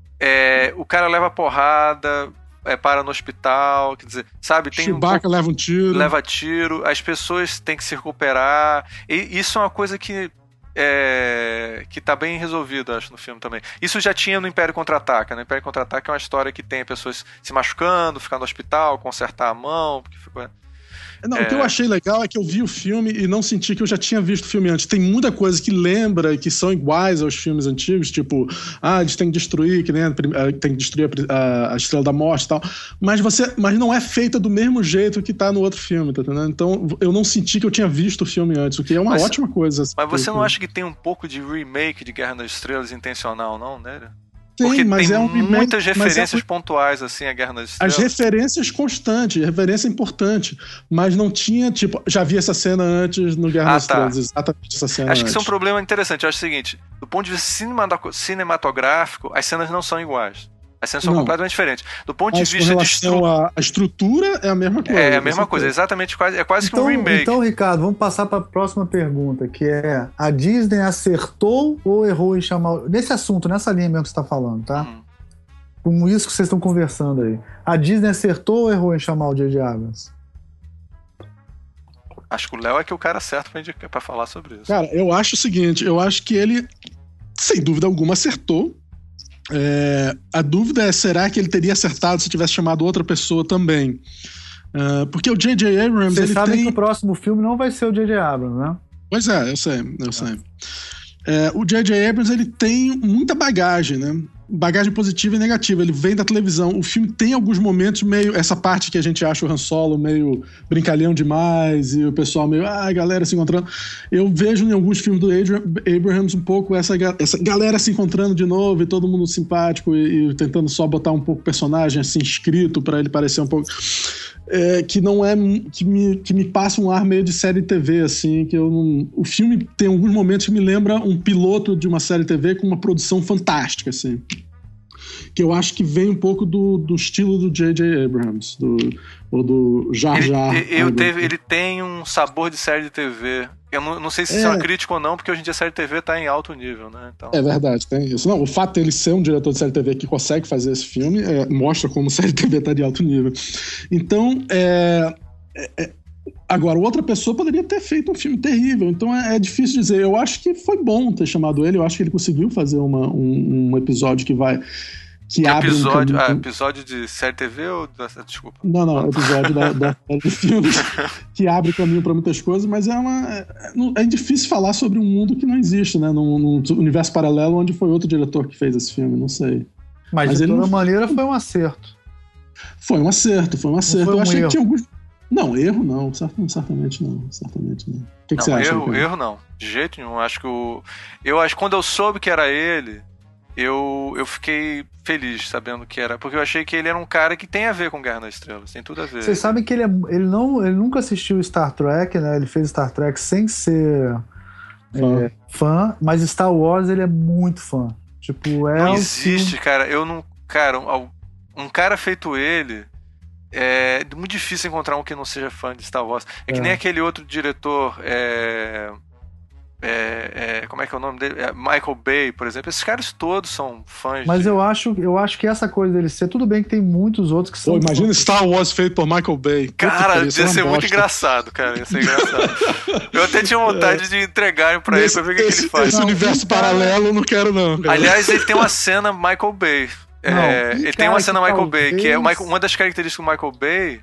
é, o cara leva porrada... É, para no hospital, quer dizer, sabe, tem Chewbacca um, leva um tiro. Leva tiro, as pessoas têm que se recuperar. E isso é uma coisa que é, que tá bem resolvido, acho, no filme também. Isso já tinha no Império Contra-Ataca. No Império Contra-Ataca é uma história que tem pessoas se machucando, ficar no hospital, consertar a mão, porque ficou... Não, é... o que eu achei legal é que eu vi o filme e não senti que eu já tinha visto o filme antes. Tem muita coisa que lembra, que são iguais aos filmes antigos, tipo, ah, eles têm que destruir, que nem tem que destruir a, a Estrela da Morte e tal. Mas, você, mas não é feita do mesmo jeito que tá no outro filme, tá entendendo? Então eu não senti que eu tinha visto o filme antes, o que é uma mas, ótima coisa. Assim, mas você não acha que tem um pouco de remake de Guerra nas Estrelas intencional, não, né? Sim, Porque mas tem é um remake, muitas referências é um... pontuais, assim, a Guerra nas Estrelas. As referências constantes, a referência importante, mas não tinha, tipo, já vi essa cena antes no Guerra ah, nas tá. Estrelas, exatamente essa cena Acho antes. que isso é um problema interessante, eu acho o seguinte, do ponto de vista cinematográfico, as cenas não são iguais. As cenas são não. completamente diferentes. Do ponto Mas de vista com de estru... a, a estrutura é a mesma coisa. É a mesma coisa, exatamente, quase, é quase então, que um remake. Então, Ricardo, vamos passar para a próxima pergunta, que é: a Disney acertou ou errou em chamar... Nesse assunto, nessa linha mesmo que você está falando, tá? Hum. Com isso que vocês estão conversando aí. A Disney acertou ou errou em chamar o J J Abrams? Acho que o Léo é que é o cara certo pra, indicar, pra falar sobre isso. Cara, eu acho o seguinte, eu acho que ele, sem dúvida alguma, acertou. É, a dúvida é, será que ele teria acertado se tivesse chamado outra pessoa também? Uh, porque o J J Abrams... Vocês ele sabem tem... que o próximo filme não vai ser o J J Abrams, né? Pois é, eu sei, eu é. sei. É, o J J Abrams, ele tem muita bagagem, né? Bagagem positiva e negativa, ele vem da televisão. O filme tem alguns momentos meio... Essa parte que a gente acha o Han Solo meio brincalhão demais e o pessoal meio... Ah, a galera se encontrando. Eu vejo em alguns filmes do Abrams um pouco essa, essa galera se encontrando de novo e todo mundo simpático e, e tentando só botar um pouco o personagem assim escrito pra ele parecer um pouco... É, que não é... Que me, que me passa um ar meio de série T V, assim, que eu não... O filme tem alguns momentos que me lembra um piloto de uma série T V com uma produção fantástica, assim. Que eu acho que vem um pouco do, do estilo do J J Abrams, do, ou do Jar Jar. Ele, ele, teve, ele tem um sabor de série de T V. Eu não, não sei se é. isso é uma crítica ou não, porque hoje em dia a série de T V tá em alto nível, né? Então... É verdade, tem isso. Não, o fato dele ser um diretor de série de T V que consegue fazer esse filme é, mostra como a série de T V tá de alto nível. Então, é, é, agora, outra pessoa poderia ter feito um filme terrível, então é, é difícil dizer. Eu acho que foi bom ter chamado ele, eu acho que ele conseguiu fazer uma, um, um episódio que vai... Que abre episódio, um ah, episódio de série T V ou... Desculpa. Não, não, episódio da, da série de filmes que abre caminho para muitas coisas, mas é uma... É, é difícil falar sobre um mundo que não existe, né? Num, num universo paralelo onde foi outro diretor que fez esse filme, não sei. Mas, Mas de toda não... maneira foi um acerto. Foi um acerto, foi um acerto. Foi um eu achei erro. que tinha alguns. Não, erro não, certamente não, certamente não. O que, que não, você acha? Erro, erro não, de jeito nenhum. Acho que o. Eu acho que quando eu soube que era ele, eu, eu fiquei feliz sabendo que era. Porque eu achei que ele era um cara que tem a ver com Guerra nas Estrelas, tem tudo a ver. Vocês sabem que ele, é, ele, não, ele nunca assistiu Star Trek, né? Ele fez Star Trek sem ser fã, é, fã mas Star Wars ele é muito fã. Tipo, é. Não existe, filme... cara. Eu não. Cara, um, um cara feito ele. É muito difícil encontrar um que não seja fã de Star Wars. É, é. que nem aquele outro diretor. É, é, é, como é que é o nome dele? É Michael Bay, por exemplo. Esses caras todos são fãs. Mas de... eu acho, eu acho que essa coisa dele ser. Tudo bem que tem muitos outros que são. Pô, imagina fãs. Star Wars feito por Michael Bay. Cara, ia ser bosta. Muito engraçado, cara. Ia ser engraçado. Eu até tinha vontade é. de entregarem pra esse, ele pra ver o que, que ele faz. Esse não, universo paralelo eu não quero, não. Cara. Aliás, ele tem uma cena Michael Bay. Não, é, ele tem uma cena Michael talvez... Bay, que é uma, uma das características do Michael Bay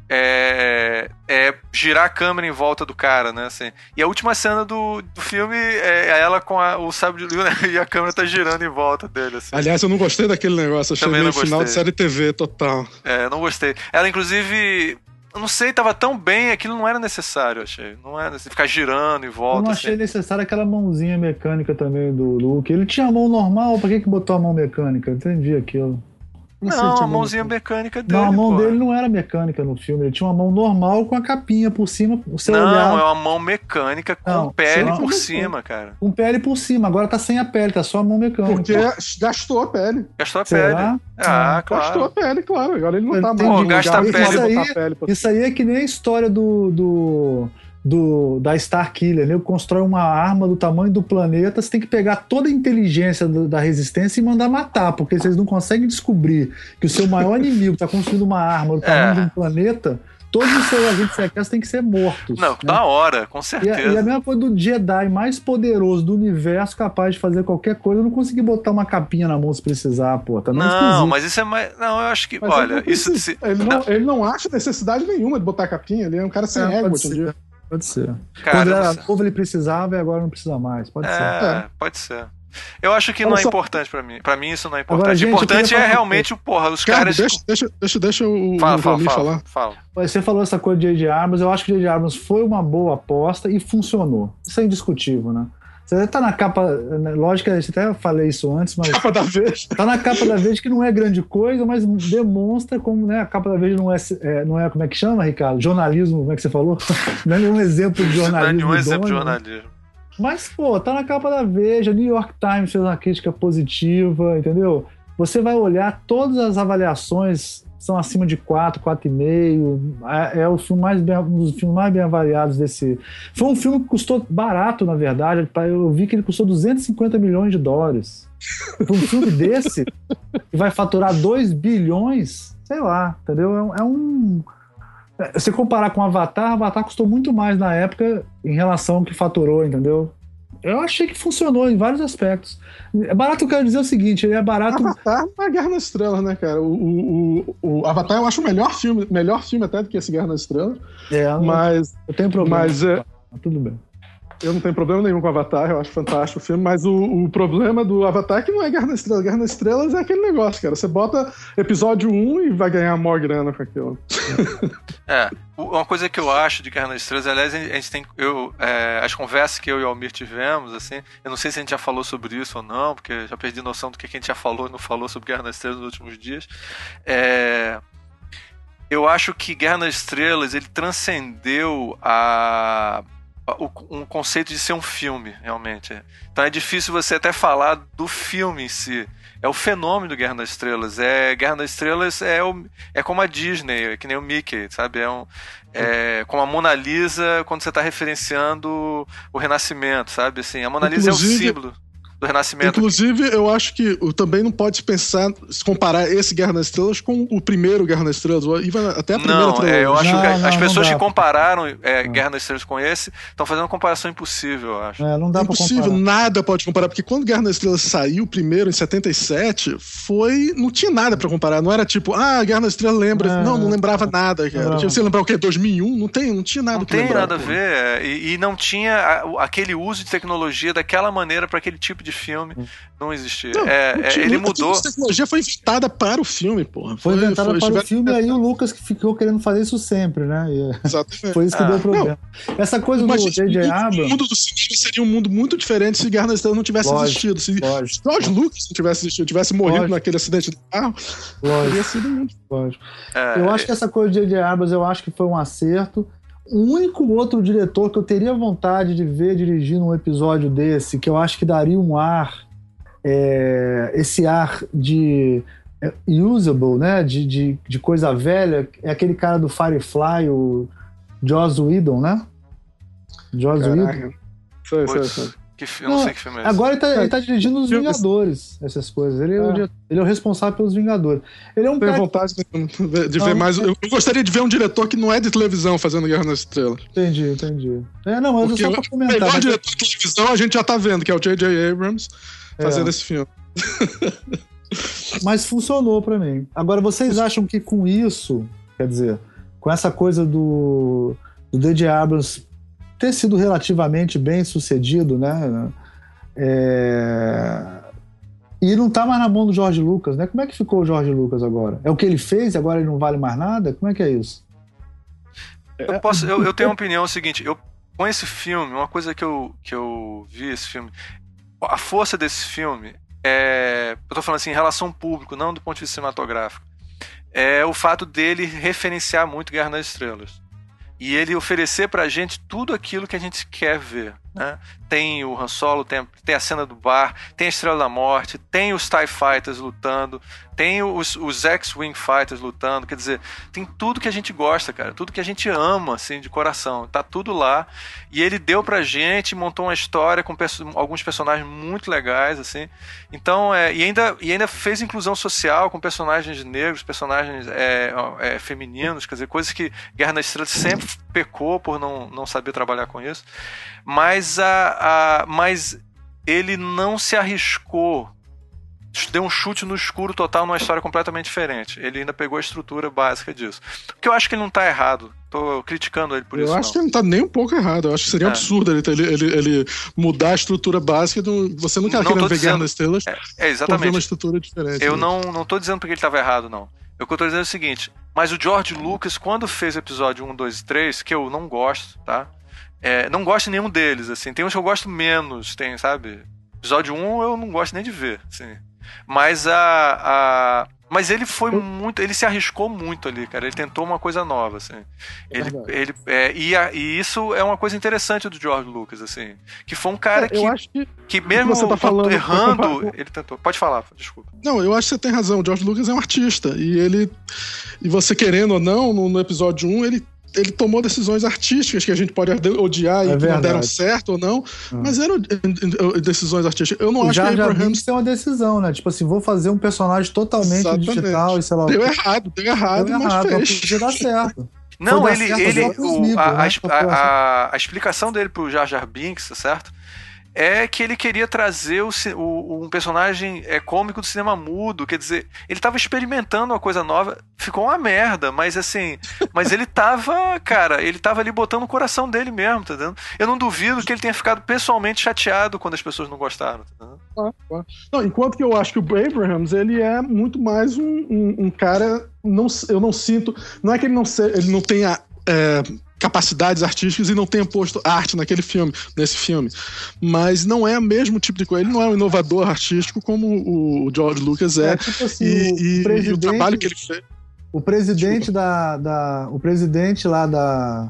é, é girar a câmera em volta do cara, né? Assim. E a última cena do, do filme é ela com a, o sábio de luz, né? E a câmera tá girando em volta dele. Assim. Aliás, eu não gostei daquele negócio, achei meio final de série T V total. É, não gostei. Ela, inclusive. Eu não sei, tava tão bem, aquilo não era necessário, achei. Não era necessário ficar girando em volta. Eu não achei assim. necessário aquela mãozinha mecânica também do Luke. Ele tinha a mão normal, pra que que botou a mão mecânica? Eu entendi aquilo. Não, não a mãozinha mecânica dele. Não, a mão pô. dele não era mecânica no filme. Ele tinha uma mão normal com a capinha por cima. Você não, olhava... é uma mão mecânica com não, pele por cima, cara. Com pele por cima. Agora tá sem a pele, tá só a mão mecânica. Porque gastou a pele. Gastou a Será? pele. Ah, ah, claro. Gastou a pele, claro. Agora ele não eu tá mais. Pô, gasta a pele. Isso aí, pele isso aí é que nem a história do... do... Do, da Star Killer, né? Constrói uma arma do tamanho do planeta, você tem que pegar toda a inteligência do, da resistência e mandar matar, porque vocês não conseguem descobrir que o seu maior inimigo está construindo uma arma do tamanho é. de um planeta, todos os seus agentes secretos têm que ser mortos. Não, né? Da hora, com certeza. E a, e a mesma coisa do Jedi mais poderoso do universo, capaz de fazer qualquer coisa, eu não consegui botar uma capinha na mão se precisar, pô. Tá não, esquisito. Mas isso é mais... Não, eu acho que... Mas olha, ele isso... Se... Ele, não, ele não acha necessidade nenhuma de botar a capinha, ele é um cara sem é, ego hoje em dia. Pode ser. Cara, quando era novo ele precisava e agora não precisa mais. Pode é, ser. É, pode ser. Eu acho que Olha não é só... importante pra mim. Pra mim isso não é importante. Agora, gente, importante é realmente o porra, os cara, caras... Deixa, deixa, deixa, deixa o fala, fala, Romy fala, falar. Fala. Você falou essa coisa de J J Abrams, eu acho que J J Abrams foi uma boa aposta e funcionou. Isso é indiscutível, né? Você tá na capa, lógico que eu até falei isso antes, mas... Capa da Veja. Tá na capa da Veja, que não é grande coisa, mas demonstra como, né, a capa da Veja não é, é, não é, como é que chama, Ricardo? Jornalismo, como é que você falou? Não é nenhum exemplo de jornalismo. Não é nenhum exemplo de né? jornalismo. Mas, pô, tá na capa da Veja, New York Times fez uma crítica positiva, entendeu? Você vai olhar, todas as avaliações são acima de quatro, quatro vírgula cinco. É, é o filme mais bem, um dos filmes mais bem avaliados desse... Foi um filme que custou barato, na verdade. Eu vi que ele custou duzentos e cinquenta milhões de dólares. Um filme desse, que vai faturar dois bilhões, sei lá, entendeu? É um... Se comparar com Avatar, Avatar custou muito mais na época em relação ao que faturou, entendeu? Eu achei que funcionou em vários aspectos. É barato, eu quero dizer o seguinte, ele é barato... Avatar é a Guerra nas Estrelas, né, cara? O, o, o, o Avatar eu acho o melhor filme, melhor filme até do que esse Guerra nas Estrelas. É, mas... Eu tenho problema. Mas, é... Tudo bem. Eu não tenho problema nenhum com o Avatar, eu acho fantástico o filme, mas o, o problema do Avatar é que não é Guerra nas Estrelas. Guerra nas Estrelas é aquele negócio, cara. Você bota episódio um e vai ganhar a maior grana com aquilo. É, uma coisa que eu acho de Guerra nas Estrelas, aliás, a gente tem... Eu, é, as conversas que eu e o Almir tivemos, assim, eu não sei se a gente já falou sobre isso ou não, porque já perdi noção do que a gente já falou e não falou sobre Guerra nas Estrelas nos últimos dias. É... Eu acho que Guerra nas Estrelas, ele transcendeu a... um conceito de ser um filme, realmente. Então é difícil você até falar do filme em si. É o fenômeno do Guerra nas Estrelas. É, Guerra nas Estrelas é, o, é como a Disney, é que nem o Mickey, sabe? É, um, é como a Mona Lisa quando você está referenciando o Renascimento, sabe? Assim, a Mona Lisa Inclusive... é o símbolo do Renascimento. Inclusive, eu acho que também não pode pensar, se comparar esse Guerra nas Estrelas com o primeiro Guerra nas Estrelas, até a primeira não, trilogia. É, eu acho não, que não, as pessoas que compararam é, não. Guerra nas Estrelas com esse estão fazendo uma comparação impossível, eu acho. É, não dá é impossível, pra comparar. Nada pode comparar, porque quando Guerra nas Estrelas saiu primeiro, em setenta e sete, foi... não tinha nada pra comparar, não era tipo, ah, Guerra nas Estrelas lembra... É, não, não lembrava nada, cara. Não. Você lembrar o quê? dois mil e um? Não, tem, não tinha nada Não que tem lembrar, nada pô. a ver, e, e não tinha aquele uso de tecnologia daquela maneira pra aquele tipo de de filme não existia. Não, é, é, ele mudou. A tecnologia foi inventada para o filme, porra. Foi, foi inventada foi, para foi, o filme, e aí o Lucas que ficou querendo fazer isso sempre, né? E exatamente. Foi isso que ah, deu problema. Não. Essa coisa do J J Abrams... O mundo do cinema seria um mundo muito diferente se Guerra nas Estrelas não tivesse lógico, existido. Se lógico, George lógico. Lucas não tivesse existido, tivesse morrido lógico. naquele acidente do carro, lógico. teria sido muito lógico. É, eu acho que essa coisa de J J Abrams, eu acho que foi um acerto. O único outro diretor que eu teria vontade de ver dirigindo um episódio desse, que eu acho que daria um ar, é, esse ar de é, usable, né, de, de, de coisa velha, é aquele cara do Firefly, o Joss Whedon, né? Joss Whedon. Sei, sei, sei. Que, eu não, não sei que filme é esse. Agora ele tá, ele tá dirigindo os Vingadores, essas coisas. Ele é, o, ele é o responsável pelos Vingadores. Ele é um Tenho cara vontade de, de ver mais. Eu gostaria de ver um diretor que não é de televisão fazendo Guerra nas Estrelas. Entendi, entendi. É, não, mas Porque eu só pra comentar. O melhor mas... diretor de televisão a gente já tá vendo, que é o J J Abrams fazendo é. esse filme. Mas funcionou pra mim. Agora, vocês acham que com isso, quer dizer, com essa coisa do, do J J Abrams ter sido relativamente bem sucedido, né? É... E não tá mais na mão do George Lucas, né? Como é que ficou o George Lucas agora? É o que ele fez e agora ele não vale mais nada? Como é que é isso? Eu, posso, eu, eu tenho uma opinião, é o seguinte, eu, com esse filme, uma coisa que eu, que eu vi esse filme, a força desse filme é, eu tô falando assim, em relação ao público, não do ponto de vista cinematográfico, é o fato dele referenciar muito Guerra nas Estrelas. E ele oferecer pra gente tudo aquilo que a gente quer ver, né? Tem o Han Solo, tem, tem a cena do bar, tem a Estrela da Morte, tem os TIE Fighters lutando, tem os, os X-Wing Fighters lutando, quer dizer, tem tudo que a gente gosta, cara, tudo que a gente ama, assim, de coração, tá tudo lá. E ele deu pra gente, montou uma história com perso- alguns personagens muito legais, assim. Então, é, e, ainda, e ainda fez inclusão social com personagens negros, personagens é, é, femininos, quer dizer, coisas que Guerra nas Estrelas sempre pecou por não, não saber trabalhar com isso. Mas, a, a, mas ele não se arriscou, deu um chute no escuro total numa história completamente diferente. Ele ainda pegou a estrutura básica disso. Porque eu acho que ele não tá errado. Tô criticando ele por eu isso. Eu acho não. que ele não tá nem um pouco errado. Eu acho que seria é. absurdo ele, ele, ele, ele mudar a estrutura básica. Do, você não tá querendo ver Guerra nas Estrelas. É, é exatamente. Uma estrutura diferente. Eu né? não, não tô dizendo porque ele tava errado, não. O que eu tô dizendo é o seguinte, mas o George Lucas, quando fez o episódio um, dois e três, que eu não gosto, tá? É, não gosto de nenhum deles, assim. Tem uns que eu gosto menos, tem, sabe? Episódio um eu não gosto nem de ver, assim. Mas a... a... Mas ele foi muito... Ele se arriscou muito ali, cara. Ele tentou uma coisa nova, assim. Ele, é ele, é, e, a, e isso é uma coisa interessante do George Lucas, assim. Que foi um cara é, que... Eu acho que... Que mesmo você tá falando, errando, ele tentou... Pode falar, desculpa. Não, eu acho que você tem razão. O George Lucas é um artista. E ele... E você querendo ou não, no, no episódio um, ele... Ele tomou decisões artísticas que a gente pode odiar é e que não deram certo ou não, hum. mas eram decisões artísticas. Eu não o acho Jar que Abraham... tem uma decisão, né? Tipo assim, vou fazer um personagem totalmente Exatamente. digital e sei lá. Deu errado, deu errado, deu mas errado, fez. Podia dar certo. Não, ele, certo ele o, micro, a, né? a, a, a explicação dele pro Jar Jar Binks, certo? É que ele queria trazer o, o, um personagem é, cômico do cinema mudo, quer dizer, ele tava experimentando uma coisa nova, ficou uma merda, mas assim, mas ele tava, cara, ele tava ali botando o coração dele mesmo, tá entendendo? Eu não duvido que ele tenha ficado pessoalmente chateado quando as pessoas não gostaram, tá entendendo? Ah, ah. Não, enquanto que eu acho que o Abrams, ele é muito mais um, um, um cara, não, eu não sinto, não é que ele não, se, ele não tenha... É, capacidades artísticas e não tenha posto arte naquele filme, nesse filme. Mas não é o mesmo tipo de coisa. Ele não é um inovador artístico como o George Lucas é. É tipo assim, e, o, e, e o trabalho que ele fez. O presidente da, da. O presidente lá da.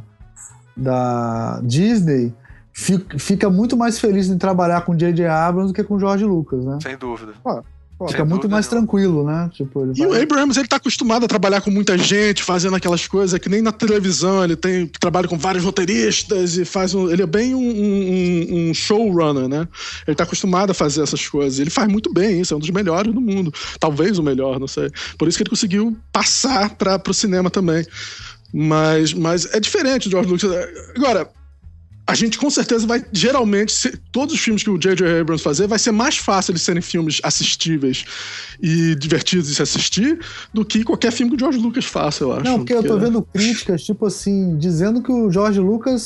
Da Disney fica, fica muito mais feliz em trabalhar com J J Abrams do que com George Lucas, né? Sem dúvida. Ah. Pô, fica muito mais não. tranquilo, né? Tipo, ele e vai... o Abrams, ele tá acostumado a trabalhar com muita gente, fazendo aquelas coisas que nem na televisão, ele tem trabalha com vários roteiristas e faz um... Ele é bem um, um, um showrunner, né? Ele tá acostumado a fazer essas coisas. Ele faz muito bem isso, é um dos melhores do mundo. Talvez o melhor, não sei. Por isso que ele conseguiu passar para pro cinema também. Mas, mas é diferente o George Lucas. Agora... A gente com certeza vai, geralmente, se, todos os filmes que o J J Abrams fazer, vai ser mais fácil eles serem filmes assistíveis e divertidos de se assistir do que qualquer filme que o George Lucas faça, eu acho. Não, porque, porque eu tô vendo críticas, tipo assim, dizendo que o George Lucas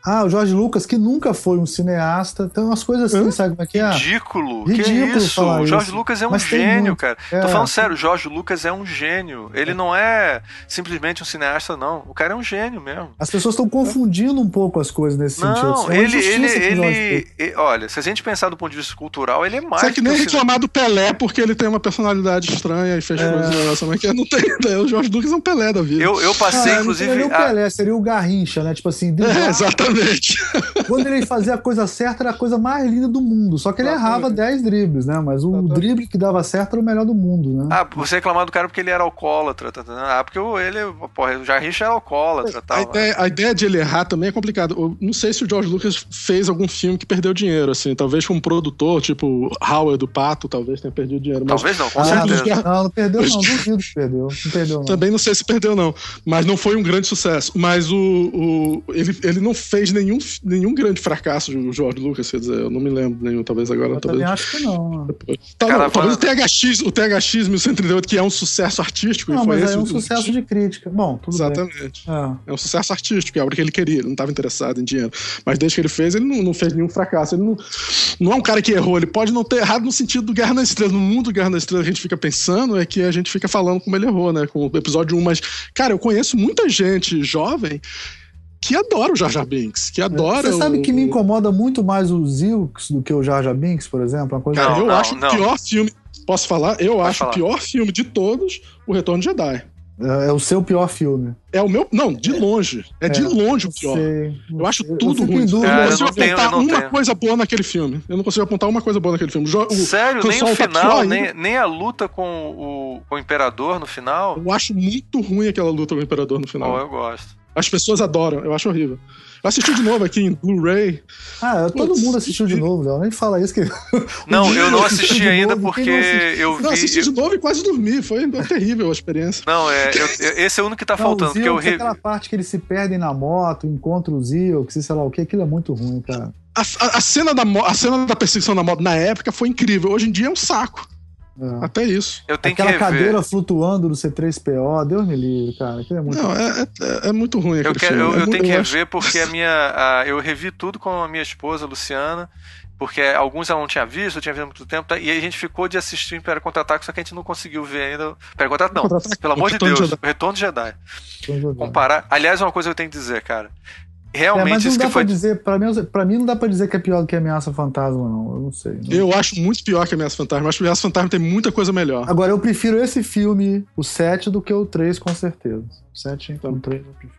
Ah, o George Lucas, que nunca foi um cineasta, tem umas coisas assim, Hã? sabe como é que é? Ridículo. Ridículo que isso? O George isso. Lucas é um Mas gênio, cara. É. Tô falando sério, o George Lucas é um gênio. Ele não é simplesmente um cineasta, não. O cara é um gênio mesmo. As pessoas estão confundindo um pouco as coisas nesse não, sentido. Não, é ele, ele, ele, ele... Olha, se a gente pensar do ponto de vista cultural, ele é mais... Isso é que nem reclamar do Pelé, porque ele tem uma personalidade estranha e fez é. coisas... Mas que não tem ideia. O George Lucas é um Pelé da vida. Eu, eu passei, ah, inclusive... Seria o Pelé, seria o Garrincha, né? Tipo assim... É, exatamente. Quando ele fazia a coisa certa, era a coisa mais linda do mundo. Só que ele errava dez dribles, né? Mas o drible que dava certo era o melhor do mundo, né? Ah, você reclamar do cara porque ele era alcoólatra. Tá, tá, ah, porque ele... Porra, o Garrincha era alcoólatra. Tá, a, ideia, a ideia de ele errar também é complicado. Eu não sei se o George Lucas fez algum filme que perdeu dinheiro, assim. Talvez como produtor, tipo Howard do Pato, talvez tenha perdido dinheiro. Mas talvez não, com ah, certeza. Não, não perdeu não. Duvido que perdeu. Não perdeu não. Também não sei se perdeu não. Mas não foi um grande sucesso. Mas o... o ele, ele não fez nenhum, nenhum grande fracasso, o George Lucas, quer dizer, eu não me lembro nenhum, talvez agora. Eu talvez... também acho que não. Tá, não talvez o T H X, o T H X mil cento e trinta e oito, que é um sucesso artístico. Não, e foi mas esse é um o... sucesso de crítica. Bom, tudo Exatamente. bem. É. é um sucesso artístico, é a hora que ele queria, ele não estava interessado em dinheiro. Mas desde que ele fez, ele não, não fez nenhum fracasso. Ele não, não é um cara que errou, ele pode não ter errado no sentido do Guerra nas Estrelas. No mundo do Guerra nas Estrelas, a gente fica pensando, é que a gente fica falando como ele errou, né? Com o episódio um, mas, cara, eu conheço muita gente jovem que adora o Jar Jar Binks, que adora... Você sabe o... que me incomoda muito mais o Zilks do que o Jar Jar Binks, por exemplo? Uma coisa Cara, não, eu não, acho não. o pior filme... Posso falar? Eu Pode acho falar. o pior filme de todos o Retorno de Jedi. É, é o seu pior filme. É o meu... Não, de longe. É, é de longe o pior. Sei, eu acho sei. tudo eu ruim. Dúvida, é, eu não consigo eu não apontar tenho, uma tenho. coisa boa naquele filme. Eu não consigo apontar uma coisa boa naquele filme. O, Sério? o Nem o tá final, ainda. nem, nem a luta com o, com o Imperador no final? Eu acho muito ruim aquela luta com o Imperador no final. Oh, eu gosto. As pessoas adoram. Eu acho horrível. Eu assisti de novo aqui em Blu-ray. Ah, todo Putz, mundo assistiu de novo, Léo. Nem fala isso que... Não, eu não assisti ainda porque eu vi... Não, assisti de novo e quase dormi. Foi terrível a experiência. Não, é, eu, esse é o único que tá não, faltando. Porque eu revi... aquela parte que eles se perdem na moto, encontram os Zilks, sei lá o que, aquilo é muito ruim, cara. A, a, a, cena da, a cena da perseguição na moto na época foi incrível. Hoje em dia é um saco. É. Até isso. Eu tenho Aquela que cadeira flutuando do C três P O, Deus me livre, cara. Aquilo é muito Não, é, é, é muito ruim. Eu, quero, eu, é eu muito, tenho que eu rever acho... porque a minha. A, eu revi tudo com a minha esposa, Luciana. Porque alguns ela não tinha visto, eu tinha visto há muito tempo, tá? E aí a gente ficou de assistir Império Contra-Ataque, só que a gente não conseguiu ver ainda. Império Contra-Ataque, não. Contra-ataque. Pelo amor de Deus, de Retorno de Jedi. Retorno de Comparar. Aliás, uma coisa que eu tenho que dizer, cara. Realmente, é, mas não isso dá que foi. Pra dizer, pra, mim, pra mim não dá pra dizer que é pior do que Ameaça Fantasma, não. Eu não sei. Não. Eu acho muito pior que Ameaça Fantasma. Eu acho que Ameaça Fantasma tem muita coisa melhor. Agora, eu prefiro esse filme, o sete, do que o três, com certeza. O sete, então, o três eu prefiro.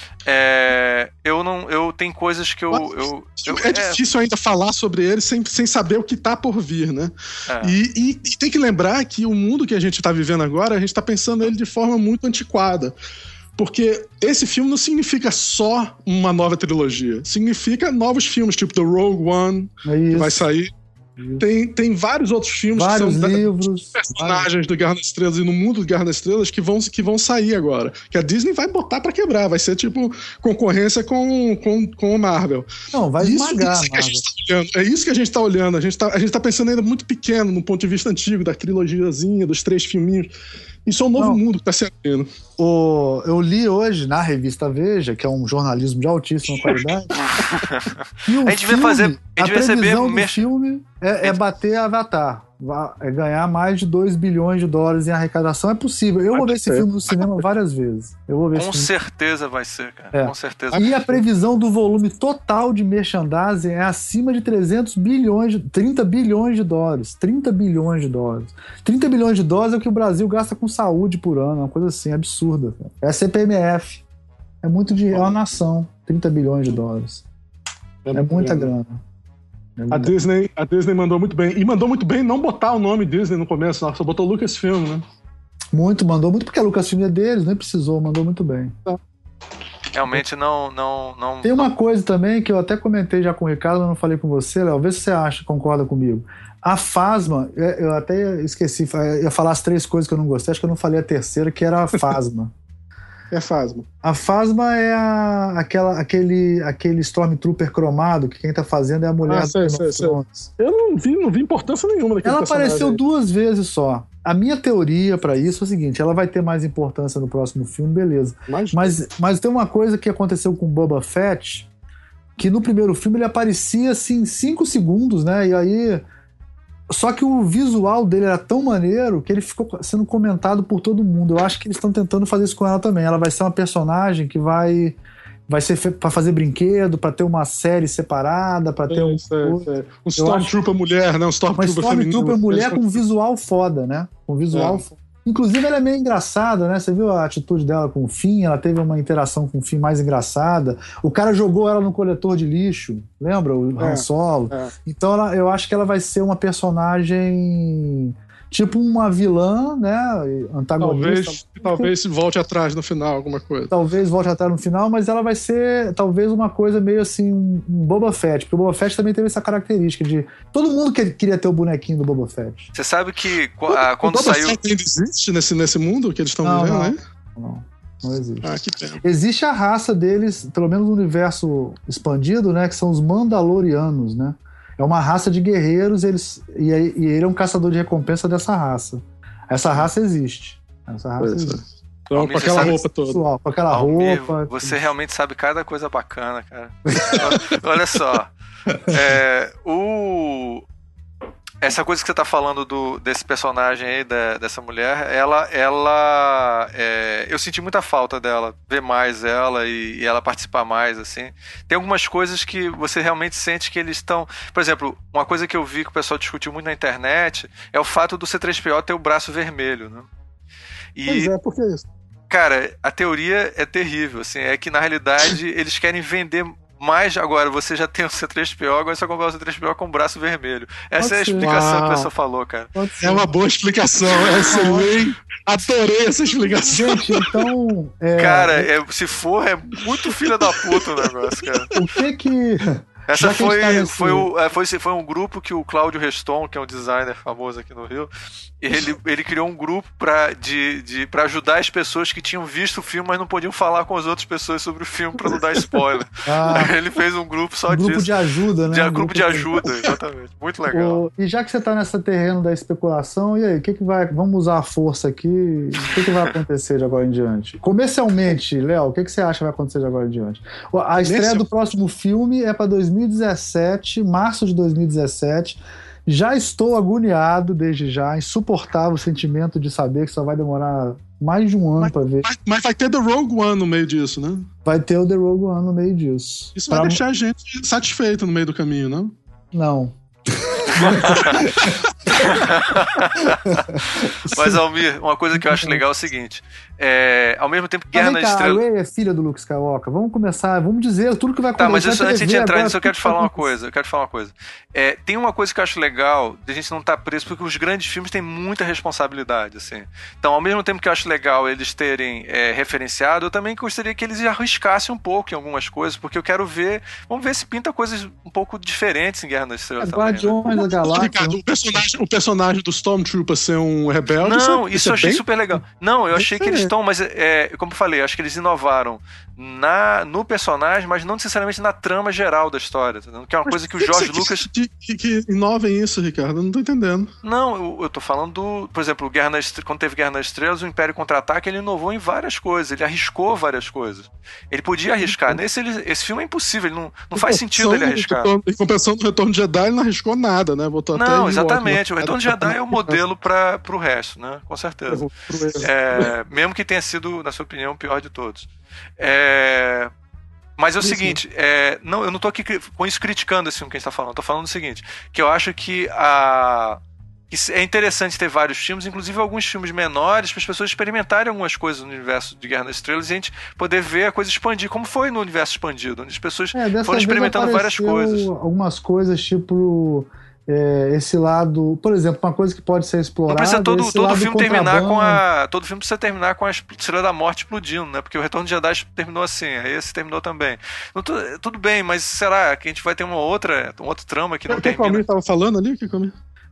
É, eu não. Eu tenho coisas que eu. eu, eu é, é difícil ainda falar sobre ele sem, sem saber o que tá por vir, né? É. E, e, e tem que lembrar que o mundo que a gente tá vivendo agora, a gente tá pensando ele de forma muito antiquada. Porque esse filme não significa só uma nova trilogia. Significa novos filmes, tipo The Rogue One, é que vai sair. Tem, tem vários outros filmes vários que são livros, personagens vários. do Guerra nas Estrelas e no mundo do Guerra nas Estrelas que vão, que vão sair agora. Que a Disney vai botar pra quebrar. Vai ser tipo concorrência com, com, com a Marvel. Não, vai isso, esmagar isso que a gente tá olhando. É isso que a gente tá olhando. A gente tá, a gente tá pensando ainda muito pequeno, no ponto de vista antigo, da trilogiazinha, dos três filminhos. Isso é um novo Não. mundo que tá se abrindo. O, eu li hoje na revista Veja, que é um jornalismo de altíssima qualidade. E o a gente filme, vai fazer. A, gente a previsão do mer... filme é, é bater Avatar. É ganhar mais de dois bilhões de dólares em arrecadação. É possível. Eu vai vou ver esse filme no cinema várias vezes. Eu vou ver Com certeza vai ser, cara. É. Com certeza. E a previsão do volume total de merchandising é acima de trezentos bilhões, de, trinta bilhões de dólares. trinta bilhões de dólares. trinta bilhões de dólares é o que o Brasil gasta com saúde por ano. Uma coisa assim, absurda. Cara. É a C P M F. É muito dinheiro. É uma nação. trinta bilhões de dólares. É, é muita grana. A Disney, a Disney mandou muito bem. E mandou muito bem não botar o nome Disney no começo, só botou Lucasfilm, né? Muito, mandou muito, porque a Lucasfilm é deles, nem precisou, mandou muito bem. Realmente não, não, não... Tem uma coisa também que eu até comentei já com o Ricardo, mas não falei com você, Léo, vê se você acha, concorda comigo. A Phasma, eu até esqueci, eu ia falar as três coisas que eu não gostei, acho que eu não falei a terceira, que era a Phasma. É a Phasma. A Phasma é a, aquela, aquele, aquele Stormtrooper cromado que quem tá fazendo é a mulher ah, do Game of Thrones. Eu não vi, não vi importância nenhuma daquele Ela apareceu aí. duas vezes só. A minha teoria pra isso é o seguinte, ela vai ter mais importância no próximo filme, beleza. Mas, mas, mas tem uma coisa que aconteceu com Boba Fett, que no primeiro filme ele aparecia assim cinco segundos, né? E aí... Só que o visual dele era tão maneiro que ele ficou sendo comentado por todo mundo. Eu acho que eles estão tentando fazer isso com ela também. Ela vai ser uma personagem que vai... Vai ser fe- pra fazer brinquedo, pra ter uma série separada, pra ter É, um... isso é, isso é. Um Stormtrooper acho... mulher, né? Um Stormtrooper Uma Stormtrooper mulher com visual foda, né? Com visual é. foda. Inclusive, ela é meio engraçada, né? Você viu a atitude dela com o Finn? Ela teve uma interação com o Finn mais engraçada. O cara jogou ela no coletor de lixo, lembra? O Han Solo. É. Então, ela, eu acho que ela vai ser uma personagem... Tipo uma vilã, né? Antagonista. Talvez, talvez volte atrás no final, alguma coisa. Talvez volte atrás no final, mas ela vai ser talvez uma coisa meio assim, um Boba Fett. Porque o Boba Fett também teve essa característica de... Todo mundo que queria ter o bonequinho do Boba Fett. Você sabe que a, quando o Boba saiu... Fett ainda existe nesse, nesse mundo que eles estão vivendo, não, né? Não, não existe. Ah, que pena. Existe a raça deles, pelo menos no universo expandido, né? Que são os Mandalorianos, né? É uma raça de guerreiros, eles, e, e ele é um caçador de recompensa dessa raça. Essa raça existe. Essa raça Pois existe. é. Então, Almir, com aquela sabe- roupa toda. Pessoal, com aquela Almir, roupa. você realmente sabe cada coisa bacana, cara. Olha só. É, o... Essa coisa que você tá falando do, desse personagem aí, da, dessa mulher, ela. ela é, eu senti muita falta dela, ver mais ela e, e ela participar mais, assim. Tem algumas coisas que você realmente sente que eles estão. Por exemplo, uma coisa que eu vi que o pessoal discutiu muito na internet é o fato do C três P O ter o braço vermelho, né? E, Pois é, por que isso? cara, a teoria é terrível, assim, é que na realidade eles querem vender mais. Agora você já tem o C três P O, agora você vai comprar o C três P O com o braço vermelho. Essa Pode é a ser. explicação que a Uau. pessoa falou, cara. Pode ser. É uma boa explicação, é excelente. Adorei essa explicação. Gente, então. é, Cara, é, se for, é muito filha da puta o negócio, cara. o que que. Essa Já que a gente foi, tá nesse- foi, o, é, foi, foi um grupo que o Cláudio Reston, que é um designer famoso aqui no Rio, ele, ele criou um grupo pra, de, de, pra ajudar as pessoas que tinham visto o filme, mas não podiam falar com as outras pessoas sobre o filme pra não dar spoiler. Ah, Aí ele fez um grupo só um grupo disso. de ajuda, né? De, Um grupo de ajuda, exatamente. Muito legal. O- e já que você tá nesse terreno da especulação, e aí, o que que vai. Vamos usar a força aqui. O que que vai acontecer de agora em diante? Comercialmente, Léo, o que que você acha que vai acontecer de agora em diante? A estreia Comercial? do próximo filme é para dois mil e dezessete, março de dois mil e dezessete. Já estou agoniado desde já, insuportável o sentimento de saber que só vai demorar mais de um ano para ver. Mas, mas vai ter The Rogue One no meio disso, né? Vai ter o The Rogue One no meio disso. Isso Pra- vai deixar a gente satisfeito no meio do caminho, não? Não. Mas, Almir, uma coisa que eu acho legal é o seguinte: é, ao mesmo tempo que Guerra Mas nas vem cá, a Estrelas. Ray é filha do Luke Skywalker. Vamos começar, vamos dizer tudo que vai Tá, acontecer. mas isso, Vai antes de prever entrar agora nisso, eu quero te tudo que falar uma vai acontecer. coisa. Eu quero te falar uma coisa. É, tem uma coisa que eu acho legal de a gente não estar preso, porque os grandes filmes têm muita responsabilidade, assim. Então, ao mesmo tempo que eu acho legal eles terem é, referenciado, eu também gostaria que eles arriscassem um pouco em algumas coisas, porque eu quero ver. Vamos ver se pinta coisas um pouco diferentes em Guerra nas Estrelas É, também. Né? Guardiões da Galáxia. Ricardo, o personagem, o personagem do Stormtrooper ser um rebelde. Não, isso, isso eu é achei bem- super legal. Não, eu achei que eles diferente. estão, mas é, como eu falei, eu acho que eles inovaram na, no personagem, mas não necessariamente na trama geral da história, tá entendendo? Que é uma Mas coisa que o por Jorge você Lucas. Que, que, que inovem isso, Ricardo, eu não tô entendendo. Não, eu, eu tô falando do. Por exemplo, Guerra nas Estre- quando teve Guerra nas Estrelas, o Império Contra-Ataque, ele inovou em várias coisas, ele arriscou várias coisas. Ele podia arriscar. Nesse ele- esse filme é impossível, ele não, não faz sentido ele arriscar. Em compensação do Retorno de Jedi, ele não arriscou nada, né? Botou até Não, Ewok, exatamente. O botou- Retorno de Jedi é o modelo para o resto, né? Com certeza. É, mesmo que tenha sido, na sua opinião, o pior de todos. É, mas é o Isso. seguinte, é, não, eu não tô aqui cri- com isso criticando esse filme que a gente tá falando. Eu tô falando o seguinte, que eu acho que a... que é interessante ter vários filmes, inclusive alguns filmes menores, para as pessoas experimentarem algumas coisas no universo de Guerra nas Estrelas e a gente poder ver a coisa expandir, como foi no universo expandido, onde as pessoas É, dessa foram vez experimentando várias apareceu coisas. Algumas coisas, tipo. é, esse lado. Por exemplo, uma coisa que pode ser explorada. Não precisa todo, esse todo lado filme terminar com contrabando. a. Todo filme precisa terminar com a Estrela da Morte explodindo, né? Porque o Retorno de Jedi terminou assim, aí esse terminou também. Não tô- tudo bem, mas será que a gente vai ter uma outra, um outro trama que não O que o termina? Almir tava falando ali? O que o Almir-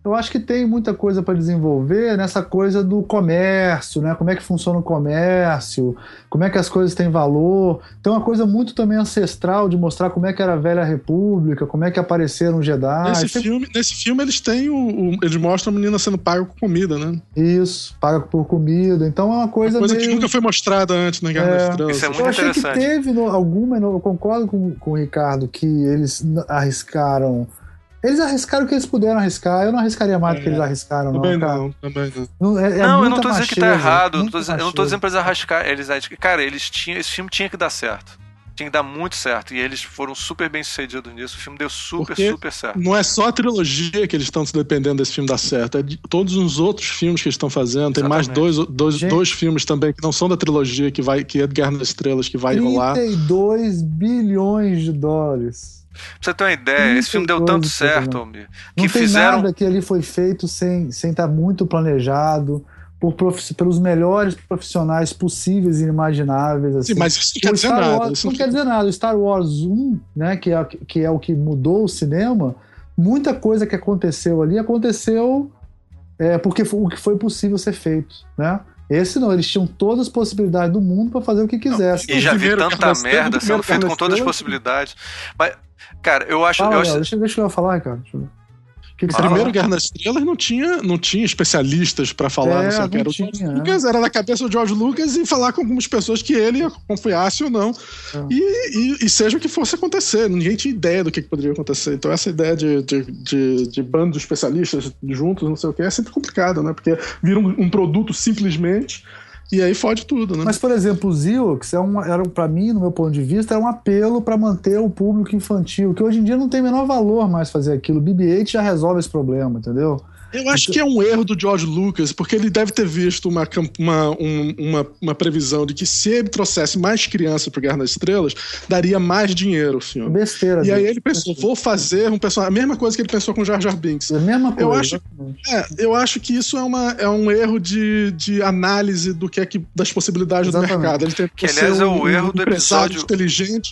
eu acho que tem muita coisa para desenvolver nessa coisa do comércio, né? Como é que funciona o comércio, como é que as coisas têm valor. Tem uma coisa muito também ancestral de mostrar como é que era a Velha República, como é que apareceram os Jedi. Nesse, tem... filme, nesse filme eles têm o, o, eles mostram a menina sendo paga com comida, né? Isso, paga por comida. Então é uma coisa, uma coisa meio... que nunca foi mostrada antes na Guerra é, das Estrelas. Isso é muito eu achei interessante. que teve no, alguma, eu concordo com, com o Ricardo, que eles arriscaram. Eles arriscaram o que eles puderam arriscar. Eu não arriscaria mais do é, que eles arriscaram, não. Também cara. não, também não. Não, é, é não eu não tô dizendo macheza, que tá errado. Eu não, tô, eu não tô dizendo pra eles arriscar. Eles, cara, eles tinham, esse filme tinha que dar certo. Tinha que dar muito certo. E eles foram super bem sucedidos nisso. O filme deu super, Porque super certo. Não é só a trilogia que eles estão se dependendo desse filme dar certo. É de todos os outros filmes que eles estão fazendo. Tem Exatamente. mais dois, dois, dois filmes também que não são da trilogia, que, vai, que é Guerra nas Estrelas, que vai rolar. trinta e dois bilhões de dólares. Pra você ter uma ideia, esse filme deu tanto certo, Almir, que não tem fizeram... nada que ali foi feito sem sem estar muito planejado, por prof... pelos melhores profissionais possíveis e inimagináveis. Assim. Sim, mas isso não quer dizer nada. Wars, isso não, não quer dizer nada. O Star Wars um, né, que, é, que é o que mudou o cinema, muita coisa que aconteceu ali aconteceu é, porque foi, o que foi possível ser feito, né? Esse não, eles tinham todas as possibilidades do mundo pra fazer o que quisessem. E já vi tanta merda sendo feito com todas as possibilidades. Mas, cara, eu acho... Fala, eu Léo, acho... Deixa, deixa eu falar, cara. Deixa eu... Que que ah, primeiro Guerra nas Estrelas não tinha, não tinha especialistas pra falar, é, não sei o que era. O George é. Lucas era da cabeça do George Lucas e falar com algumas pessoas que ele confiasse ou não. É. E, e, e seja o que fosse acontecer. Ninguém tinha ideia do que, que poderia acontecer. Então essa ideia de, de, de, de bando de especialistas juntos, não sei o que, é sempre complicado, né? Porque vira um, um produto simplesmente. E aí fode tudo, né? Mas, por exemplo, os Ewoks é um, era, pra mim, no meu ponto de vista, era um apelo para manter o público infantil, que hoje em dia não tem o menor valor mais fazer aquilo. O B B oito já resolve esse problema, entendeu? Eu acho que é um erro do George Lucas, porque ele deve ter visto uma, uma, uma, uma previsão de que se ele trouxesse mais crianças pro Guerra nas Estrelas, daria mais dinheiro, senhor. Besteira. E aí ele pensou, besteira. vou fazer um personagem... A mesma coisa que ele pensou com Jar Jar Binks. É a mesma coisa. Eu acho, é, eu acho que isso é, uma, é um erro de, de análise do que é que, das possibilidades Exatamente. do mercado. Ele tem que, aliás, é o um, erro um do episódio... inteligente,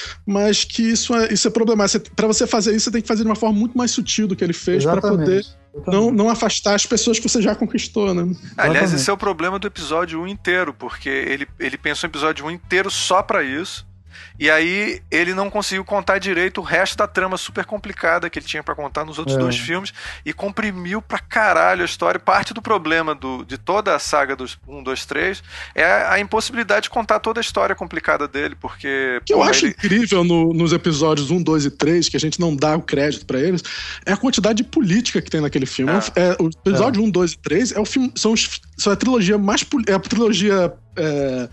mas que isso é, isso é problemático. Para você fazer isso, você tem que fazer de uma forma muito mais sutil do que ele fez para poder... Não, não afastar as pessoas que você já conquistou, né? Aliás, esse é o problema do episódio um inteiro, porque ele, ele pensou o episódio um inteiro só pra isso, e aí ele não conseguiu contar direito o resto da trama super complicada que ele tinha pra contar nos outros é. dois filmes, e comprimiu pra caralho a história. Parte do problema do, de toda a saga dos um, dois, três é a impossibilidade de contar toda a história complicada dele, porque... O que eu porra, acho ele... incrível no, nos episódios um, dois e três, que a gente não dá o crédito pra eles, é a quantidade de política que tem naquele filme. É. É, o episódio é. um, dois e três é o filme, são, os, são a trilogia mais... É a trilogia... É,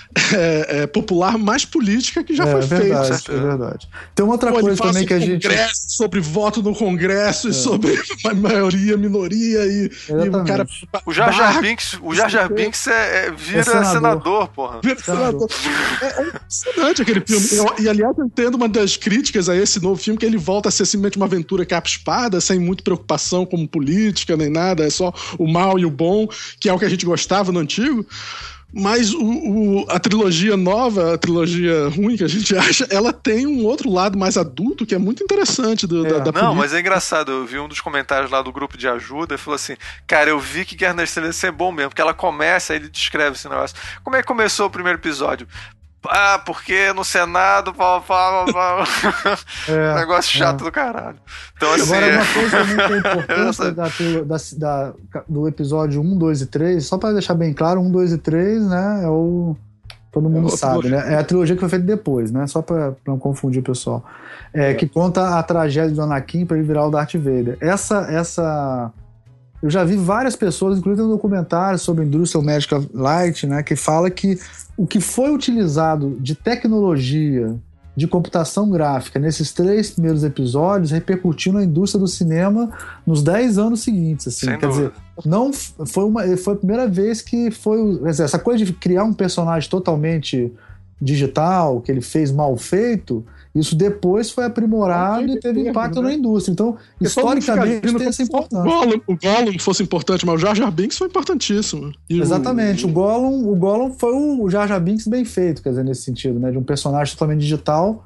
É, é, popular mais política que já é, foi verdade, feita. É verdade. Tem uma outra Pô, coisa também que a gente... sobre voto no Congresso é. e sobre maioria, minoria e, e o cara... O Jar Jar Binks, o Jar Jar Binks é, é, vira é senador. senador, porra. Vira senador. É, é impressionante aquele filme. Eu, e aliás, eu entendo uma das críticas a esse novo filme, que ele volta a ser simplesmente uma aventura capa-espada, sem muita preocupação como política, nem nada, é só o mal e o bom, que é o que a gente gostava no antigo. Mas o, o, a trilogia nova, a trilogia ruim que a gente acha, ela tem um outro lado mais adulto que é muito interessante do, é. da, da Não, política. mas é engraçado, eu vi um dos comentários lá do grupo de ajuda e falou assim, cara, eu vi que Guerra nas Estrelas é bom mesmo, porque ela começa, aí ele descreve esse negócio. Como é que começou o primeiro episódio? Ah, porque no Senado, pá, pá, pá, pá. É, negócio chato é. do caralho. Então, assim, agora, é... uma coisa muito importante da, da, da, do episódio um, dois e três, só para deixar bem claro, um, dois e três, né, é o... Todo mundo é sabe, né? É a trilogia que foi feita depois, né? Só para não confundir o pessoal. É, é. Que conta a tragédia do Anakin para ele virar o Darth Vader. Essa... essa... Eu já vi várias pessoas, inclusive um documentário sobre Industrial Medical Light, né, que fala que o que foi utilizado de tecnologia, de computação gráfica nesses três primeiros episódios repercutiu na indústria do cinema nos dez anos seguintes. Assim. Quer dizer, não foi, uma, foi a primeira vez que foi... Quer dizer, essa coisa de criar um personagem totalmente digital, que ele fez mal feito... Isso depois foi aprimorado e teve tempo, impacto né? na indústria. Então, porque historicamente, tem essa importância. O Gollum, o Gollum fosse importante, mas o Jar Jar Binks foi importantíssimo. E Exatamente. O, o, Gollum, o Gollum foi o Jar Jar Binks bem feito, quer dizer, nesse sentido, né? De um personagem totalmente digital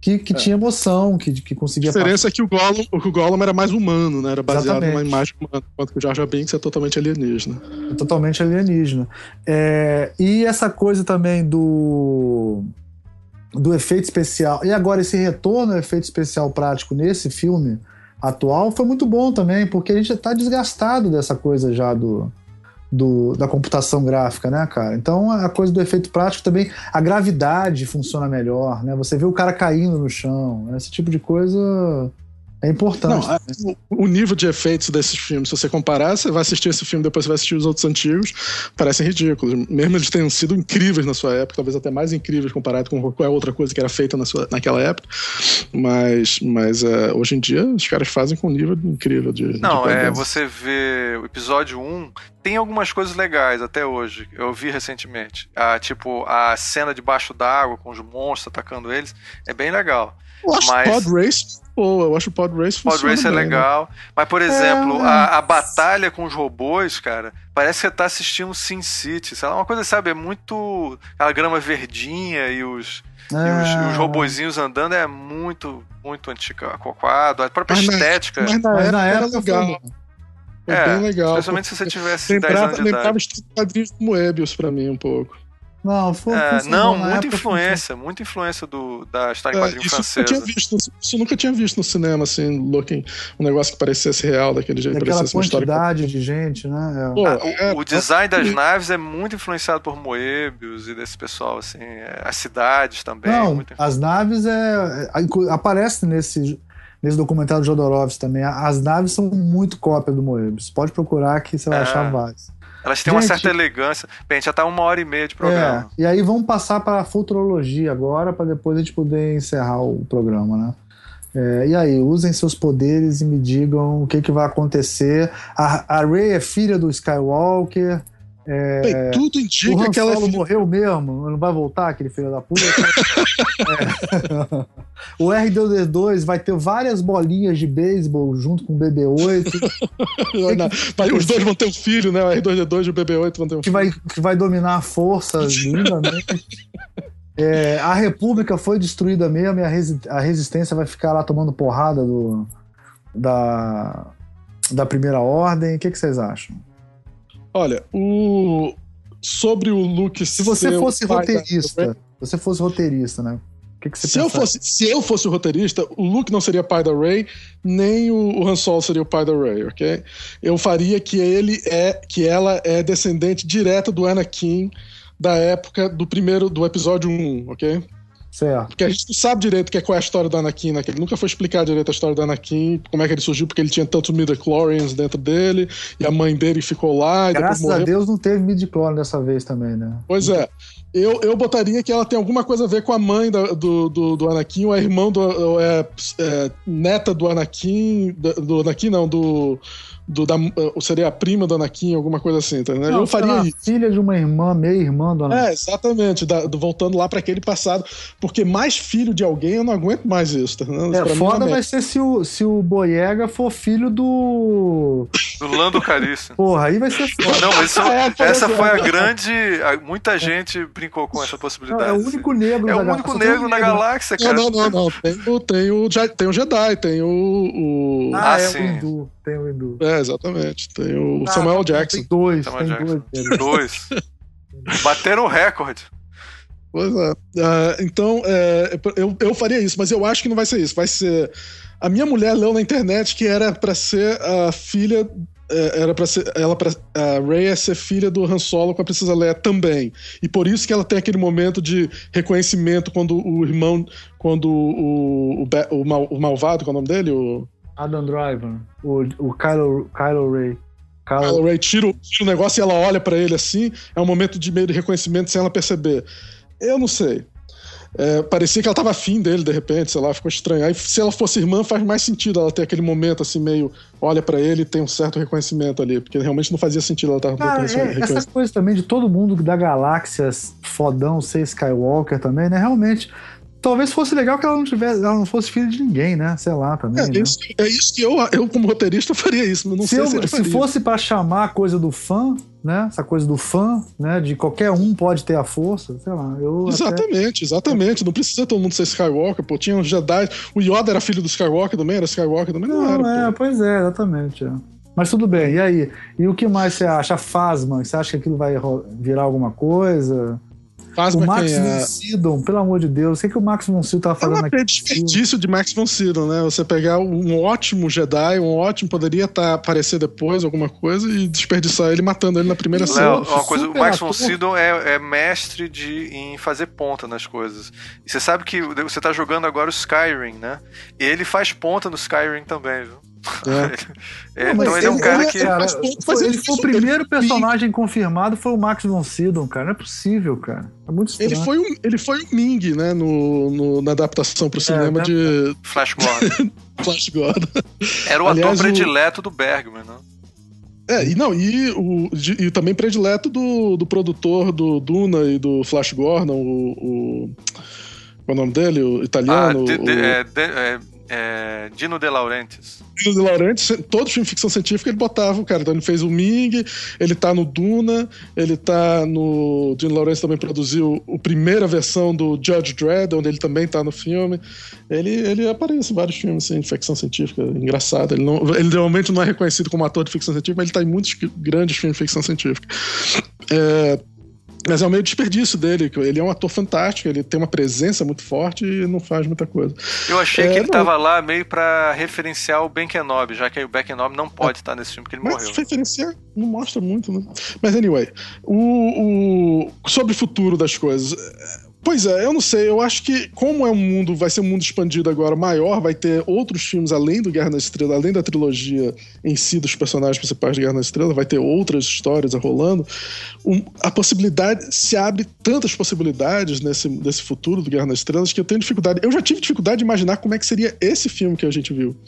que, que é. tinha emoção, que, que conseguia... A diferença passar. é que o Gollum, o Gollum era mais humano, né? Era baseado Exatamente. numa imagem humana, enquanto que o Jar Jar Binks é totalmente alienígena. É totalmente alienígena. É, e essa coisa também do... do efeito especial. E agora esse retorno ao efeito especial prático nesse filme atual foi muito bom também, porque a gente já tá desgastado dessa coisa já do... Do, da computação gráfica, né, cara? Então a coisa do efeito prático também, a gravidade funciona melhor, né? Você vê o cara caindo no chão, esse tipo de coisa é importante. Não, o, o nível de efeitos desses filmes, se você comparar, você vai assistir esse filme, depois você vai assistir os outros antigos, parecem ridículos. Mesmo eles tenham sido incríveis na sua época, talvez até mais incríveis comparado com qualquer outra coisa que era feita na sua, naquela época, mas, mas uh, hoje em dia os caras fazem com um nível incrível de... Não, de é, você vê o episódio um, tem algumas coisas legais até hoje, eu vi recentemente, ah, tipo a cena debaixo d'água com os monstros atacando eles, é bem legal. Eu acho mas... Pod Race, pô, eu acho Pod Race Pod Race é bem, legal, né? Mas por exemplo, é... a, a batalha com os robôs, cara, parece que você tá assistindo Sin City, sei lá, uma coisa, sabe, é muito aquela grama verdinha e os, é... e os, e os robozinhos andando, é muito, muito antiquado, a própria mas estética. Na, mas na, mas na época, época era legal. Foi é, bem legal. Especialmente se você tivesse lembrava, dez anos de lembrava idade. os quadrinhos do Moebius pra mim um pouco. Não, foi, é, foi não, bom, muita influência, foi... muita influência do, da história em quadrinho é, isso francesa. Eu nunca tinha visto, isso eu nunca tinha visto no cinema, assim, looking, um negócio que parecesse real daquele jeito. Aquela quantidade de gente, né? Pô, ah, é, o, o design das naves é muito influenciado por Moebius e desse pessoal, assim, as cidades também. Não, muito... as naves é, aparece nesse, nesse documentário do Jodorowsky também. As naves são muito cópia do Moebius. Pode procurar que você vai é. achar várias. Elas têm gente, uma certa elegância. Bem, já tá uma hora e meia de programa. É, e aí vamos passar para a futurologia agora, para depois a gente poder encerrar o programa, né? É, e aí, usem seus poderes e me digam o que, que vai acontecer. A, a Rey é filha do Skywalker. É, Bem, tudo indica o Han que ela Solo é... morreu mesmo, não vai voltar, aquele filho da puta. é. O R dois D dois vai ter várias bolinhas de beisebol junto com o B B oito. que... Os dois vão ter um filho, né? O R dois D dois e o B B oito vão ter um que filho. Vai, que vai dominar a força lindamente. É, a República foi destruída mesmo e a, resi a resistência vai ficar lá tomando porrada do, da, da Primeira Ordem. O que, que vocês acham? Olha, o... sobre o Luke... Se você fosse roteirista, da... se você fosse roteirista, né? O que, que você se eu, fosse, se eu fosse o roteirista, o Luke não seria pai da Rey, nem o, o Han Solo seria o pai da Rey, ok? Eu faria que ele é, que ela é descendente direta do Anakin da época do primeiro, do episódio um, ok? Certo. Porque a gente não sabe direito que é, qual é a história do Anakin, né? Que ele nunca foi explicar direito a história do Anakin, como é que ele surgiu, porque ele tinha tantos midichlorians dentro dele, e a mãe dele ficou lá. E graças depois morreu. a Deus não teve midichlorian dessa vez também, né? Pois é. Eu, eu botaria que ela tem alguma coisa a ver com a mãe da, do, do, do Anakin, ou é irmão do... Ou é, é neta do Anakin... Do, do Anakin, não, do... Do, da, seria a prima do Anakin, alguma coisa assim, tá, né? Não, eu faria isso. Filha de uma irmã, meia irmã do Anakin. É, exatamente, da, do, voltando lá para aquele passado, porque mais filho de alguém eu não aguento mais isso, tá? É, pra foda mim, vai ser se o, se o Boyega for filho do... Do Lando Calrissian. Porra, aí vai ser foda. Não, isso, é, essa foi a grande... Muita gente brincou com essa possibilidade. Não, é o único negro É o único negro na galáxia, cara. Não, não, não, não. Tem o, tem o, tem o Jedi, tem o... o... Ah, ah, é sim. o hindu. Tem o hindu. É, exatamente. Tem o ah, Samuel Jackson. Tem dois, Samuel tem Jackson. dois. Dois. Bateram o recorde. Pois é. Uh, então, é, eu, eu faria isso, mas eu acho que não vai ser isso. Vai ser... A minha mulher leu na internet que era pra ser a filha... Era pra ser... Ela pra, a Rey é ser filha do Han Solo com a Princesa Leia também. E por isso que ela tem aquele momento de reconhecimento quando o irmão... Quando o, o, o, mal, o malvado, qual é o nome dele? O... Adam Driver, o, o Kylo, Kylo Ray. Kylo, Kylo Ray tira, tira o negócio e ela olha pra ele assim, é um momento de meio de reconhecimento sem ela perceber. Eu não sei. É, parecia que ela tava afim dele, de repente, sei lá, ficou estranho. Aí se ela fosse irmã, faz mais sentido ela ter aquele momento assim, meio olha pra ele e tem um certo reconhecimento ali, porque realmente não fazia sentido ela estar Cara, é, essa coisa também de todo mundo da galáxia fodão ser Skywalker também, né? Realmente. Talvez fosse legal que ela não tivesse, ela não fosse filha de ninguém, né? Sei lá também. É, né? isso, é isso que eu, eu, como roteirista, faria isso. Mas não se sei eu, se, se fosse pra chamar a coisa do fã, né? Essa coisa do fã, né? De qualquer um pode ter a força, sei lá. Eu exatamente, até... exatamente. Não precisa todo mundo ser Skywalker, pô. Tinha um Jedi. O Yoda era filho do Skywalker também, era Skywalker também, não, não era. É, pô. Pois é, exatamente. É. Mas tudo bem, e aí? E o que mais você acha? A Phasma, você acha que aquilo vai virar alguma coisa? Phasma, o Max quem von é... Sydow, pelo amor de Deus, o que, que o Max von Sydow tava fazendo aqui? É um desperdício de Max von Sydow, né? Você pegar um ótimo Jedi, um ótimo, poderia tá, aparecer depois, alguma coisa, e desperdiçar ele matando ele na primeira cena. Uma coisa, o Max von Sydow é, é mestre de, em fazer ponta nas coisas. E você sabe que você tá jogando agora o Skyrim, né? E ele faz ponta no Skyrim também, viu? É. É, não, então ele é um cara ele, que. Cara, foi, ele foi o primeiro personagem confirmado, foi o Max von Sydow, cara. Não é possível, cara. É muito estranho. Ele foi, um, ele foi o Ming, né? No, no, na adaptação pro cinema é, de. Flash Gordon. Flash Gordon. Era o Aliás, ator predileto o... do Bergman, né? É, e não, e, o, de, e também predileto do, do produtor do Duna e do Flash Gordon, o. o qual é o nome dele? O italiano? Ah, de, de, o... é, de, é, é, Dino De Laurentiis. Dino De Laurentiis, todo filme de ficção científica ele botava o cara. Então ele fez o Ming, ele tá no Duna, ele tá no... Dino De Laurentiis também produziu a primeira versão do Judge Dredd, onde ele também tá no filme. Ele, ele aparece em vários filmes assim, de ficção científica, engraçado. Ele, não, ele realmente não é reconhecido como ator de ficção científica, mas ele tá em muitos grandes filmes de ficção científica. É... Mas é o meio desperdício dele, ele é um ator fantástico, ele tem uma presença muito forte e não faz muita coisa. Eu achei é, que ele não... tava lá meio pra referenciar o Ben Kenobi, já que o Ben Kenobi não pode é. estar nesse filme porque ele Mas morreu. Mas referenciar não mostra muito, né? Mas anyway, o, o... sobre o futuro das coisas... Pois é, eu não sei, eu acho que como é um mundo, vai ser um mundo expandido agora maior, vai ter outros filmes além do Guerra nas Estrelas, além da trilogia em si dos personagens principais de Guerra nas Estrelas, vai ter outras histórias rolando. Um, a possibilidade, se abre tantas possibilidades nesse, nesse futuro do Guerra nas Estrelas que eu tenho dificuldade, eu já tive dificuldade de imaginar como é que seria esse filme que a gente viu.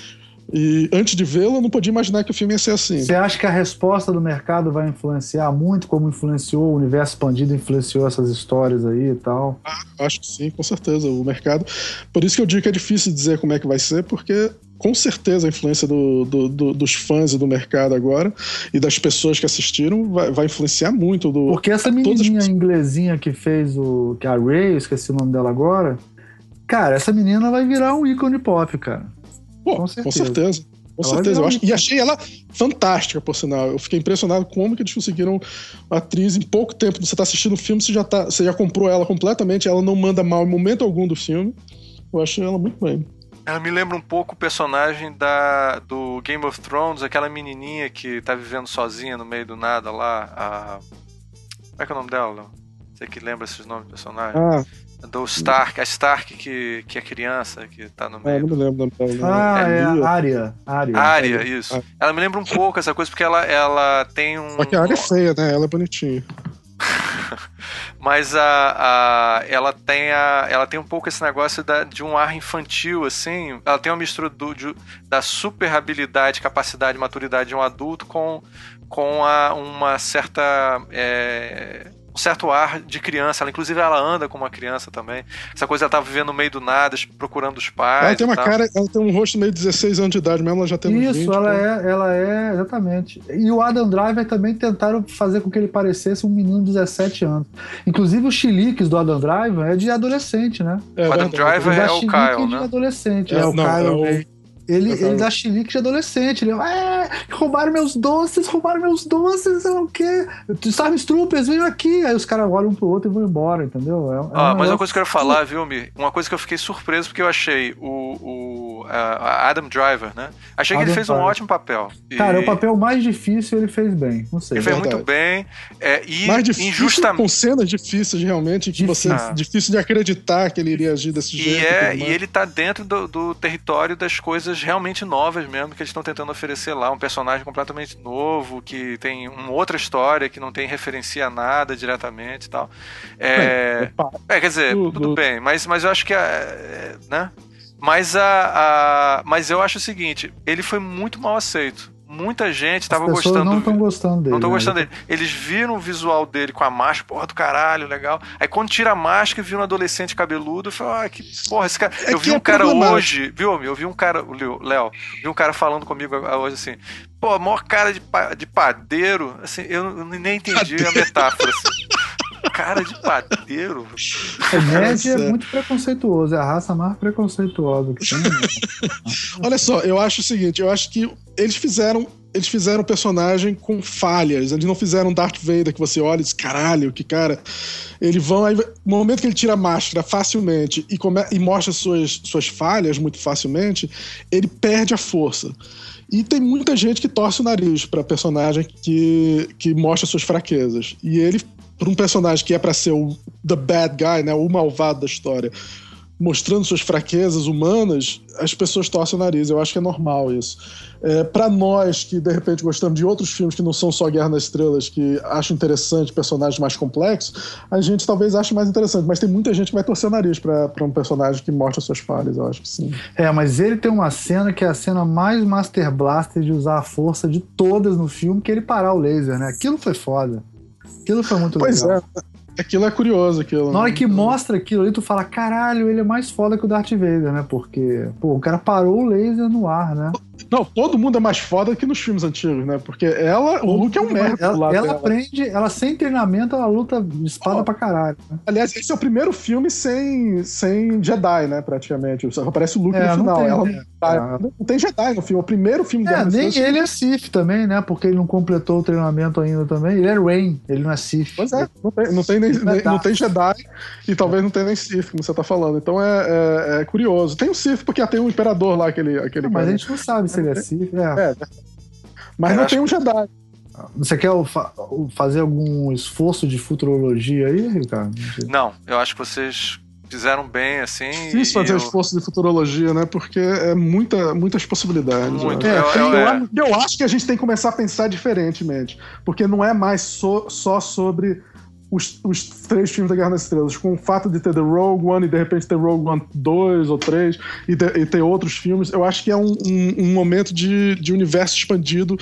E antes de vê-lo, eu não podia imaginar que o filme ia ser assim. Você acha que a resposta do mercado vai influenciar muito como influenciou o universo expandido, influenciou essas histórias aí e tal? Ah, acho que sim, com certeza. O mercado... Por isso que eu digo que é difícil dizer como é que vai ser, porque com certeza a influência do, do, do, dos fãs e do mercado agora e das pessoas que assistiram vai, vai influenciar muito. Do, porque essa menininha as... inglesinha que fez o... que é a Ray, eu esqueci o nome dela agora. Cara, essa menina vai virar um ícone pop, cara. Pô, com certeza. Com certeza. Com certeza. Eu acho, e achei ela fantástica, por sinal. Eu fiquei impressionado como que eles conseguiram a atriz em pouco tempo. Você tá assistindo o filme, você já, tá, você já comprou ela completamente, ela não manda mal em momento algum do filme. Eu achei ela muito bem. Ela me lembra um pouco o personagem da, do Game of Thrones, aquela menininha que tá vivendo sozinha no meio do nada lá. A... Como é que é o nome dela? Você que lembra esses nomes do personagem? Ah. Do Stark, a Stark que, que é criança, que tá no meio. Ah, não me lembro da nome. Ah, é, é a Arya. Arya, Arya, isso. Ah. Ela me lembra um pouco essa coisa, porque ela, ela tem um... Só que a Arya é feia, né? Ela é bonitinha. Mas a, a, ela, tem a, ela tem um pouco esse negócio da, de um ar infantil, assim. Ela tem uma mistura do, de, da super habilidade, capacidade, maturidade de um adulto com, com a, uma certa... É, um certo ar de criança. Ela, inclusive, ela anda como uma criança também. Essa coisa, ela tá vivendo no meio do nada, procurando os pais. Ela tem uma cara, ela tem um rosto meio dezesseis anos de idade mesmo, ela já tem uns vinte. Isso, ela é, ela é, exatamente. E o Adam Driver também tentaram fazer com que ele parecesse um menino de dezessete anos. Inclusive, os chiliques do Adam Driver é de adolescente, né? É, o Adam Driver é o Kyle, de né? adolescente. É, é o não, Kyle. É o... Ele, ele dá chilique de adolescente. Ele, é, roubaram meus doces, roubaram meus doces, sei lá o quê. Stormtroopers, venham aqui. Aí os caras olham um pro outro e vão embora, entendeu? É, é ah, um mas uma coisa que eu quero falar, viu, Mi? Uma coisa que eu fiquei surpreso, porque eu achei o, o a Adam Driver, né? Achei Adam que ele fez Driver. um ótimo papel. Cara, e... o papel mais difícil ele fez bem. Não sei. Ele fez muito bem. É, e mais difícil, injustamente. Com cenas difíceis, realmente, que difícil. você. Ah. Difícil de acreditar que ele iria agir desse e jeito. É, e ele tá dentro do, do território das coisas realmente novas mesmo que eles estão tentando oferecer lá, um personagem completamente novo, que tem uma outra história, que não tem referencia a nada diretamente e tal. É, é, é quer dizer, tudo, tudo bem, mas, mas eu acho que é, né? Mas, a, a, mas eu acho o seguinte, ele foi muito mal aceito. muita gente tava As pessoas gostando. não estão gostando dele. Não estão né? gostando dele. Eles viram o visual dele com a máscara, porra do caralho, legal. Aí quando tira a máscara e viu um adolescente cabeludo, eu falei, ah, que porra, esse cara. É eu vi que um é cara problemático. hoje, viu, eu vi um cara, o Léo, vi um cara falando comigo hoje assim, pô, maior cara de, pa- de padeiro, assim, eu nem entendi a metáfora, assim. Cara de padeiro. O nerd é Nossa. muito preconceituoso, é a raça mais preconceituosa que tem. Olha só, eu acho o seguinte, eu acho que eles fizeram eles fizeram um personagem com falhas, eles não fizeram Darth Vader que você olha e diz, caralho, que cara... Eles vão, aí, no momento que ele tira a máscara facilmente e, come, e mostra suas, suas falhas muito facilmente, ele perde a força. E tem muita gente que torce o nariz pra personagem que, que mostra suas fraquezas. E ele, pra um personagem que é pra ser o the bad guy, né, o malvado da história, mostrando suas fraquezas humanas, as pessoas torcem o nariz. Eu acho que é normal isso. É, para nós que, de repente, gostamos de outros filmes que não são só Guerra nas Estrelas, que acham interessante personagens mais complexos, a gente talvez ache mais interessante. Mas tem muita gente que vai torcer o nariz pra, pra um personagem que mostra suas falhas, eu acho que sim. É, mas ele tem uma cena que é a cena mais Master Blaster de usar a força de todas no filme, que é ele parar o laser, né? Aquilo foi foda. Aquilo foi muito Pois legal. é. Aquilo é curioso, aquilo. Na hora que mostra aquilo ali, tu fala, caralho, ele é mais foda que o Darth Vader, né? Porque, pô, o cara parou o laser no ar, né? Não, todo mundo é mais foda que nos filmes antigos, né? Porque ela, o Luke é um merda do Ela, lado ela dela. aprende, ela sem treinamento, ela luta de espada Oh. pra caralho. Né? Aliás, esse é o primeiro filme sem, sem Jedi, né? Praticamente. Só aparece o Luke É, no não final. tem, ela é. não, tá- não tem Jedi no filme. É o primeiro filme É, Guerra nas nem Estrelas. ele é Sith também, né? Porque ele não completou o treinamento ainda também. Ele é Rain, ele não é Sith. Pois é, não tem, não tem, nem, Ele é nem- não Darth. tem Jedi e talvez não tenha nem Sith, como você tá falando. Então é, é- é curioso. Tem o Sith porque tem o Imperador lá, aquele, aquele Não, mas a cara. gente não sabe se ele é Sith. É. É, mas Eu não acho tem um Jedi. Você quer o fa- o fazer algum esforço de futurologia aí, Ricardo? Não, eu acho que vocês fizeram bem, assim. Difícil fazer e eu- esforço de futurologia, né? Porque é muita, muitas possibilidades. Muito. eu, É, acho. é, eu, é. acho- eu acho que a gente tem que começar a pensar diferentemente. Porque não é mais so- só sobre os, os três filmes da Guerra nas Estrelas. Com o fato de ter The Rogue One e de repente ter Rogue One dois ou três e, ter- e ter outros filmes, eu acho que é um, um- um momento de, de universo expandido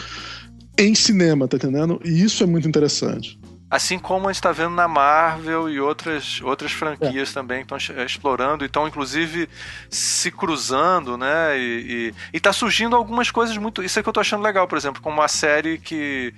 em cinema, tá entendendo? E isso é muito interessante. Assim como a gente está vendo na Marvel e outras, outras franquias é. também que estão explorando e estão, inclusive, se cruzando, né? E, e, e tá surgindo algumas coisas muito... Isso é que eu tô achando legal, por exemplo, como a série que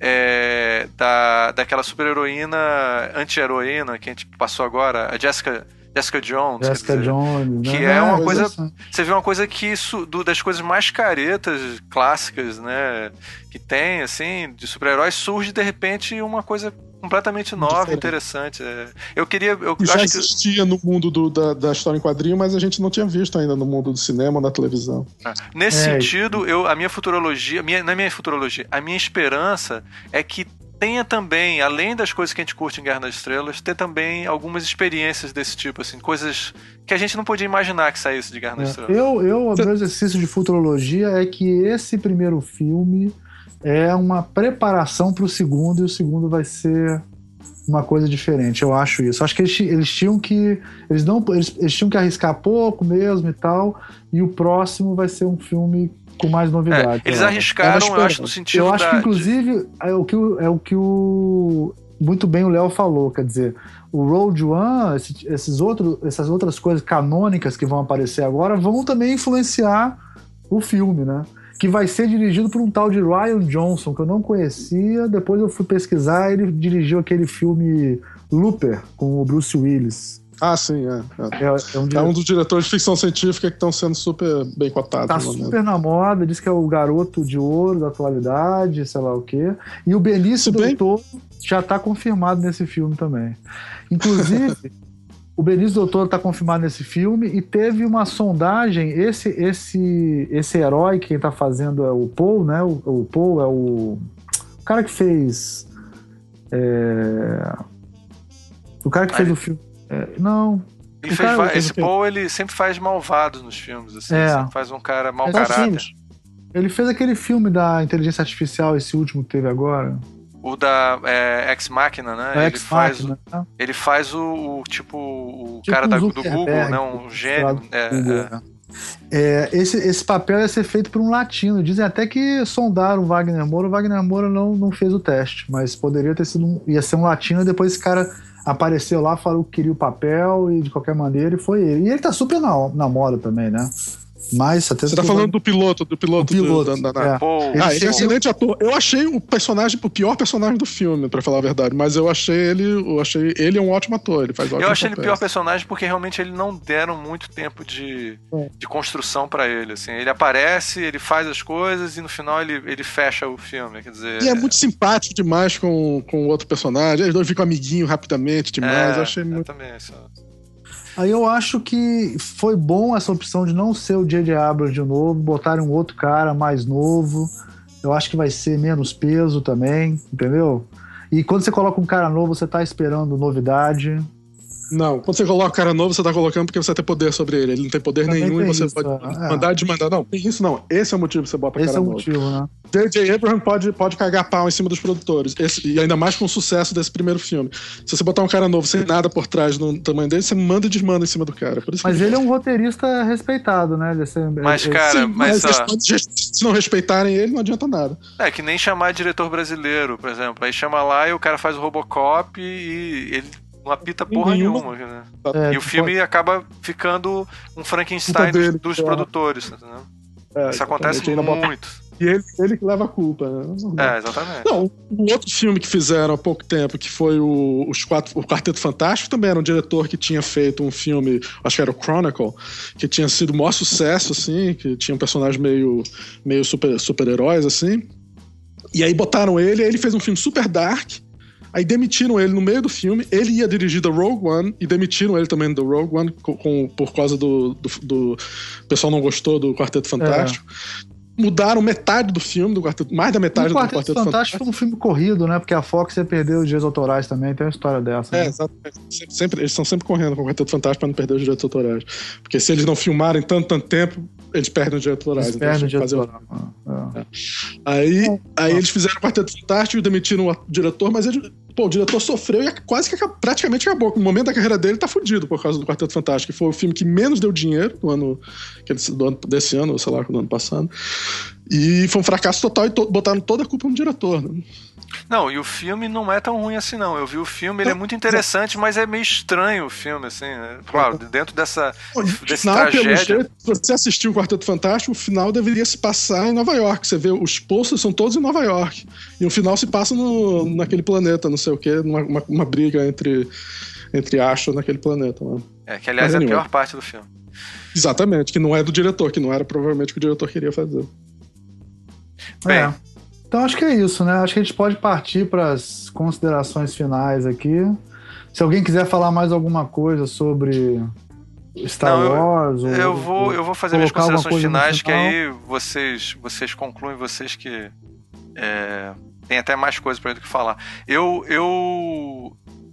é da, daquela super-heroína, anti-heroína que a gente passou agora, a Jessica... Jessica Jones. Jessica dizer, Jones, que né? é uma é, coisa... é. Você vê uma coisa que isso... Do, das coisas mais caretas, clássicas, né? Que tem, assim, de super-heróis, surge, de repente, uma coisa completamente nova, diferente. Interessante. É. Eu queria... Eu Já acho existia que... no mundo do, da, da história em quadrinho, mas a gente não tinha visto ainda no mundo do cinema ou na televisão. Ah, nesse é. sentido, eu, a minha futurologia... Minha, não é minha futurologia. A minha esperança é que tenha também, além das coisas que a gente curte em Guerra nas Estrelas, ter também algumas experiências desse tipo, assim, coisas que a gente não podia imaginar que saísse de Guerra nas é. Estrelas. Eu, eu, o meu exercício de futurologia é que esse primeiro filme é uma preparação para o segundo, e o segundo vai ser uma coisa diferente, eu acho isso. Acho que eles, eles tinham que eles não eles, eles tinham que arriscar pouco mesmo e tal, e o próximo vai ser um filme com mais novidades. É, eles arriscaram, eu acho, no sentido Eu acho da, que, inclusive, é o que o, é o, que o muito bem o Léo falou, quer dizer, o Rogue One, esse, esses outros, essas outras coisas canônicas que vão aparecer agora vão também influenciar o filme, né? Que vai ser dirigido por um tal de Rian Johnson, que eu não conhecia, depois eu fui pesquisar, ele dirigiu aquele filme Looper, com o Bruce Willis. Ah, sim, é. É, é, um, é um dos diretores de ficção científica que estão sendo super bem cotados. Tá super na moda, diz que é o garoto de ouro da atualidade, sei lá o quê. E o Benício bem... Del Toro já tá confirmado nesse filme também. Inclusive, o Benício Del Toro tá confirmado nesse filme e teve uma sondagem, esse, esse, esse herói, quem tá fazendo é o Paul, né? O, o Paul é o, o cara que fez... É, o cara que ah, fez ele... o filme... É, não. Ele fez cara, va... Esse Paul, ele sempre faz malvados nos filmes, assim, é. sempre faz um cara mau é caráter. Ele fez aquele filme da inteligência artificial, esse último que teve agora. O da é, Ex Machina, né? É ele, Ex faz Machina, o, né? ele faz o, o tipo o tipo cara um da, do Zuckerberg, Google, né? Um gênio. É, Google, é. né? É, esse, esse papel ia ser feito por um latino. Dizem até que sondaram o Wagner Moura. O Wagner Moura não, não fez o teste, mas poderia ter sido um, ia ser um latino, e depois esse cara apareceu lá, falou que queria o papel e de qualquer maneira, e foi ele. E ele tá super na, na moda também, né? Mas até Você tá falando do piloto, do piloto, do piloto do, da, da, é. Pô, ele, ah, ele é um excelente ator. Eu achei o personagem, o pior personagem do filme, pra falar a verdade, mas eu achei ele, eu achei ele é um ótimo ator, ele faz ótimo Eu achei papéis. ele o pior personagem porque realmente ele não deram muito tempo de, é. de construção pra ele, assim. Ele aparece, ele faz as coisas e no final ele, ele fecha o filme, quer dizer... E é muito simpático demais com, com o outro personagem, eles dois ficam amiguinhos rapidamente demais, é, eu achei eu muito... também, isso... Aí eu acho que foi bom essa opção de não ser o J J Abrams de novo, botarem um outro cara mais novo. Eu acho que vai ser menos peso também, entendeu? E quando você coloca um cara novo, você tá esperando novidade. Não, quando você coloca um cara novo, você tá colocando porque você tem poder sobre ele. Ele não tem poder também nenhum e você isso, pode é. mandar e desmandar. Não, tem isso não. Esse é o motivo que você bota Esse cara é o novo. motivo, né? J J Abrams pode, pode cagar pau em cima dos produtores. Esse, e ainda mais com o sucesso desse primeiro filme. Se você botar um cara novo sem nada por trás do tamanho dele, você manda e desmanda em cima do cara. Por isso mas ele gosta. é um roteirista respeitado, né? Desse, mas, ele, cara, sim, mas... mas ó, se não respeitarem ele, não adianta nada. É, que nem chamar diretor brasileiro, por exemplo. Aí chama lá e o cara faz o Robocop e ele... não apita porra nenhuma, nenhuma né? é, e o filme pode... acaba ficando um Frankenstein dos, dos é. produtores, entendeu? É, isso acontece muito. E ele, ele que leva a culpa, né? É, exatamente. Não, um outro filme que fizeram há pouco tempo, que foi o, os quatro, o Quarteto Fantástico, também era um diretor que tinha feito um filme, acho que era o Chronicle, que tinha sido o maior sucesso, assim, que tinha um personagem meio, meio super, super-heróis, assim. E aí botaram ele, aí ele fez um filme super dark. Aí demitiram ele no meio do filme. Ele ia dirigir The Rogue One e demitiram ele também do Rogue One com, com, por causa do, do, do... O pessoal não gostou do Quarteto Fantástico. É. Mudaram metade do filme, do quarteto, mais da metade do Quarteto, do Quarteto Fantástico. Foi um filme corrido, né? Porque a Fox ia perder os direitos autorais também. Tem uma história dessa. É, né? exatamente. Sempre, eles estão sempre correndo com o Quarteto Fantástico pra não perder os direitos autorais. Porque se eles não filmarem tanto, tanto tempo, eles perdem os direitos autorais. Eles então perdem eles o direito autoral. É. É. Aí, é. aí eles fizeram o Quarteto Fantástico e demitiram o diretor, mas ele... Pô, o diretor sofreu e quase que praticamente acabou. No momento da carreira dele, tá fudido por causa do Quarteto Fantástico, que foi o filme que menos deu dinheiro no ano, do ano desse ano, ou sei lá, do ano passado. E foi um fracasso total e to- botaram toda a culpa no diretor. Né? Não, e o filme não é tão ruim assim, não. Eu vi o filme, ele é muito interessante, mas é meio estranho o filme, assim, né? Claro, dentro dessa desse final, tragédia... Jeito, se você assistiu o Quarteto Fantástico, o final deveria se passar em Nova York. Você vê, os posters são todos em Nova York. E o final se passa no, naquele planeta, não sei o quê, numa, uma, uma briga entre, entre astros naquele planeta. Né? É, que aliás é a pior parte do filme. Exatamente, que não é do diretor, que não era provavelmente o que o diretor queria fazer. Bem... É. Então acho que é isso, né? Acho que a gente pode partir para as considerações finais aqui. Se alguém quiser falar mais alguma coisa sobre Star Não, Wars... Eu, ou, eu, vou, ou eu vou fazer minhas considerações finais, que aí vocês, vocês concluem, vocês que é, tem até mais coisa para do que falar. Eu, eu,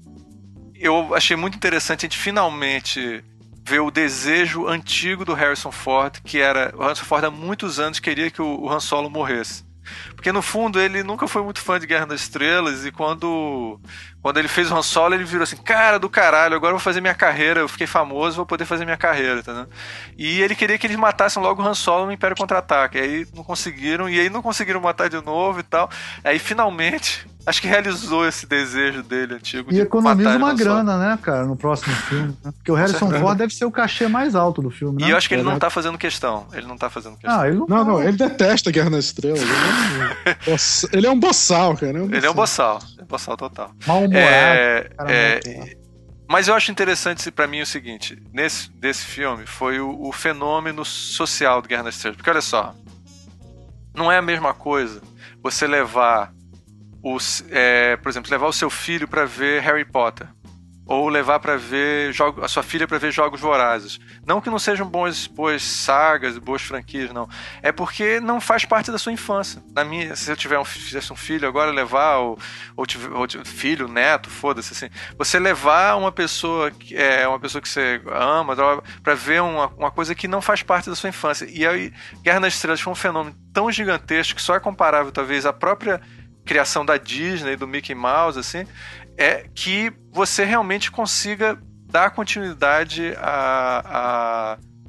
eu achei muito interessante a gente finalmente ver o desejo antigo do Harrison Ford, que era... O Harrison Ford há muitos anos queria que o, o Han Solo morresse. Porque no fundo ele nunca foi muito fã de Guerra das Estrelas, e quando, quando ele fez o Han Solo, ele virou assim, cara do caralho, agora eu vou fazer minha carreira, eu fiquei famoso, vou poder fazer minha carreira, tá, né? E ele queria que eles matassem logo o Han Solo no Império Contra-Ataque, aí não conseguiram, e aí não conseguiram matar de novo e tal, aí finalmente acho que realizou esse desejo dele antigo. E de economiza uma grana, né, cara, no próximo filme. Né? Porque o Harrison Ford deve ser o cachê mais alto do filme, né? E eu acho que ele não tá fazendo questão. Ele não tá fazendo questão. Ah, ele não, não, não, ele detesta Guerra nas Estrelas. Ele é um, ele é um boçal, cara. É um boçal. Ele é um boçal. É um boçal total. Mal-humorado. É, é, mas eu acho interessante pra mim o seguinte: nesse desse filme foi o, o fenômeno social do Guerra nas Estrelas. Porque olha só, não é a mesma coisa você levar Os, é, por exemplo, levar o seu filho para ver Harry Potter, ou levar para ver jogo, a sua filha para ver Jogos Vorazes. Não que não sejam boas, boas sagas, boas franquias, não. É porque não faz parte da sua infância. Na minha, se eu tiver um, fizesse um filho agora, levar ou, ou, tiver, ou filho, neto, foda-se assim. Você levar uma pessoa que é uma pessoa que você ama para ver uma, uma coisa que não faz parte da sua infância. E aí, Guerra nas Estrelas foi um fenômeno tão gigantesco que só é comparável talvez à própria criação da Disney, do Mickey Mouse, assim, é que você realmente consiga dar continuidade a, a,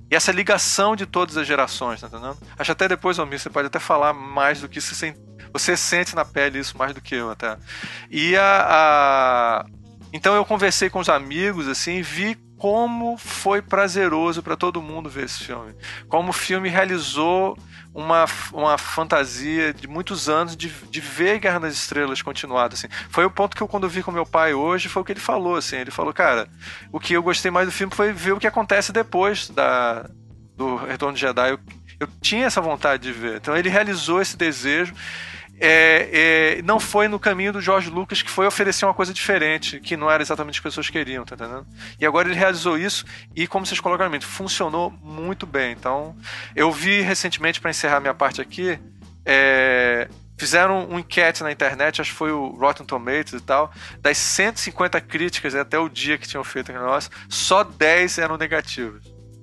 E essa ligação de todas as gerações, tá entendendo? Acho até depois, Almir, você pode até falar mais do que você sente, você sente na pele isso mais do que eu até. E a, a... Então eu conversei com os amigos, assim, vi como foi prazeroso para todo mundo ver esse filme. Como o filme realizou uma, uma fantasia de muitos anos de, de ver Guerra nas Estrelas continuado, assim. Foi o ponto que eu, quando eu vi com meu pai hoje, foi o que ele falou, assim. Ele falou, cara, o que eu gostei mais do filme foi ver o que acontece depois da, do Retorno de Jedi. Eu, eu tinha essa vontade de ver. Então ele realizou esse desejo. É, é, não foi no caminho do George Lucas, que foi oferecer uma coisa diferente, que não era exatamente o que as pessoas queriam, tá entendendo? E agora ele realizou isso e, como vocês colocaram, funcionou muito bem. Então, eu vi recentemente, para encerrar minha parte aqui, é, fizeram um enquete na internet, acho que foi o Rotten Tomatoes e tal, das cento e cinquenta críticas até o dia que tinham feito aquele negócio, só dez eram negativas.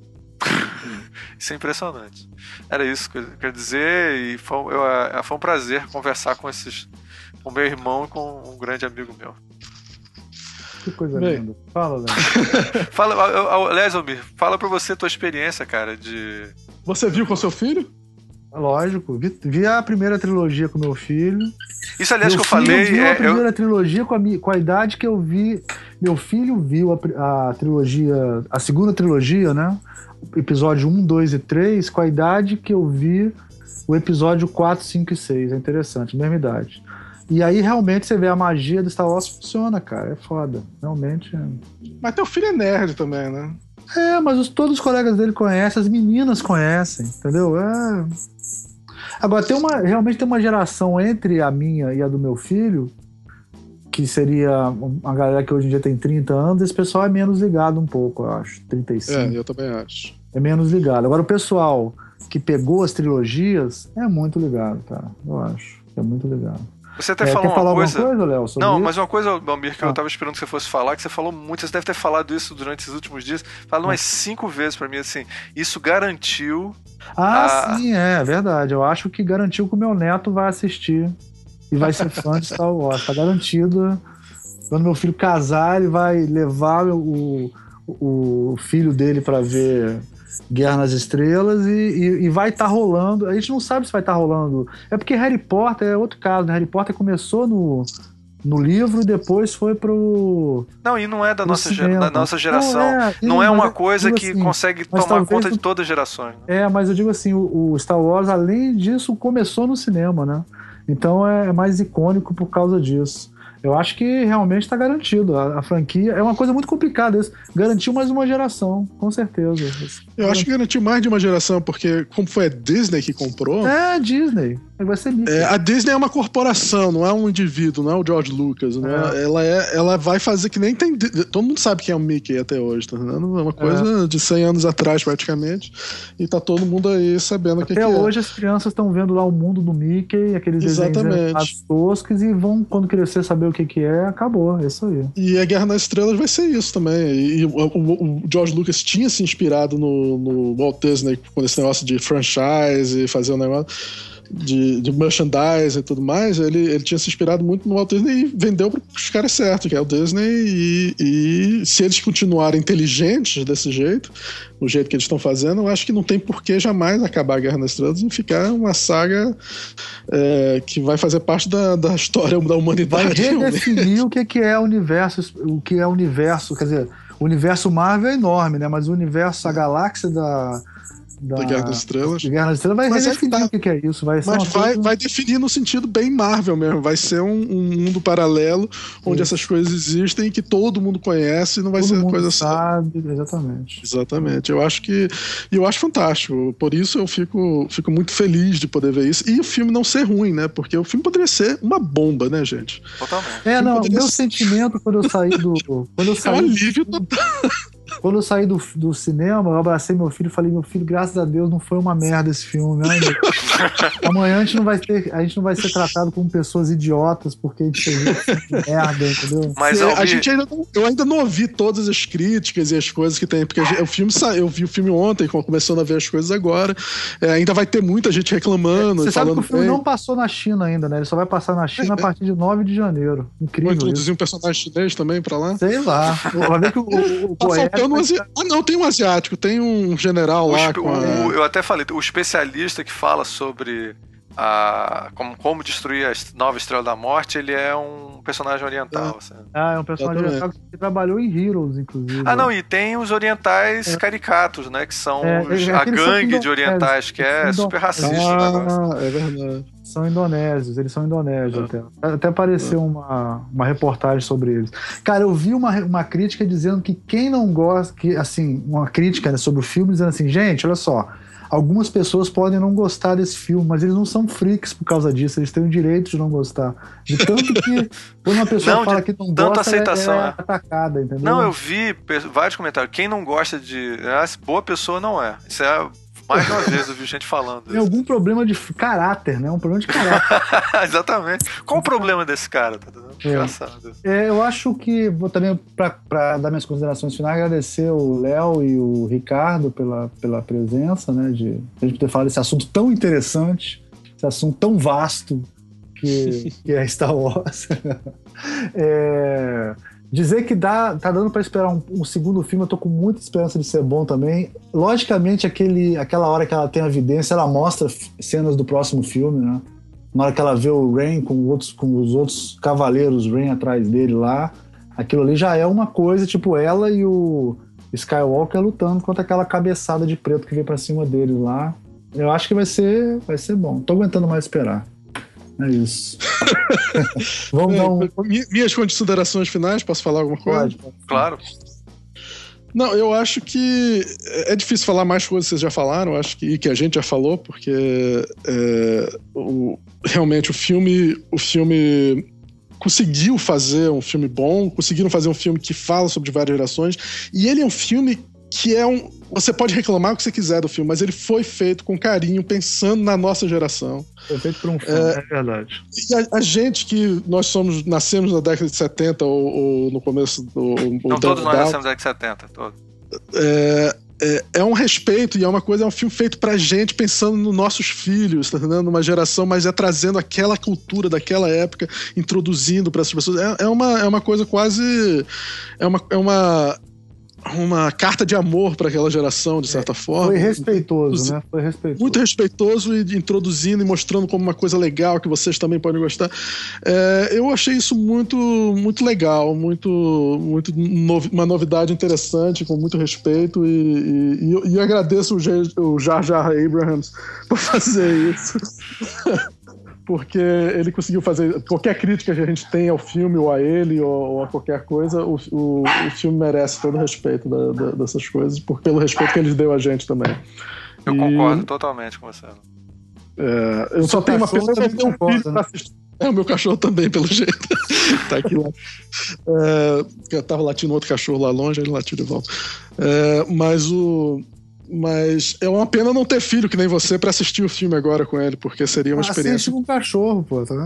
Isso é impressionante. Era isso que eu queria dizer, e foi, eu, foi um prazer conversar com esses, com meu irmão e com um grande amigo meu. Que coisa Bem. linda. Fala, Léo. Fala, aliás, Almir, fala pra você a tua experiência, cara, de... Você viu com seu filho? Lógico, vi, vi a primeira trilogia com meu filho. Isso, aliás, meu que eu filho falei... viu é, a primeira eu... trilogia com a, mi- com a idade que eu vi. Meu filho viu a, a trilogia, a segunda trilogia, né? Episódio um, dois e três, com a idade que eu vi o episódio quatro, cinco e seis. É interessante, mesma idade. E aí realmente você vê a magia do Star Wars funciona, cara. É foda. Realmente. É... Mas teu filho é nerd também, né? É, mas os, todos os colegas dele conhecem, as meninas conhecem, entendeu? É... Agora, tem uma, realmente tem uma geração entre a minha e a do meu filho, que seria uma galera que hoje em dia tem trinta anos, esse pessoal é menos ligado um pouco, eu acho, trinta e cinco. É, eu também acho. É menos ligado. Agora, o pessoal que pegou as trilogias é muito ligado, cara, eu acho. É muito ligado. Você até é, falou quer uma falar coisa... alguma coisa, Léo? Não, isso? mas uma coisa, Almir, que ah. eu tava esperando que você fosse falar, que você falou muito, você deve ter falado isso durante esses últimos dias, falou umas cinco vezes pra mim, assim, isso garantiu... Ah, a... sim, é verdade. Eu acho que garantiu que o meu neto vai assistir e vai ser fã de Star Wars. Tá garantido. Quando meu filho casar, ele vai levar o, o filho dele pra ver Guerra nas Estrelas e, e, e vai estar tá rolando. A gente não sabe se vai estar tá rolando. É porque Harry Potter é outro caso, né? Harry Potter começou no, no livro e depois foi pro... Não, e não é da, nossa, ger- da nossa geração. Não é, não, é uma mas, coisa que assim, consegue tomar conta de todas as gerações. Né? É, mas eu digo assim, o, o Star Wars, além disso, começou no cinema, né? Então é mais icônico por causa disso. Eu acho que realmente está garantido. A, a franquia é uma coisa muito complicada isso. Garantiu mais uma geração, com certeza. Eu acho que garantiu mais de uma geração, porque como foi a Disney que comprou... É, a Disney. Vai ser Mickey. É, a Disney é uma corporação, não é um indivíduo, não é o George Lucas. Não é. É, ela, é, ela vai fazer que nem tem... Todo mundo sabe quem é o Mickey até hoje, tá entendendo? É uma coisa é. de cem anos atrás, praticamente. E tá todo mundo aí sabendo o que, que é. Até hoje as crianças estão vendo lá o mundo do Mickey, aqueles desenhos toscos, e vão, quando crescer, saber o que, que é. Acabou, é isso aí. E a Guerra nas Estrelas vai ser isso também. E o, o, o George Lucas tinha se inspirado no, no Walt Disney com esse negócio de franchise e fazer um negócio... De, de merchandise e tudo mais, ele, ele tinha se inspirado muito no Walt Disney e vendeu para os caras certos, que é o Disney, e, e se eles continuarem inteligentes desse jeito, do jeito que eles estão fazendo, eu acho que não tem por que jamais acabar a Guerra nas Estrelas e ficar uma saga é, que vai fazer parte da, da história da humanidade. Vai redefinir o que, que é o universo, o que é o universo, quer dizer, o universo Marvel é enorme, né? Mas o universo, a galáxia da Da, da Guerra das Estrelas. Guerra das Estrelas vai mas redefinir é o que, que é isso. Vai ser mas uma vai, coisa... vai definir no sentido bem Marvel mesmo. Vai ser um, um mundo paralelo onde isso. essas coisas existem e que todo mundo conhece e não vai todo ser mundo coisa sabe, só. Exatamente. Exatamente. Eu acho que. E eu acho fantástico. Por isso eu fico, fico muito feliz de poder ver isso. E o filme não ser ruim, né? Porque o filme poderia ser uma bomba, né, gente? Totalmente. É, não, o meu ser... sentimento quando eu saí do. Quando eu saí é um alívio do... total. Quando eu saí do, do cinema, eu abracei meu filho e falei, meu filho, graças a Deus, não foi uma merda esse filme. Ai, amanhã a gente, não vai ter, a gente não vai ser tratado como pessoas idiotas porque a gente fez merda, entendeu? Mas é, a gente ainda não, eu ainda não ouvi todas as críticas e as coisas que tem, porque a, o filme eu vi o filme ontem, começando a ver as coisas agora. É, ainda vai ter muita gente reclamando. Você sabe que o filme bem. não passou na China ainda, né? Ele só vai passar na China é, a partir de nove de janeiro. Incrível. Vai introduzir um personagem chinês também pra lá? Sei lá. Vai ver que o, o, o poeta eu não, asi... Ah, não, tem um asiático, tem um general o lá. espe... Com a... o, eu até falei, o especialista que fala sobre a, como, como destruir a nova Estrela da Morte, ele é um personagem oriental. É. Assim. Ah, é um personagem oriental que trabalhou em Heroes, inclusive. Ah, não, e tem os orientais é. caricatos, né? Que são é, os, é, a gangue de orientais, que é super racista ah, o negócio. É verdade. São indonésios, eles são indonésios é. até. Até apareceu é. uma, uma reportagem sobre eles. Cara, eu vi uma, uma crítica dizendo que quem não gosta, que, assim, uma crítica, né, sobre o filme, dizendo assim, gente, olha só, algumas pessoas podem não gostar desse filme, mas eles não são freaks por causa disso, eles têm o direito de não gostar. De tanto que quando uma pessoa não, fala que não tanta gosta, aceitação, ela é, é atacada, entendeu? Não, eu vi vários comentários. Quem não gosta de... boa pessoa não é. Isso é... Mais de uma vez eu vi gente falando Tem isso. Algum problema de caráter, né? Um problema de caráter. Exatamente. Qual o problema desse cara? Tá é. Engraçado. É, eu acho que vou também, para dar minhas considerações finais, agradecer o Léo e o Ricardo pela, pela presença, né? De a gente ter falado desse assunto tão interessante, esse assunto tão vasto que, que é Star Wars. é... Dizer que dá, tá dando pra esperar um, um segundo filme, eu tô com muita esperança de ser bom também. Logicamente, aquele, aquela hora que ela tem a evidência, ela mostra cenas do próximo filme, né? Na hora que ela vê o Rey com, outros, com os outros cavaleiros Rey atrás dele lá, aquilo ali já é uma coisa, tipo, ela e o Skywalker lutando contra aquela cabeçada de preto que vem pra cima dele lá. Eu acho que vai ser, vai ser bom. Tô aguentando mais esperar. É isso. Vamos é, dar um... Minhas considerações finais, posso falar alguma coisa? Pode, pode. Claro. Não, eu acho que é difícil falar mais coisas que vocês já falaram, acho que, que a gente já falou, porque é, o, realmente o filme, o filme conseguiu fazer um filme bom, conseguiram fazer um filme que fala sobre várias gerações, e ele é um filme que é um... Você pode reclamar o que você quiser do filme, mas ele foi feito com carinho, pensando na nossa geração. Foi feito por um fã, é, é verdade. E a, a gente que nós somos, nascemos na década de setenta ou, ou no começo do... Não, todos nós nascemos na década de setenta, todos. É, é, é um respeito e é uma coisa, é um filme feito pra gente, pensando nos nossos filhos, tá entendendo? Numa geração, mas é trazendo aquela cultura daquela época, introduzindo para essas pessoas. É, é, uma, é uma coisa quase... É uma... É uma uma carta de amor para aquela geração, de certa é, forma. Foi respeitoso, né? Foi respeitoso. Muito respeitoso e introduzindo e mostrando como uma coisa legal que vocês também podem gostar. É, eu achei isso muito, muito legal, muito, muito novi- uma novidade interessante, com muito respeito, e, e, e, eu, e eu agradeço o, G, o Jar Jar Abrams por fazer isso. Porque ele conseguiu fazer... Qualquer crítica que a gente tem ao filme, ou a ele, ou, ou a qualquer coisa, o, o, o filme merece todo o respeito da, da, dessas coisas, por, pelo respeito que ele deu a gente também. Eu e... concordo totalmente com você. É, eu só tenho uma pessoa que tem um filho pra assistir. É, o meu cachorro também, pelo jeito. Tá aqui lá. É, eu tava latindo outro cachorro lá longe, ele latiu de volta. É, mas o... Mas é uma pena não ter filho que nem você pra assistir o filme agora com ele, porque seria uma ah, experiência. Assiste com um cachorro, pô. Tá?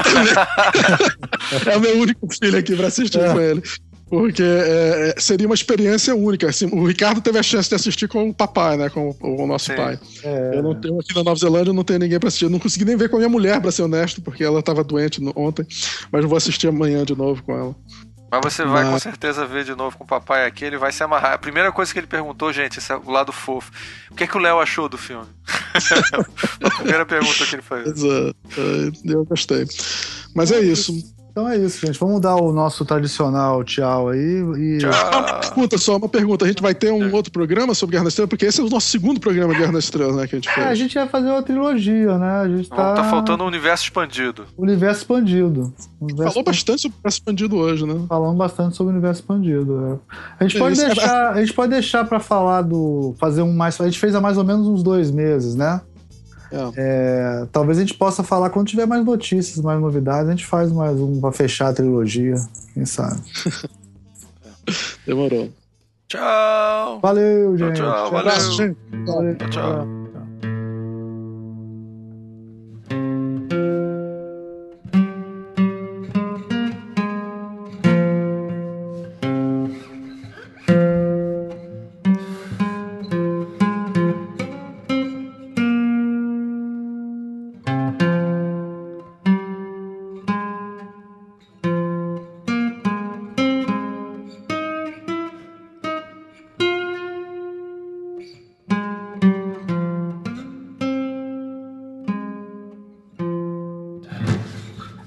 É o meu único filho aqui pra assistir é. com ele. Porque é, seria uma experiência única. Assim, o Ricardo teve a chance de assistir com o papai, né? Com o, o nosso Sim. pai. É. Eu, não tenho, aqui na Nova Zelândia eu não tenho ninguém pra assistir. Eu não consegui nem ver com a minha mulher, pra ser honesto, porque ela tava doente no, ontem. Mas eu vou assistir amanhã de novo com ela. Mas você vai Mas... com certeza ver de novo com o papai aqui, ele vai se amarrar. A primeira coisa que ele perguntou, gente, esse é o lado fofo. O que é que o Léo achou do filme? A primeira pergunta que ele fez. Exato. Eu gostei. Mas é isso. Então é isso, gente. Vamos dar o nosso tradicional tchau aí. E... Tchau. Uma pergunta só, uma pergunta. A gente vai ter um é. outro programa sobre Guerra nas Estrelas, porque esse é o nosso segundo programa Guerra nas Estrelas, né? Que a gente fez. É, a gente vai fazer uma trilogia, né? A gente tá... tá faltando o um universo expandido. Universo expandido. Universo Falou bastante sobre o universo expandido hoje, né? Falando bastante sobre o universo expandido. É. A gente é, pode deixar, é... a gente pode deixar pra falar do. Fazer um mais. A gente fez há mais ou menos uns dois meses, né? É. É, talvez a gente possa falar quando tiver mais notícias, mais novidades, a gente faz mais um pra fechar a trilogia, quem sabe. Demorou. Tchau. Valeu, gente. Tchau, tchau. Valeu. Valeu. Valeu. Valeu. Tchau. tchau.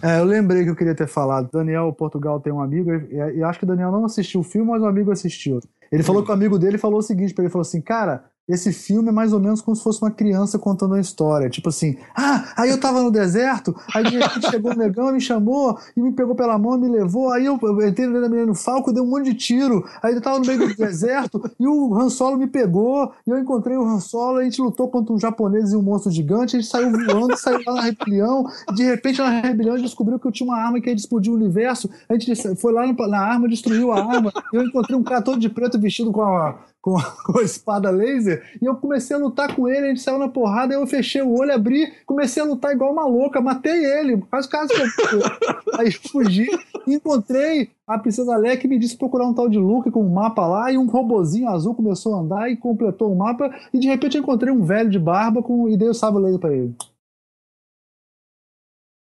É, eu lembrei que eu queria ter falado. Daniel Portugal tem um amigo, e, e acho que o Daniel não assistiu o filme, mas o amigo assistiu. Ele falou que o amigo dele falou o seguinte pra ele, falou assim, cara, esse filme é mais ou menos como se fosse uma criança contando uma história. Tipo assim, ah, aí eu tava no deserto, aí de repente chegou um negão, me chamou, e me pegou pela mão e me levou, aí eu, eu entrei no Milênio Falcon e dei um monte de tiro, aí eu tava no meio do deserto, e o Han Solo me pegou, e eu encontrei o Han Solo, a gente lutou contra um japonês e um monstro gigante, a gente saiu voando, saiu lá na rebelião, e de repente na rebelião a gente descobriu que eu tinha uma arma que ia explodir o universo, a gente foi lá na arma, destruiu a arma, e eu encontrei um cara todo de preto vestido com a... Com a, com a espada laser, e eu comecei a lutar com ele, a gente saiu na porrada, aí eu fechei o olho, abri, comecei a lutar igual uma louca, matei ele, quase caso que eu... Aí eu fugi, encontrei a Princesa Leia que me disse procurar um tal de Luke com um mapa lá, e um robozinho azul começou a andar e completou o mapa, e de repente eu encontrei um velho de barba com... e dei o sábio laser pra ele.